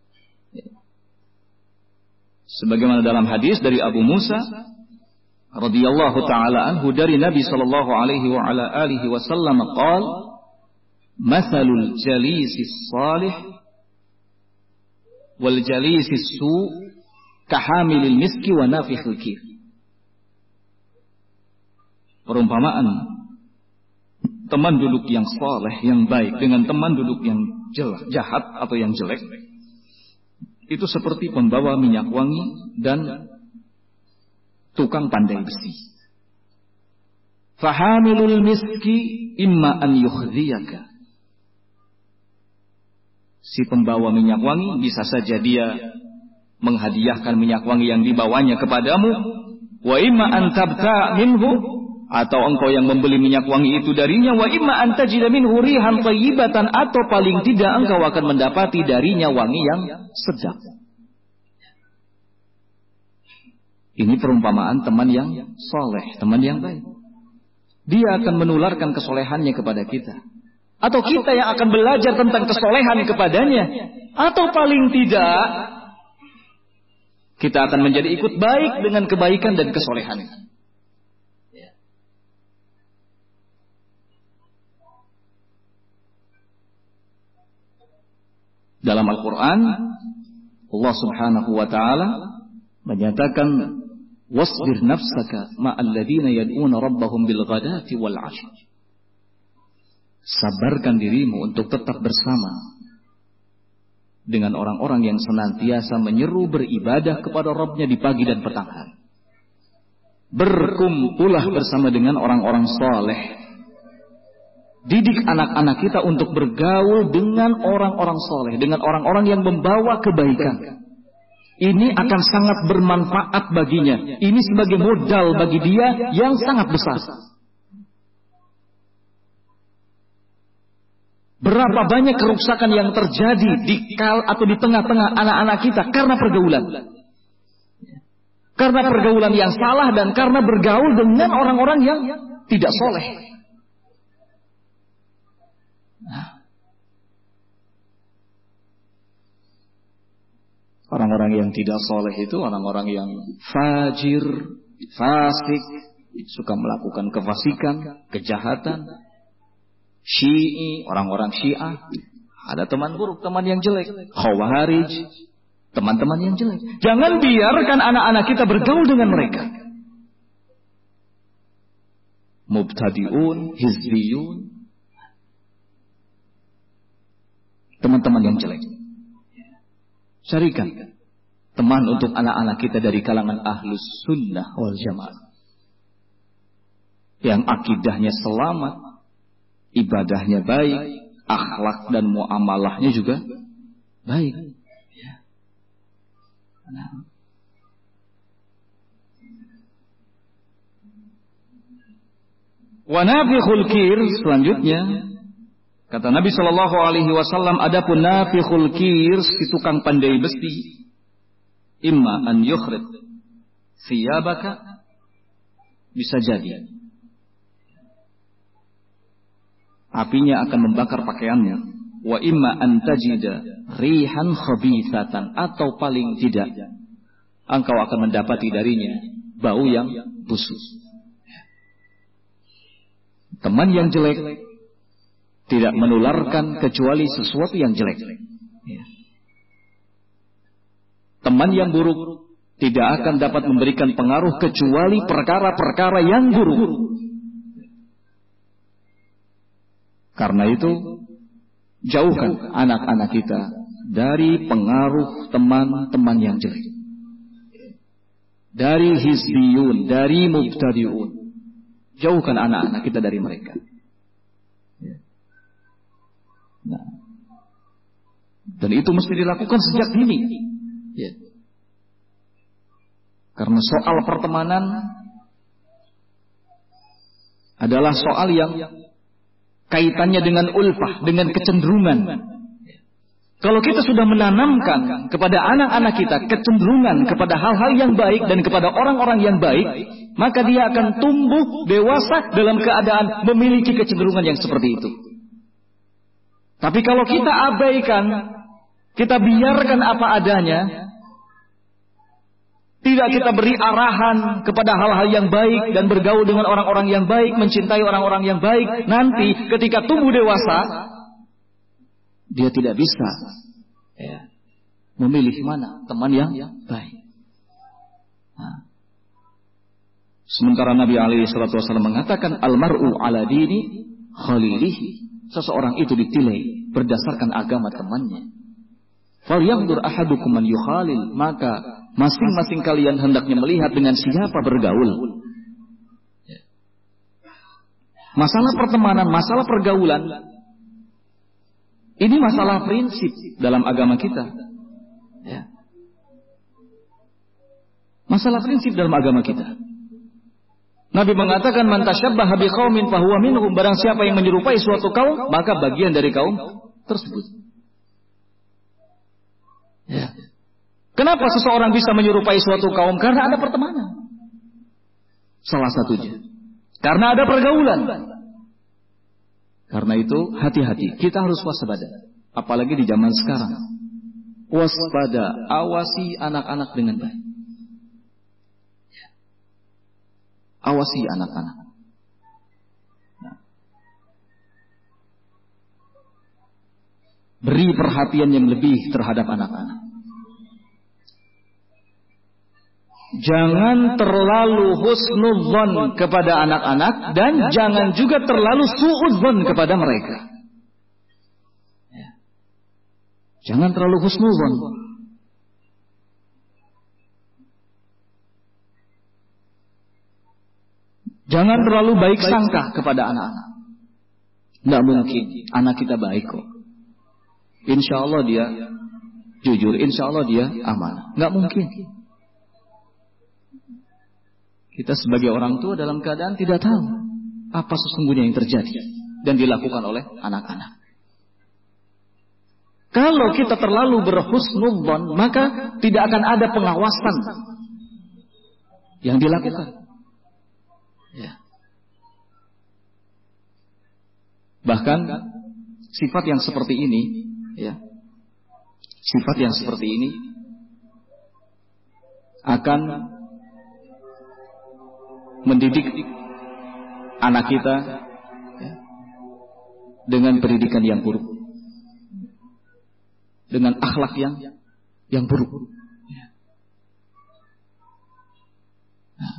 Sebagaimana dalam hadis dari Abu Musa radhiyallahu taala anhu dari Nabi sallallahu alaihi wa ala alihi wasallam qaal mathalul jalisis salih wal jalisis su kahamilil miski wa nafikhil kir. Perumpamaan teman duduk yang saleh, yang baik dengan teman duduk yang jahat atau yang jelek itu seperti pembawa minyak wangi dan tukang pandai besi. Fahamilul miski imma an yukhziyaka. Si pembawa minyak wangi bisa saja dia menghadiahkan minyak wangi yang dibawanya kepadamu, wa imma an tabta minhu, atau engkau yang membeli minyak wangi itu darinya, wa imma an tajida minhu rihan thayyibatan, atau paling tidak engkau akan mendapati darinya wangi yang sedap. Ini perumpamaan teman yang soleh, teman yang baik. Dia akan menularkan kesolehannya kepada kita. Atau kita yang akan belajar tentang kesolehan kepadanya. Atau paling tidak, kita akan menjadi ikut baik dengan kebaikan dan kesolehan. Dalam Al-Quran, Allah Subhanahu wa ta'ala menyatakan Wasbir nafsaka ma'al ladzina yad'una rabbahum bil ghadati wal 'ashi. Sabarkan dirimu untuk tetap bersama dengan orang-orang yang senantiasa menyeru beribadah kepada Rabb-Nya di pagi dan petang hari. Berkumpullah bersama dengan orang-orang saleh. Didik anak-anak kita untuk bergaul dengan orang-orang saleh, dengan orang-orang yang membawa kebaikan. Ini akan sangat bermanfaat baginya. Ini sebagai modal bagi dia yang sangat besar. Berapa banyak kerusakan yang terjadi di kal atau di tengah-tengah anak-anak kita karena pergaulan. Karena pergaulan yang salah dan karena bergaul dengan orang-orang yang tidak soleh. Nah, orang-orang yang tidak soleh itu orang-orang yang fajir, fasik, suka melakukan kefasikan, kejahatan. Syi'i, orang-orang Syiah. Ada teman buruk, teman yang jelek. Khawarij, teman-teman yang jelek. Jangan biarkan anak-anak kita bergaul dengan mereka. Mubtadi'un, hizbiyun, teman-teman yang jelek. Carikan teman untuk anak-anak kita dari kalangan ahlus sunnah wal jamaah, yang akidahnya selamat, ibadahnya baik, akhlak dan muamalahnya juga baik. Nah. Wa nafikhul kir, selanjutnya kata Nabi Shallallahu Alaihi Wasallam, adapun nafikhul kir, si tukang pandai besi, imma an yukhrid thiyabaka, bisa jadi apinya akan membakar pakaiannya. Wa imma an tajida rihan khabithatan, atau paling tidak engkau akan mendapati darinya bau yang busuk. Teman yang jelek tidak menularkan kecuali sesuatu yang jelek. Teman yang buruk tidak akan dapat memberikan pengaruh kecuali perkara-perkara yang buruk. Karena itu, jauhkan anak-anak kita dari pengaruh teman-teman yang jelek. Dari hizbiyun, dari mubtadi'un. Jauhkan anak-anak kita dari mereka. Nah, dan itu mesti dilakukan sejak dini. Ya. Karena soal pertemanan adalah soal yang kaitannya dengan ulfah, dengan kecenderungan. Kalau kita sudah menanamkan kepada anak-anak kita kecenderungan kepada hal-hal yang baik dan kepada orang-orang yang baik, maka dia akan tumbuh dewasa dalam keadaan memiliki kecenderungan yang seperti itu. Tapi kalau kita abaikan, kita biarkan apa adanya, tidak kita beri arahan kepada hal-hal yang baik dan bergaul dengan orang-orang yang baik, mencintai orang-orang yang baik, nanti ketika tumbuh dewasa, dia tidak bisa ya, memilih mana teman yang baik. Nah. Sementara Nabi alaihi salatu wasallam mengatakan, almar'u ala dini khalilihi. Seseorang itu ditilai berdasarkan agama temannya. Falyanzur ahadukum man yukhalil, maka masing-masing kalian hendaknya melihat dengan siapa bergaul. Masalah pertemanan, masalah pergaulan, ini masalah prinsip dalam agama kita. Ya. Masalah prinsip dalam agama kita. Nabi mengatakan, man tasyabbaha biqaumin fahuwa minhum, barang siapa yang menyerupai suatu kaum, maka bagian dari kaum tersebut. Ya. Kenapa seseorang bisa menyerupai suatu kaum? Karena ada pertemanan. Salah satunya. Karena ada pergaulan. Karena itu hati-hati, kita harus waspada. Apalagi di zaman sekarang. Waspada, awasi anak-anak dengan baik. Awasi anak-anak. Nah. Beri perhatian yang lebih terhadap anak-anak. jangan terlalu husnudzon kepada anak-anak dan jangan juga terlalu suudzon kepada mereka. Jangan terlalu husnudzon. Jangan terlalu baik sangka kepada anak-anak. Tidak mungkin anak kita baik kok. Insya Allah dia jujur, insya Allah dia amanah. Nggak mungkin. Kita sebagai orang tua dalam keadaan tidak tahu apa sesungguhnya yang terjadi dan dilakukan oleh anak-anak. Kalau kita terlalu berhusnudzon, maka tidak akan ada pengawasan yang dilakukan. Ya. Bahkan sifat yang seperti ini, ya, sifat yang seperti ini akan mendidik anak kita, ya, dengan pendidikan yang buruk, dengan akhlak yang yang buruk. Ya. Nah,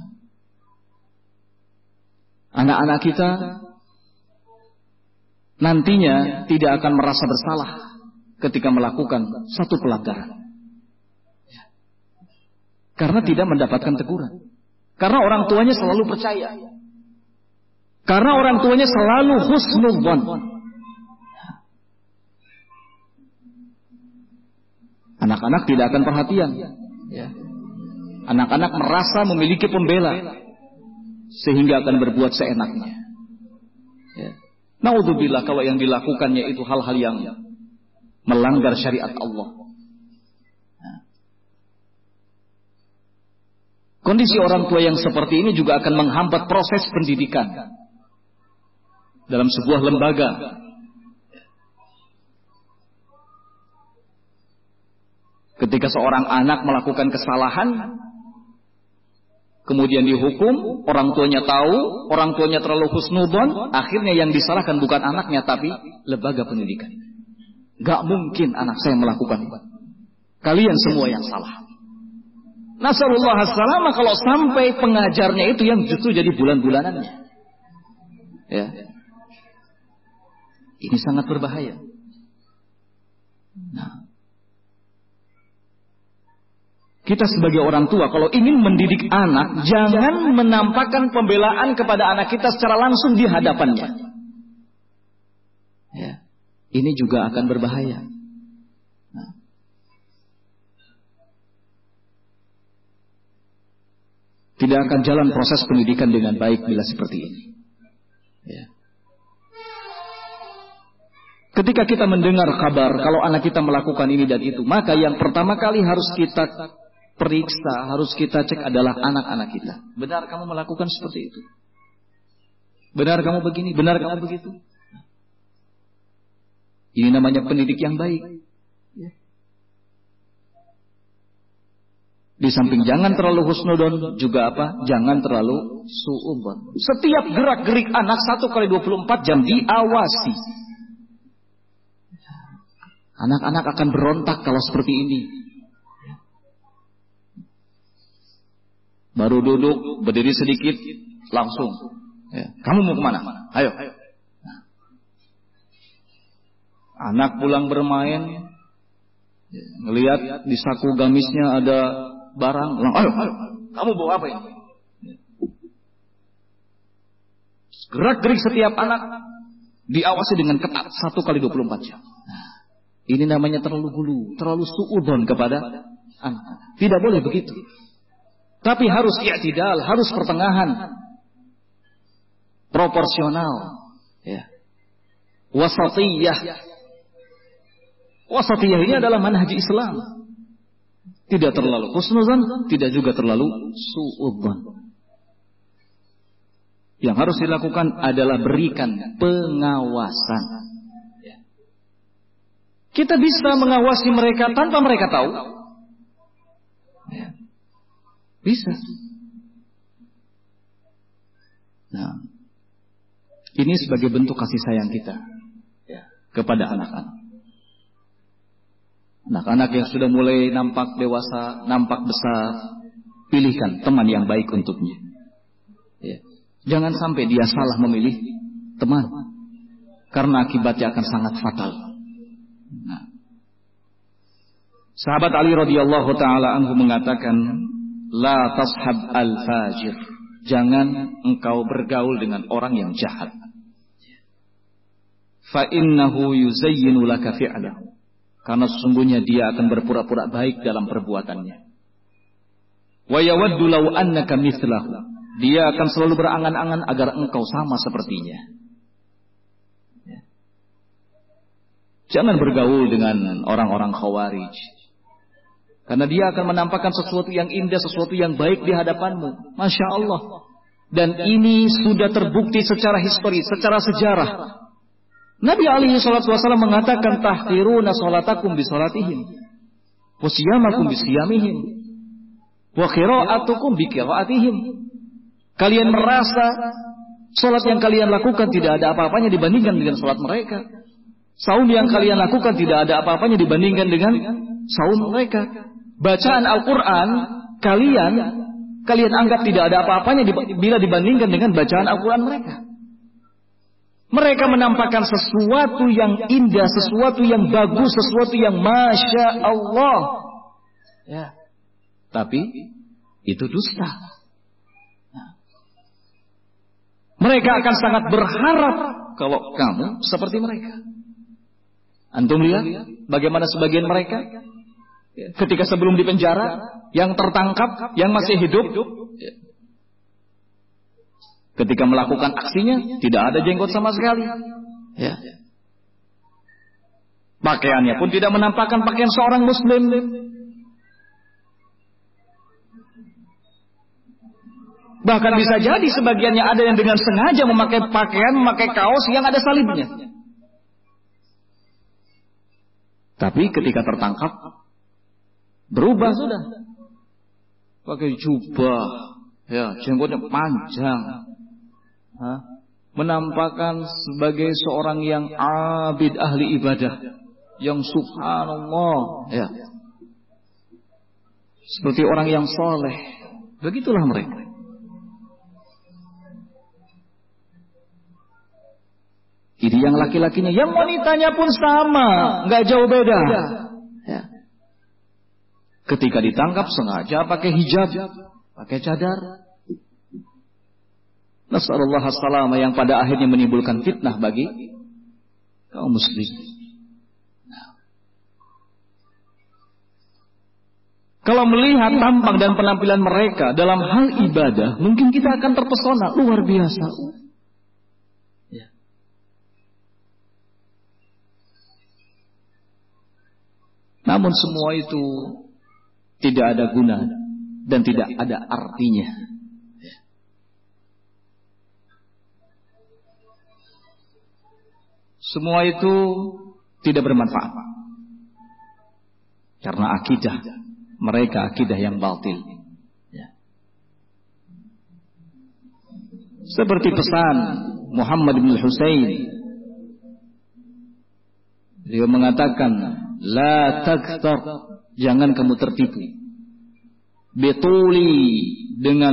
anak-anak kita nantinya tidak akan merasa bersalah ketika melakukan satu pelanggaran, ya, karena tidak mendapatkan teguran. Karena orang tuanya selalu percaya. Karena orang tuanya selalu husnudzon. Anak-anak tidak akan perhatian. Ya. Anak-anak merasa memiliki pembela, sehingga akan berbuat seenaknya. Ya. Naudzubillah kalau yang dilakukannya itu hal-hal yang melanggar syariat Allah. Kondisi orang tua yang seperti ini juga akan menghambat proses pendidikan dalam sebuah lembaga. Ketika seorang anak melakukan kesalahan, kemudian dihukum, orang tuanya tahu, orang tuanya terlalu husnudzon, akhirnya yang disalahkan bukan anaknya tapi lembaga pendidikan. Gak mungkin anak saya melakukan itu. Kalian semua yang salah. Nasallallahu as-salamah, kalau sampai pengajarnya itu yang justru jadi bulan-bulanannya. Ya. Ini sangat berbahaya. Nah, kita sebagai orang tua kalau ingin mendidik anak, jangan menampakkan pembelaan kepada anak kita secara langsung di hadapannya. Ya. Ini juga akan berbahaya. Nah. Tidak akan jalan proses pendidikan dengan baik bila seperti ini. Ya. Ketika kita mendengar kabar kalau anak kita melakukan ini dan itu, maka yang pertama kali harus kita periksa, harus kita cek adalah anak-anak kita. Benar kamu melakukan seperti itu? Benar kamu begini? Benar kamu begitu? Ini namanya pendidik yang baik. Ya. Di samping jangan terlalu husnudon, juga apa? Jangan terlalu suudzon. Setiap gerak-gerik anak satu kali dua puluh empat jam diawasi. Anak-anak akan berontak kalau seperti ini. Baru duduk, berdiri sedikit, langsung. Ya. Kamu mau kemana? Ayo. Anak pulang bermain, ngelihat di saku gamisnya ada barang, ayo, ayo, kamu bawa apa ini? Gerak-gerik setiap anak diawasi dengan ketat satu kali dua puluh empat jam. Nah, ini namanya terlalu hulu, terlalu suudzon kepada anak. Tidak boleh begitu. Tapi harus i'tidal, harus pertengahan, proporsional, ya. Wasatiyah. Wasatiyah ini adalah manhaj Islam. Tidak terlalu husnuzan, tidak juga terlalu suudzon. Yang harus dilakukan adalah berikan pengawasan. Kita bisa mengawasi mereka tanpa mereka tahu. Bisa. Nah, ini sebagai bentuk kasih sayang kita kepada anak-anak. Anak-anak yang sudah mulai nampak dewasa, nampak besar, pilihkan teman yang baik untuknya. Ya. Jangan sampai dia salah memilih teman, karena akibatnya akan sangat fatal. Nah. Sahabat Ali radhiyallahu taala anhu mengatakan, la tashab al-fajir. Jangan engkau bergaul dengan orang yang jahat. Fa innahu yuzayyinu laka fi'lahu. Karena sesungguhnya dia akan berpura-pura baik dalam perbuatannya. Wa yawaddu law annaka mithlahu. Dia akan selalu berangan-angan agar engkau sama sepertinya. Jangan bergaul dengan orang-orang khawarij. Karena dia akan menampakkan sesuatu yang indah, sesuatu yang baik di hadapanmu. Masya Allah. Dan ini sudah terbukti secara histori, secara sejarah. Nabi alaihi salatu wasallam mengatakan, tahqiruna salatakum bi salatihim, wa siyamakum bi siyamihim, wa qira'atukum bi qira'atihim. Kalian merasa salat yang kalian lakukan tidak ada apa-apanya dibandingkan dengan salat mereka. Saum yang kalian lakukan tidak ada apa-apanya dibandingkan dengan saum mereka. Bacaan Al-Quran kalian kalian anggap tidak ada apa-apanya bila dibandingkan dengan bacaan Al-Quran mereka. Mereka menampakkan sesuatu yang indah, sesuatu yang bagus, sesuatu yang Masya Allah. Ya. Tapi itu dusta. Nah. Mereka akan sangat berharap kalau kamu seperti mereka. Antum lihat bagaimana sebagian mereka ketika sebelum dipenjara, yang tertangkap, yang masih hidup, ketika melakukan aksinya tidak ada jenggot sama sekali. Ya. Pakaiannya pun tidak menampakkan pakaian seorang muslim. Bahkan bisa jadi sebagiannya ada yang dengan sengaja memakai pakaian, memakai kaos yang ada salibnya. Tapi ketika tertangkap, berubah sudah. Pakai jubah, ya, jenggotnya panjang. Hah? Menampakkan sebagai seorang yang abid ahli ibadah, yang subhanallah, ya. Seperti orang yang soleh. Begitulah mereka. Ini yang laki-lakinya, yang wanitanya pun sama, nggak jauh beda. Ya. Ketika ditangkap sengaja pakai hijab, pakai cadar. Nasallallahu as-salama, yang pada akhirnya menimbulkan fitnah bagi kaum muslim. Nah. Kalau melihat tampang dan penampilan mereka dalam hal ibadah, mungkin kita akan terpesona, luar biasa. Ya. Namun semua itu tidak ada guna dan tidak ada artinya. Semua itu tidak bermanfaat. Karena akidah mereka akidah yang batil. Ya. Seperti pesan Muhammad bin Husain, dia mengatakan, la taghtar, jangan kamu tertipu. Betuli, dengan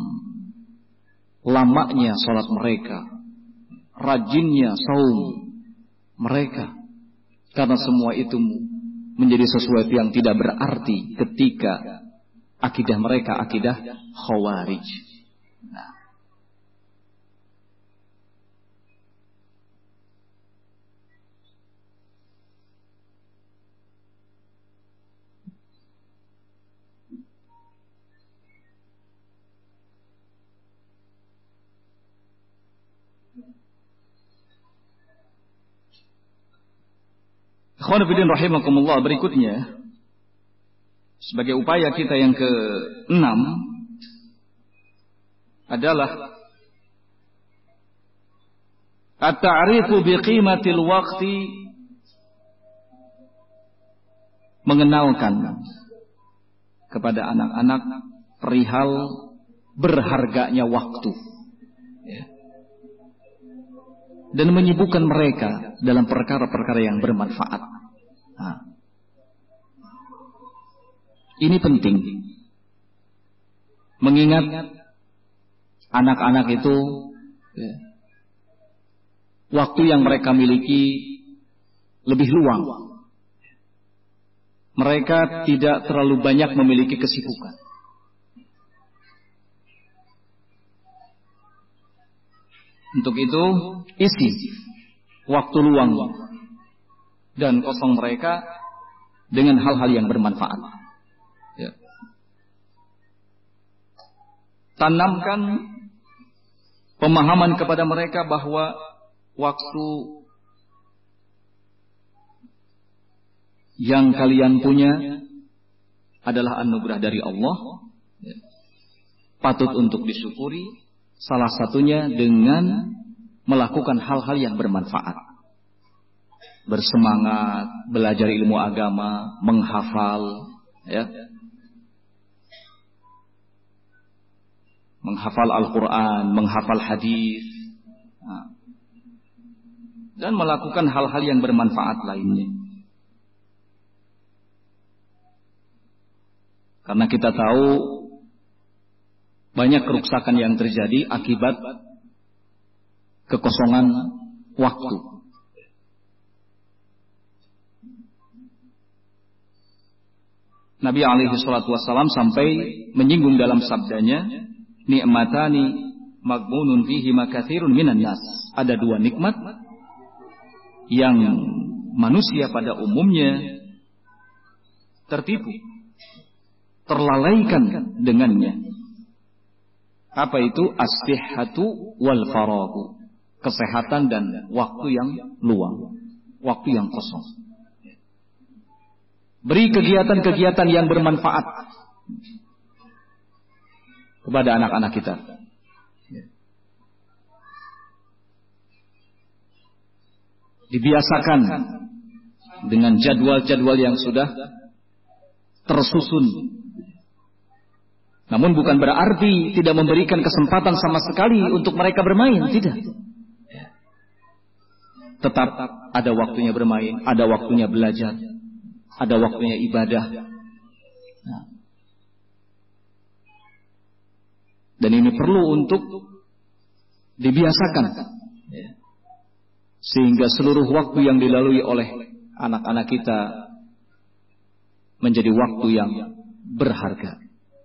lamanya salat mereka, rajinnya saum mereka, karena semua itu menjadi sesuatu yang tidak berarti ketika akidah mereka akidah khawarij. Nah. Ikhwan fillah rahimakumullah, berikutnya sebagai upaya kita yang keenam adalah at-ta'rifu biqimatil waqti, mengenalkan kepada anak-anak perihal berharganya waktu, ya. Dan menyibukkan mereka dalam perkara-perkara yang bermanfaat. Nah, ini penting. mengingat anak-anak itu ya, waktu yang mereka miliki lebih luang. Mereka tidak terlalu banyak memiliki kesibukan. Untuk itu, isi waktu luang dan kosong mereka dengan hal-hal yang bermanfaat. Ya. Tanamkan pemahaman kepada mereka bahwa waktu yang kalian punya adalah anugerah dari Allah, ya, patut untuk disyukuri. Salah satunya dengan melakukan hal-hal yang bermanfaat, bersemangat, belajar ilmu agama, menghafal, ya, menghafal Al-Quran, menghafal hadis, nah, dan melakukan hal-hal yang bermanfaat lainnya. Karena kita tahu banyak kerusakan yang terjadi akibat kekosongan waktu. Nabi alaihi salatu wassalam sampai menyinggung dalam sabdanya, ni'matani maghbunun fihi makatsirun minan nas. Ada dua nikmat yang manusia pada umumnya tertipu, terlalaikan dengannya. Apa itu? As-sihhatu wal faragu. Kesehatan dan waktu yang luang, waktu yang kosong. Beri kegiatan-kegiatan yang bermanfaat kepada anak-anak kita. Dibiasakan dengan jadwal-jadwal yang sudah tersusun. Namun bukan berarti tidak memberikan kesempatan sama sekali untuk mereka bermain, tidak. Tetap ada waktunya bermain, ada waktunya belajar, ada waktunya ibadah. Nah. Dan ini perlu untuk dibiasakan, sehingga seluruh waktu yang dilalui oleh anak-anak kita menjadi waktu yang berharga.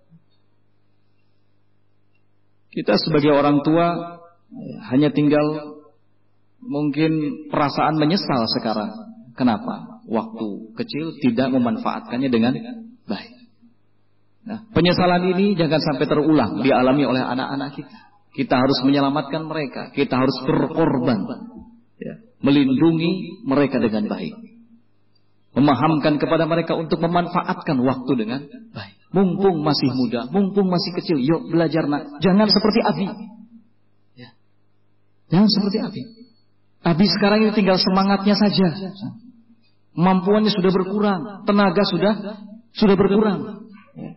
Kita sebagai orang tua hanya tinggal mungkin perasaan menyesal sekarang. Kenapa? Waktu kecil tidak memanfaatkannya dengan baik. Nah, penyesalan ini jangan sampai terulang dialami oleh anak-anak kita. Kita harus menyelamatkan mereka. Kita harus berkorban, ya, melindungi mereka dengan baik. Memahamkan kepada mereka untuk memanfaatkan waktu dengan baik. Mumpung masih muda, mumpung masih kecil, yuk belajar nak. Jangan seperti Abi. Ya. Jangan seperti Abi. Abi sekarang ini tinggal semangatnya saja. Kemampuannya sudah berkurang, tenaga sudah sudah berkurang. Ya.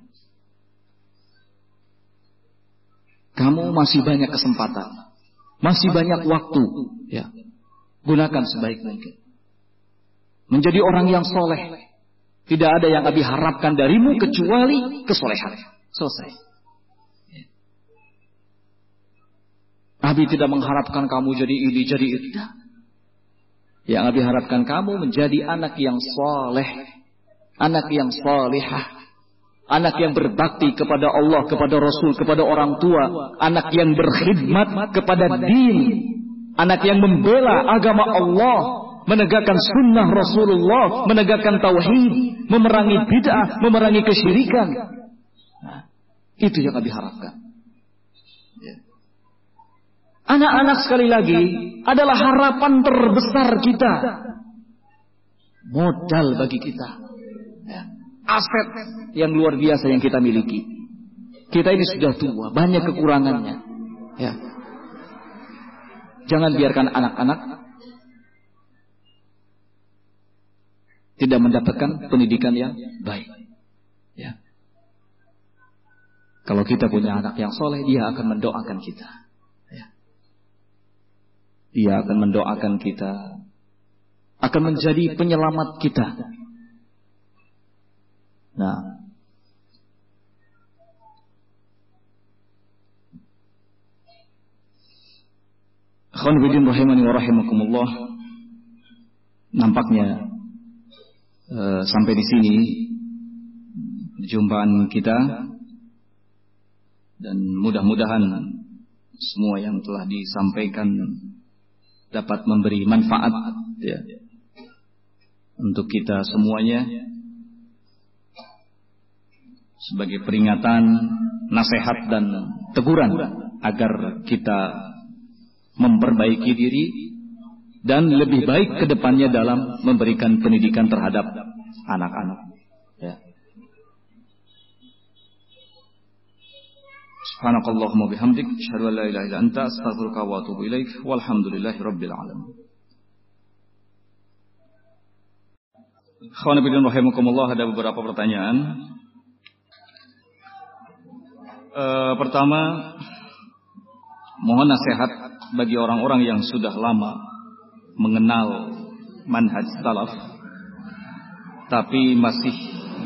Kamu masih banyak kesempatan, masih banyak waktu. Ya. Gunakan sebaik mungkin. Menjadi orang yang soleh. Tidak ada yang Abi harapkan darimu kecuali kesolehan. Selesai. Abi tidak mengharapkan kamu jadi ini, jadi itu. Yang Abi harapkan kamu menjadi anak yang soleh, anak yang solehah, anak yang berbakti kepada Allah, kepada Rasul, kepada orang tua, anak yang berkhidmat kepada din, anak yang membela agama Allah, menegakkan sunnah Rasulullah, menegakkan tauhid, memerangi bid'ah, memerangi kesyirikan. Nah, itu yang kami harapkan. Ya. Anak-anak sekali lagi adalah harapan terbesar kita, modal bagi kita, ya, aset yang luar biasa yang kita miliki. Kita ini sudah tua, banyak kekurangannya. Ya. Jangan biarkan anak-anak tidak mendapatkan pendidikan yang baik. Ya. Kalau kita punya anak yang soleh, dia akan mendoakan kita. Ya. Dia akan mendoakan kita, akan menjadi penyelamat kita. Nah, Ikhwan fillah rahimani wa rahimakumullah. Nampaknya uh, sampai di sini perjumpaan kita, dan mudah-mudahan semua yang telah disampaikan dapat memberi manfaat ya, untuk kita semuanya, sebagai peringatan, nasihat dan teguran agar kita memperbaiki diri dan lebih baik ke depannya dalam memberikan pendidikan terhadap anak-anak ya. Subhanakallahumma bihamdik, asyhadu an la ilaha illa anta, astaghfiruka wa atubu ilaik, walhamdulillahi rabbil alamin. Ikhwan fillah rahimakumullah, ada beberapa pertanyaan. E, pertama, mohon nasihat bagi orang-orang yang sudah lama mengenal manhaj salaf tapi masih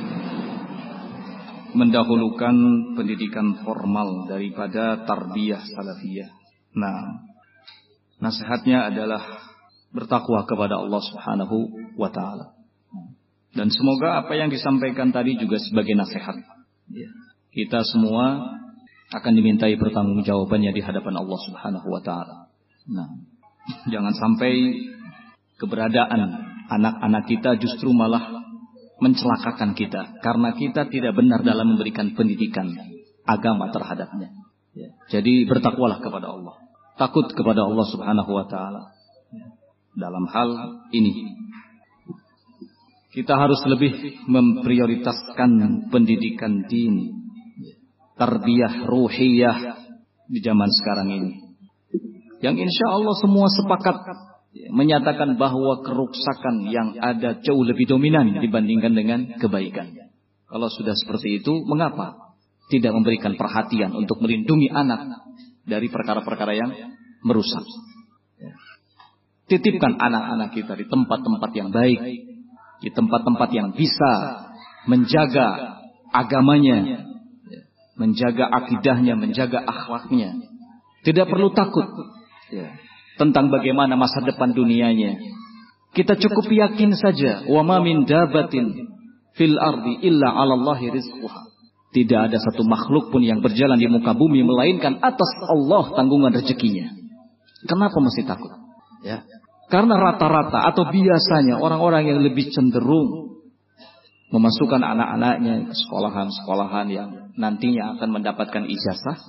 mendahulukan pendidikan formal daripada tarbiyah salafiyah. Nah, nasihatnya adalah bertakwa kepada Allah Subhanahu wa taala. Dan semoga apa yang disampaikan tadi juga sebagai nasihat. Kita semua akan dimintai pertanggungjawabannya di hadapan Allah Subhanahu wa taala. Nah, jangan sampai keberadaan anak-anak kita justru malah mencelakakan kita karena kita tidak benar dalam memberikan pendidikan agama terhadapnya. Ya. Jadi bertakwalah kepada Allah, takut kepada Allah Subhanahu wa taala. Ya. Dalam hal ini kita harus lebih memprioritaskan pendidikan din, tarbiyah ruhiyah di zaman sekarang ini. Yang insya Allah semua sepakat menyatakan bahwa keruksakan yang ada jauh lebih dominan dibandingkan dengan kebaikan. Kalau sudah seperti itu, mengapa tidak memberikan perhatian untuk melindungi anak dari perkara-perkara yang merusak? Titipkan anak-anak kita di tempat-tempat yang baik, di tempat-tempat yang bisa menjaga agamanya, menjaga akidahnya, menjaga akhlaknya. Tidak perlu takut ya, tentang bagaimana masa depan dunianya. Kita cukup yakin saja, wa ma min dabatin fil ardi illa 'ala Allahi rizquha. Tidak ada satu makhluk pun yang berjalan di muka bumi melainkan atas Allah tanggungan rezekinya. Kenapa mesti takut? Ya. Karena rata-rata atau biasanya orang-orang yang lebih cenderung memasukkan anak-anaknya ke sekolahan-sekolahan yang nantinya akan mendapatkan ijazah,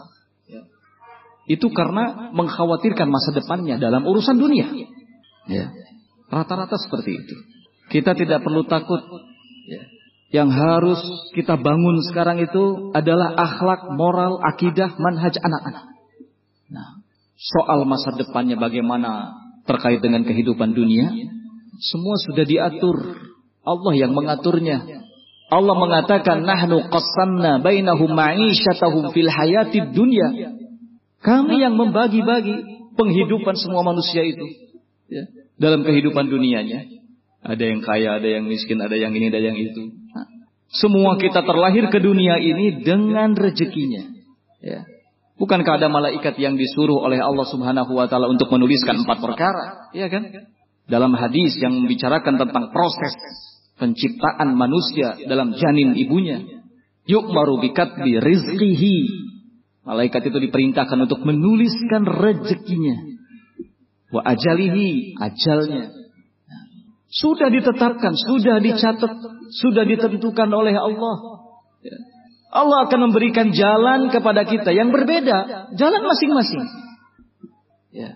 itu karena mengkhawatirkan masa depannya dalam urusan dunia. Ya. Rata-rata seperti itu. Kita tidak perlu takut. Ya. Yang harus kita bangun sekarang itu adalah akhlak, moral, akidah, manhaj anak-anak. Nah, soal masa depannya bagaimana terkait dengan kehidupan dunia, semua sudah diatur. Allah yang mengaturnya. Allah mengatakan, nahnu qassamna bainahum ma'isyatahum fil hayatid dunya. Kami yang membagi-bagi penghidupan semua manusia itu ya, dalam kehidupan dunianya. Ada yang kaya, ada yang miskin, ada yang ini, ada yang itu. Nah, semua kita terlahir ke dunia ini dengan rezekinya. Ya. Bukankah ada malaikat yang disuruh oleh Allah Subhanahu wa taala untuk menuliskan empat perkara? Ya kan? Dalam hadis yang membicarakan tentang proses penciptaan manusia dalam janin ibunya. Yu'maru bikatbi rizqihi. Malaikat itu diperintahkan untuk menuliskan rezekinya. Wa ajalihi, ajalnya. Sudah ditetapkan, sudah dicatat, sudah ditentukan oleh Allah. Allah akan memberikan jalan kepada kita yang berbeda, jalan masing-masing. Ya.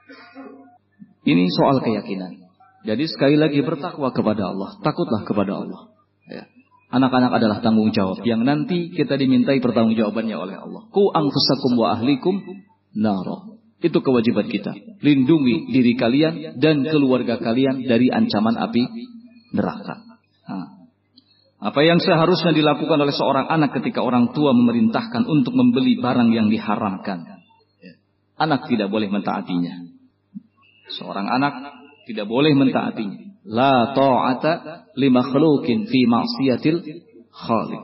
Ini soal keyakinan. Jadi sekali lagi bertakwa kepada Allah, takutlah kepada Allah. Ya. Anak-anak adalah tanggung jawab yang nanti kita dimintai pertanggungjawabannya oleh Allah. Qu anfusakum wa ahlikum nara. Itu kewajiban kita. Lindungi diri kalian dan keluarga kalian dari ancaman api neraka. Nah, apa yang seharusnya dilakukan oleh seorang anak ketika orang tua memerintahkan untuk membeli barang yang diharamkan? Anak tidak boleh mentaatinya. Seorang anak tidak boleh mentaatinya. La ta'ata li makhluqin fi ma'siyatil khaliq.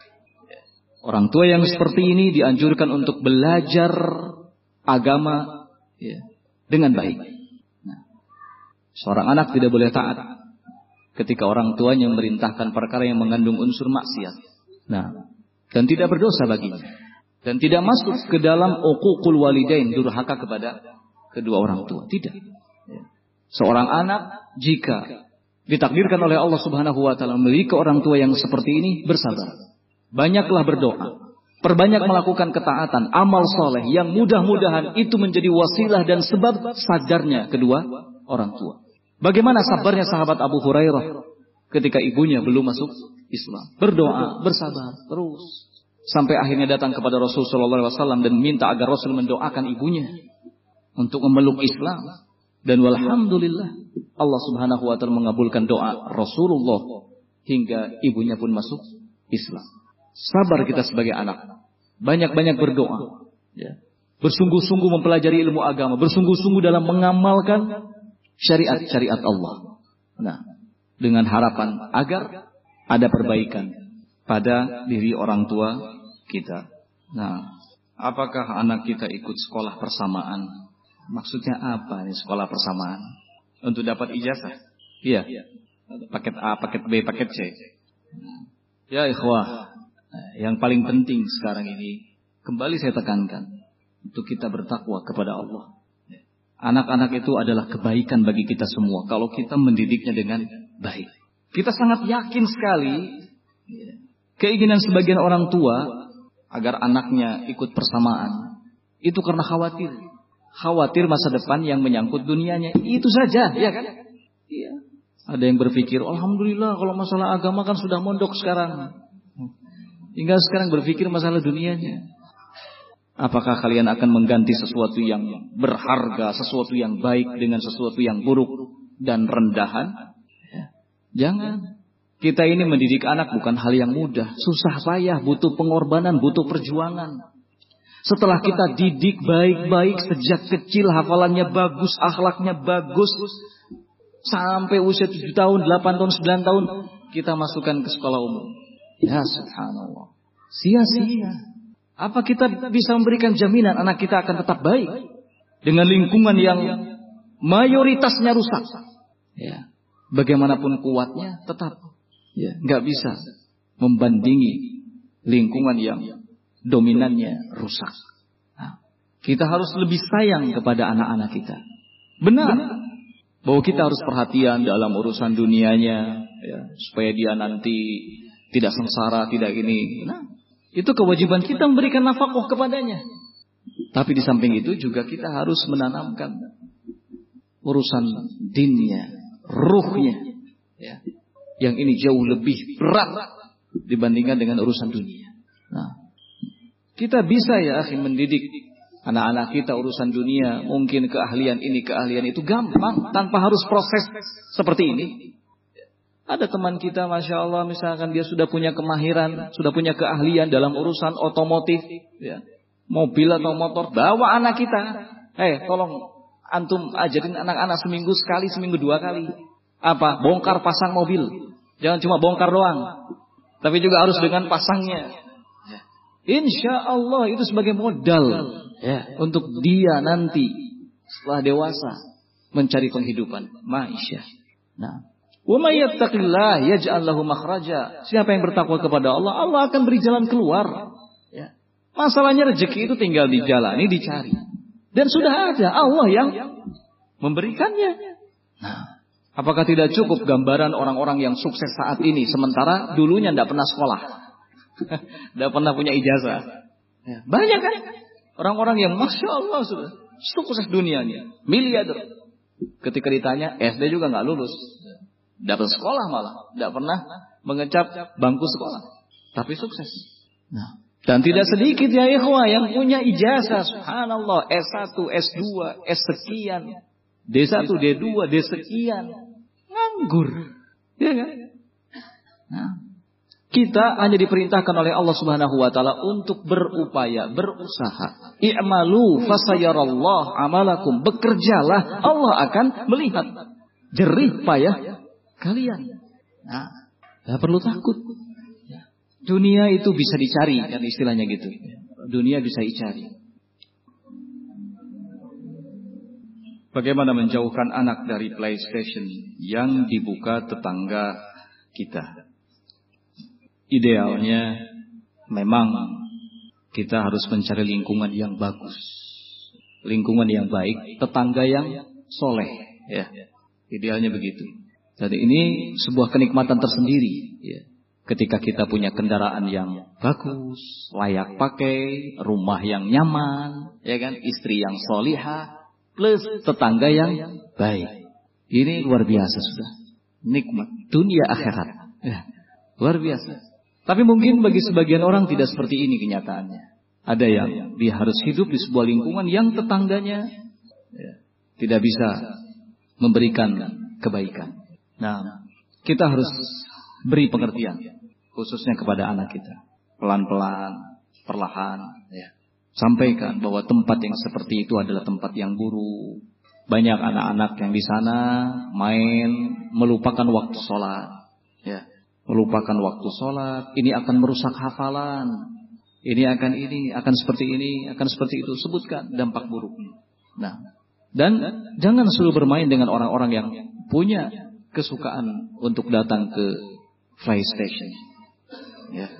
Orang tua yang seperti ini dianjurkan untuk belajar agama ya, dengan baik. Nah, seorang anak tidak boleh taat ketika orang tuanya memerintahkan perkara yang mengandung unsur maksiat. Nah, dan tidak berdosa baginya. Dan tidak masuk ke dalam uququl walidain, durhaka kepada kedua orang tua. Tidak. Seorang anak jika ditakdirkan oleh Allah Subhanahu wa taala memiliki orang tua yang seperti ini, bersabar. Banyaklah berdoa. Perbanyak melakukan ketaatan, amal soleh yang mudah-mudahan itu menjadi wasilah dan sebab sadarnya kedua orang tua. Bagaimana sabarnya sahabat Abu Hurairah ketika ibunya belum masuk Islam. Berdoa, bersabar terus. Sampai akhirnya datang kepada Rasul sallallahu alaihi wasallam dan minta agar Rasul mendoakan ibunya untuk memeluk Islam. Dan walhamdulillah Allah Subhanahu wa taala mengabulkan doa Rasulullah hingga ibunya pun masuk Islam. Sabar kita sebagai anak. Banyak-banyak berdoa. Ya. Bersungguh-sungguh mempelajari ilmu agama. Bersungguh-sungguh dalam mengamalkan syariat-syariat Allah. Nah, dengan harapan agar ada perbaikan pada diri orang tua kita. Nah, apakah anak kita ikut sekolah persamaan? Maksudnya apa nih sekolah persamaan? Untuk dapat ijazah? Iya. Paket A, paket B, paket C. Ya ikhwah. Yang paling penting sekarang ini, kembali saya tekankan, untuk kita bertakwa kepada Allah. Anak-anak itu adalah kebaikan bagi kita semua kalau kita mendidiknya dengan baik. Kita sangat yakin sekali keinginan sebagian orang tua agar anaknya ikut persamaan itu karena khawatir. Khawatir masa depan yang menyangkut dunianya. Itu saja, ya kan? Iya. Ada yang berpikir, alhamdulillah kalau masalah agama kan sudah mondok sekarang. Hingga sekarang berpikir masalah dunianya. Apakah kalian akan mengganti sesuatu yang berharga, sesuatu yang baik dengan sesuatu yang buruk dan rendahan? Ya. Jangan. Kita ini mendidik anak bukan hal yang mudah. Susah payah, butuh pengorbanan, butuh perjuangan. Setelah kita didik baik-baik sejak kecil, hafalannya bagus, akhlaknya bagus. Sampai usia tujuh tahun, delapan tahun, sembilan tahun, kita masukkan ke sekolah umum. Ya subhanallah. Sia-sia. Apa kita bisa memberikan jaminan anak kita akan tetap baik dengan lingkungan yang mayoritasnya rusak? Ya. Bagaimanapun kuatnya tetap ya nggak bisa membandingi lingkungan yang dominannya rusak. Nah, kita harus lebih sayang kepada anak-anak kita. Benar bahwa kita harus perhatian dalam urusan dunianya ya, supaya dia nanti tidak sengsara, tidak ini. Nah, itu kewajiban kita memberikan nafkah kepadanya. Tapi di samping itu juga kita harus menanamkan urusan dinnya, ruhnya. Ya. Yang ini jauh lebih berat dibandingkan dengan urusan dunia. Nah, kita bisa ya akhi mendidik anak-anak kita urusan dunia. Mungkin keahlian ini, keahlian itu gampang. Tanpa harus proses seperti ini. Ada teman kita, Masya Allah, misalkan dia sudah punya kemahiran, sudah punya keahlian dalam urusan otomotif, ya, mobil atau motor, bawa anak kita. Eh, tolong antum ajarin anak-anak seminggu sekali, seminggu dua kali. Apa? Bongkar pasang mobil. Jangan cuma bongkar doang, tapi juga harus dengan pasangnya. Insya Allah itu sebagai modal ya, untuk dia nanti setelah dewasa mencari penghidupan. Masya. Nah. Wa may yattaqillah yaj'al lahu makhraja. Siapa yang bertakwa kepada Allah, Allah akan beri jalan keluar. Ya. Masalahnya rezeki itu tinggal dijalani, dicari. Dan sudah ada Allah yang memberikannya. Nah, apakah tidak cukup gambaran orang-orang yang sukses saat ini sementara dulunya tidak pernah sekolah, tidak pernah punya ijazah? Ya. Banyak kan orang-orang yang Masya Allah sudah sukses dunianya, miliarder. Ketika ditanya S D juga nggak lulus. Dapat sekolah malah, tidak pernah mengecap bangku sekolah, tapi sukses. Nah, dan tidak sedikit ya ikhwah yang punya ijazah, subhanallah, S satu, S dua, S sekian, D satu, D dua, D sekian, nganggur, ya kan? Nah, kita hanya diperintahkan oleh Allah Subhanahu Wa Taala untuk berupaya, berusaha. I'malu fasayarallah amalakum, bekerjalah, Allah akan melihat jerih payah kalian. Nah, tidak perlu takut. Ya. Dunia itu bisa dicari, kan istilahnya gitu. Dunia bisa dicari. Bagaimana menjauhkan anak dari PlayStation yang dibuka tetangga kita? Idealnya memang kita harus mencari lingkungan yang bagus, lingkungan yang baik, tetangga yang soleh, ya. Idealnya begitu. Jadi ini sebuah kenikmatan tersendiri, ya. Ketika kita punya kendaraan yang bagus, layak pakai, rumah yang nyaman, ya kan, istri yang solihah, plus tetangga yang baik. Ini luar biasa sudah. Nikmat dunia akhirat. Ya, luar biasa. Tapi mungkin bagi sebagian orang tidak seperti ini kenyataannya. Ada yang dia harus hidup di sebuah lingkungan yang tetangganya ya, tidak bisa memberikan kebaikan. Nah, kita harus beri pengertian, khususnya kepada anak kita. Pelan-pelan, perlahan, ya. Sampaikan bahwa tempat yang seperti itu adalah tempat yang buruk. Banyak anak-anak yang di sana main, melupakan waktu sholat, ya. Melupakan waktu sholat, ini akan merusak hafalan, ini akan ini, akan seperti ini, akan seperti itu. Sebutkan dampak buruknya. Nah, dan jangan selalu bermain dengan orang-orang yang punya kesukaan untuk datang ke PlayStation. Ya.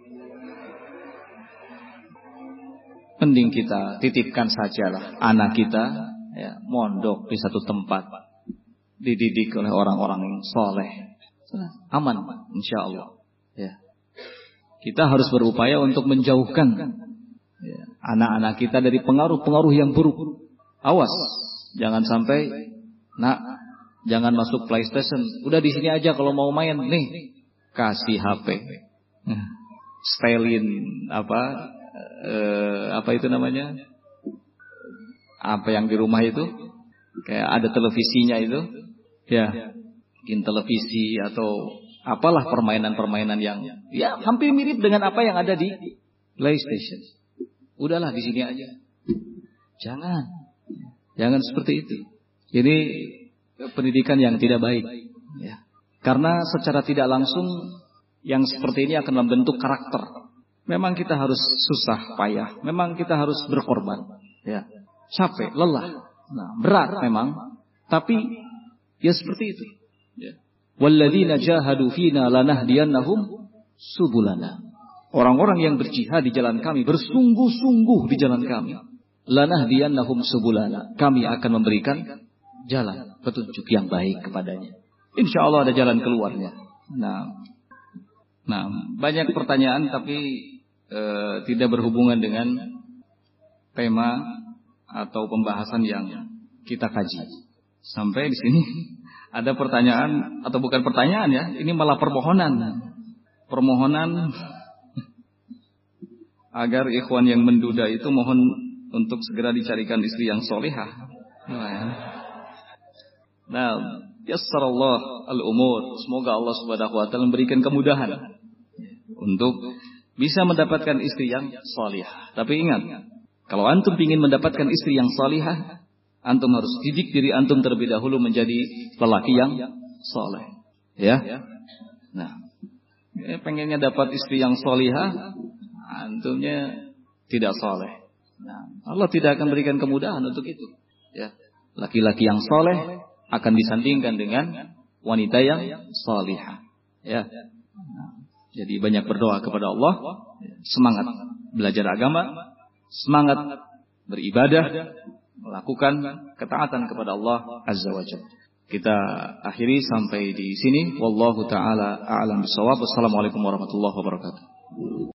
Mending kita titipkan sajalah anak kita, ya, mondok di satu tempat, dididik oleh orang-orang yang soleh. Aman, insya Allah. Ya. Kita harus berupaya untuk menjauhkan ya, anak-anak kita dari pengaruh-pengaruh yang buruk. Awas, jangan sampai, nak, jangan masuk PlayStation. Udah di sini aja kalau mau main, nih, kasih H P, setelin apa, eh, apa itu namanya, apa yang di rumah itu, kayak ada televisinya itu, ya. Mungkin televisi atau apalah permainan-permainan yang ya hampir mirip dengan apa yang ada di PlayStation. Udahlah di sini aja. Jangan. Jangan seperti itu. Ini pendidikan yang tidak baik, ya. Karena secara tidak langsung yang seperti ini akan membentuk karakter. Memang kita harus susah payah, memang kita harus berkorban, ya. Capek, lelah. Nah, berat memang, tapi ya seperti itu. Walladzina jahadu fina lanahdiyannahum subulana. Orang-orang yang berjihad di jalan kami, bersungguh-sungguh di jalan kami, lanahdiyannahum subulana. Kami akan memberikan jalan petunjuk yang baik kepadanya. Insya Allah ada jalan keluarnya. Nah, nah banyak pertanyaan tapi e, tidak berhubungan dengan tema atau pembahasan yang kita kaji. Sampai di sini ada pertanyaan, atau bukan pertanyaan ya, ini malah permohonan. Permohonan agar ikhwan yang menduda itu mohon untuk segera dicarikan istri yang solihah. Nah, yassarallah al-umur. Semoga Allah subhanahu wa ta'ala memberikan kemudahan untuk bisa mendapatkan istri yang solihah. Tapi ingat, kalau antum ingin mendapatkan istri yang solihah, antum harus didik diri antum terlebih dahulu menjadi lelaki yang soleh, ya. Nah, ya, pengennya dapat istri yang solihah, antumnya tidak soleh. Nah, Allah tidak akan berikan kemudahan untuk itu. Ya, laki-laki yang soleh akan disandingkan dengan wanita yang solihah. Ya, nah, jadi banyak berdoa kepada Allah, semangat belajar agama, semangat beribadah, melakukan ketaatan kepada Allah Azza wa Jalla. Kita akhiri sampai di sini. Wallahu taala a'lam bishawab. Wassalamualaikum warahmatullahi wabarakatuh.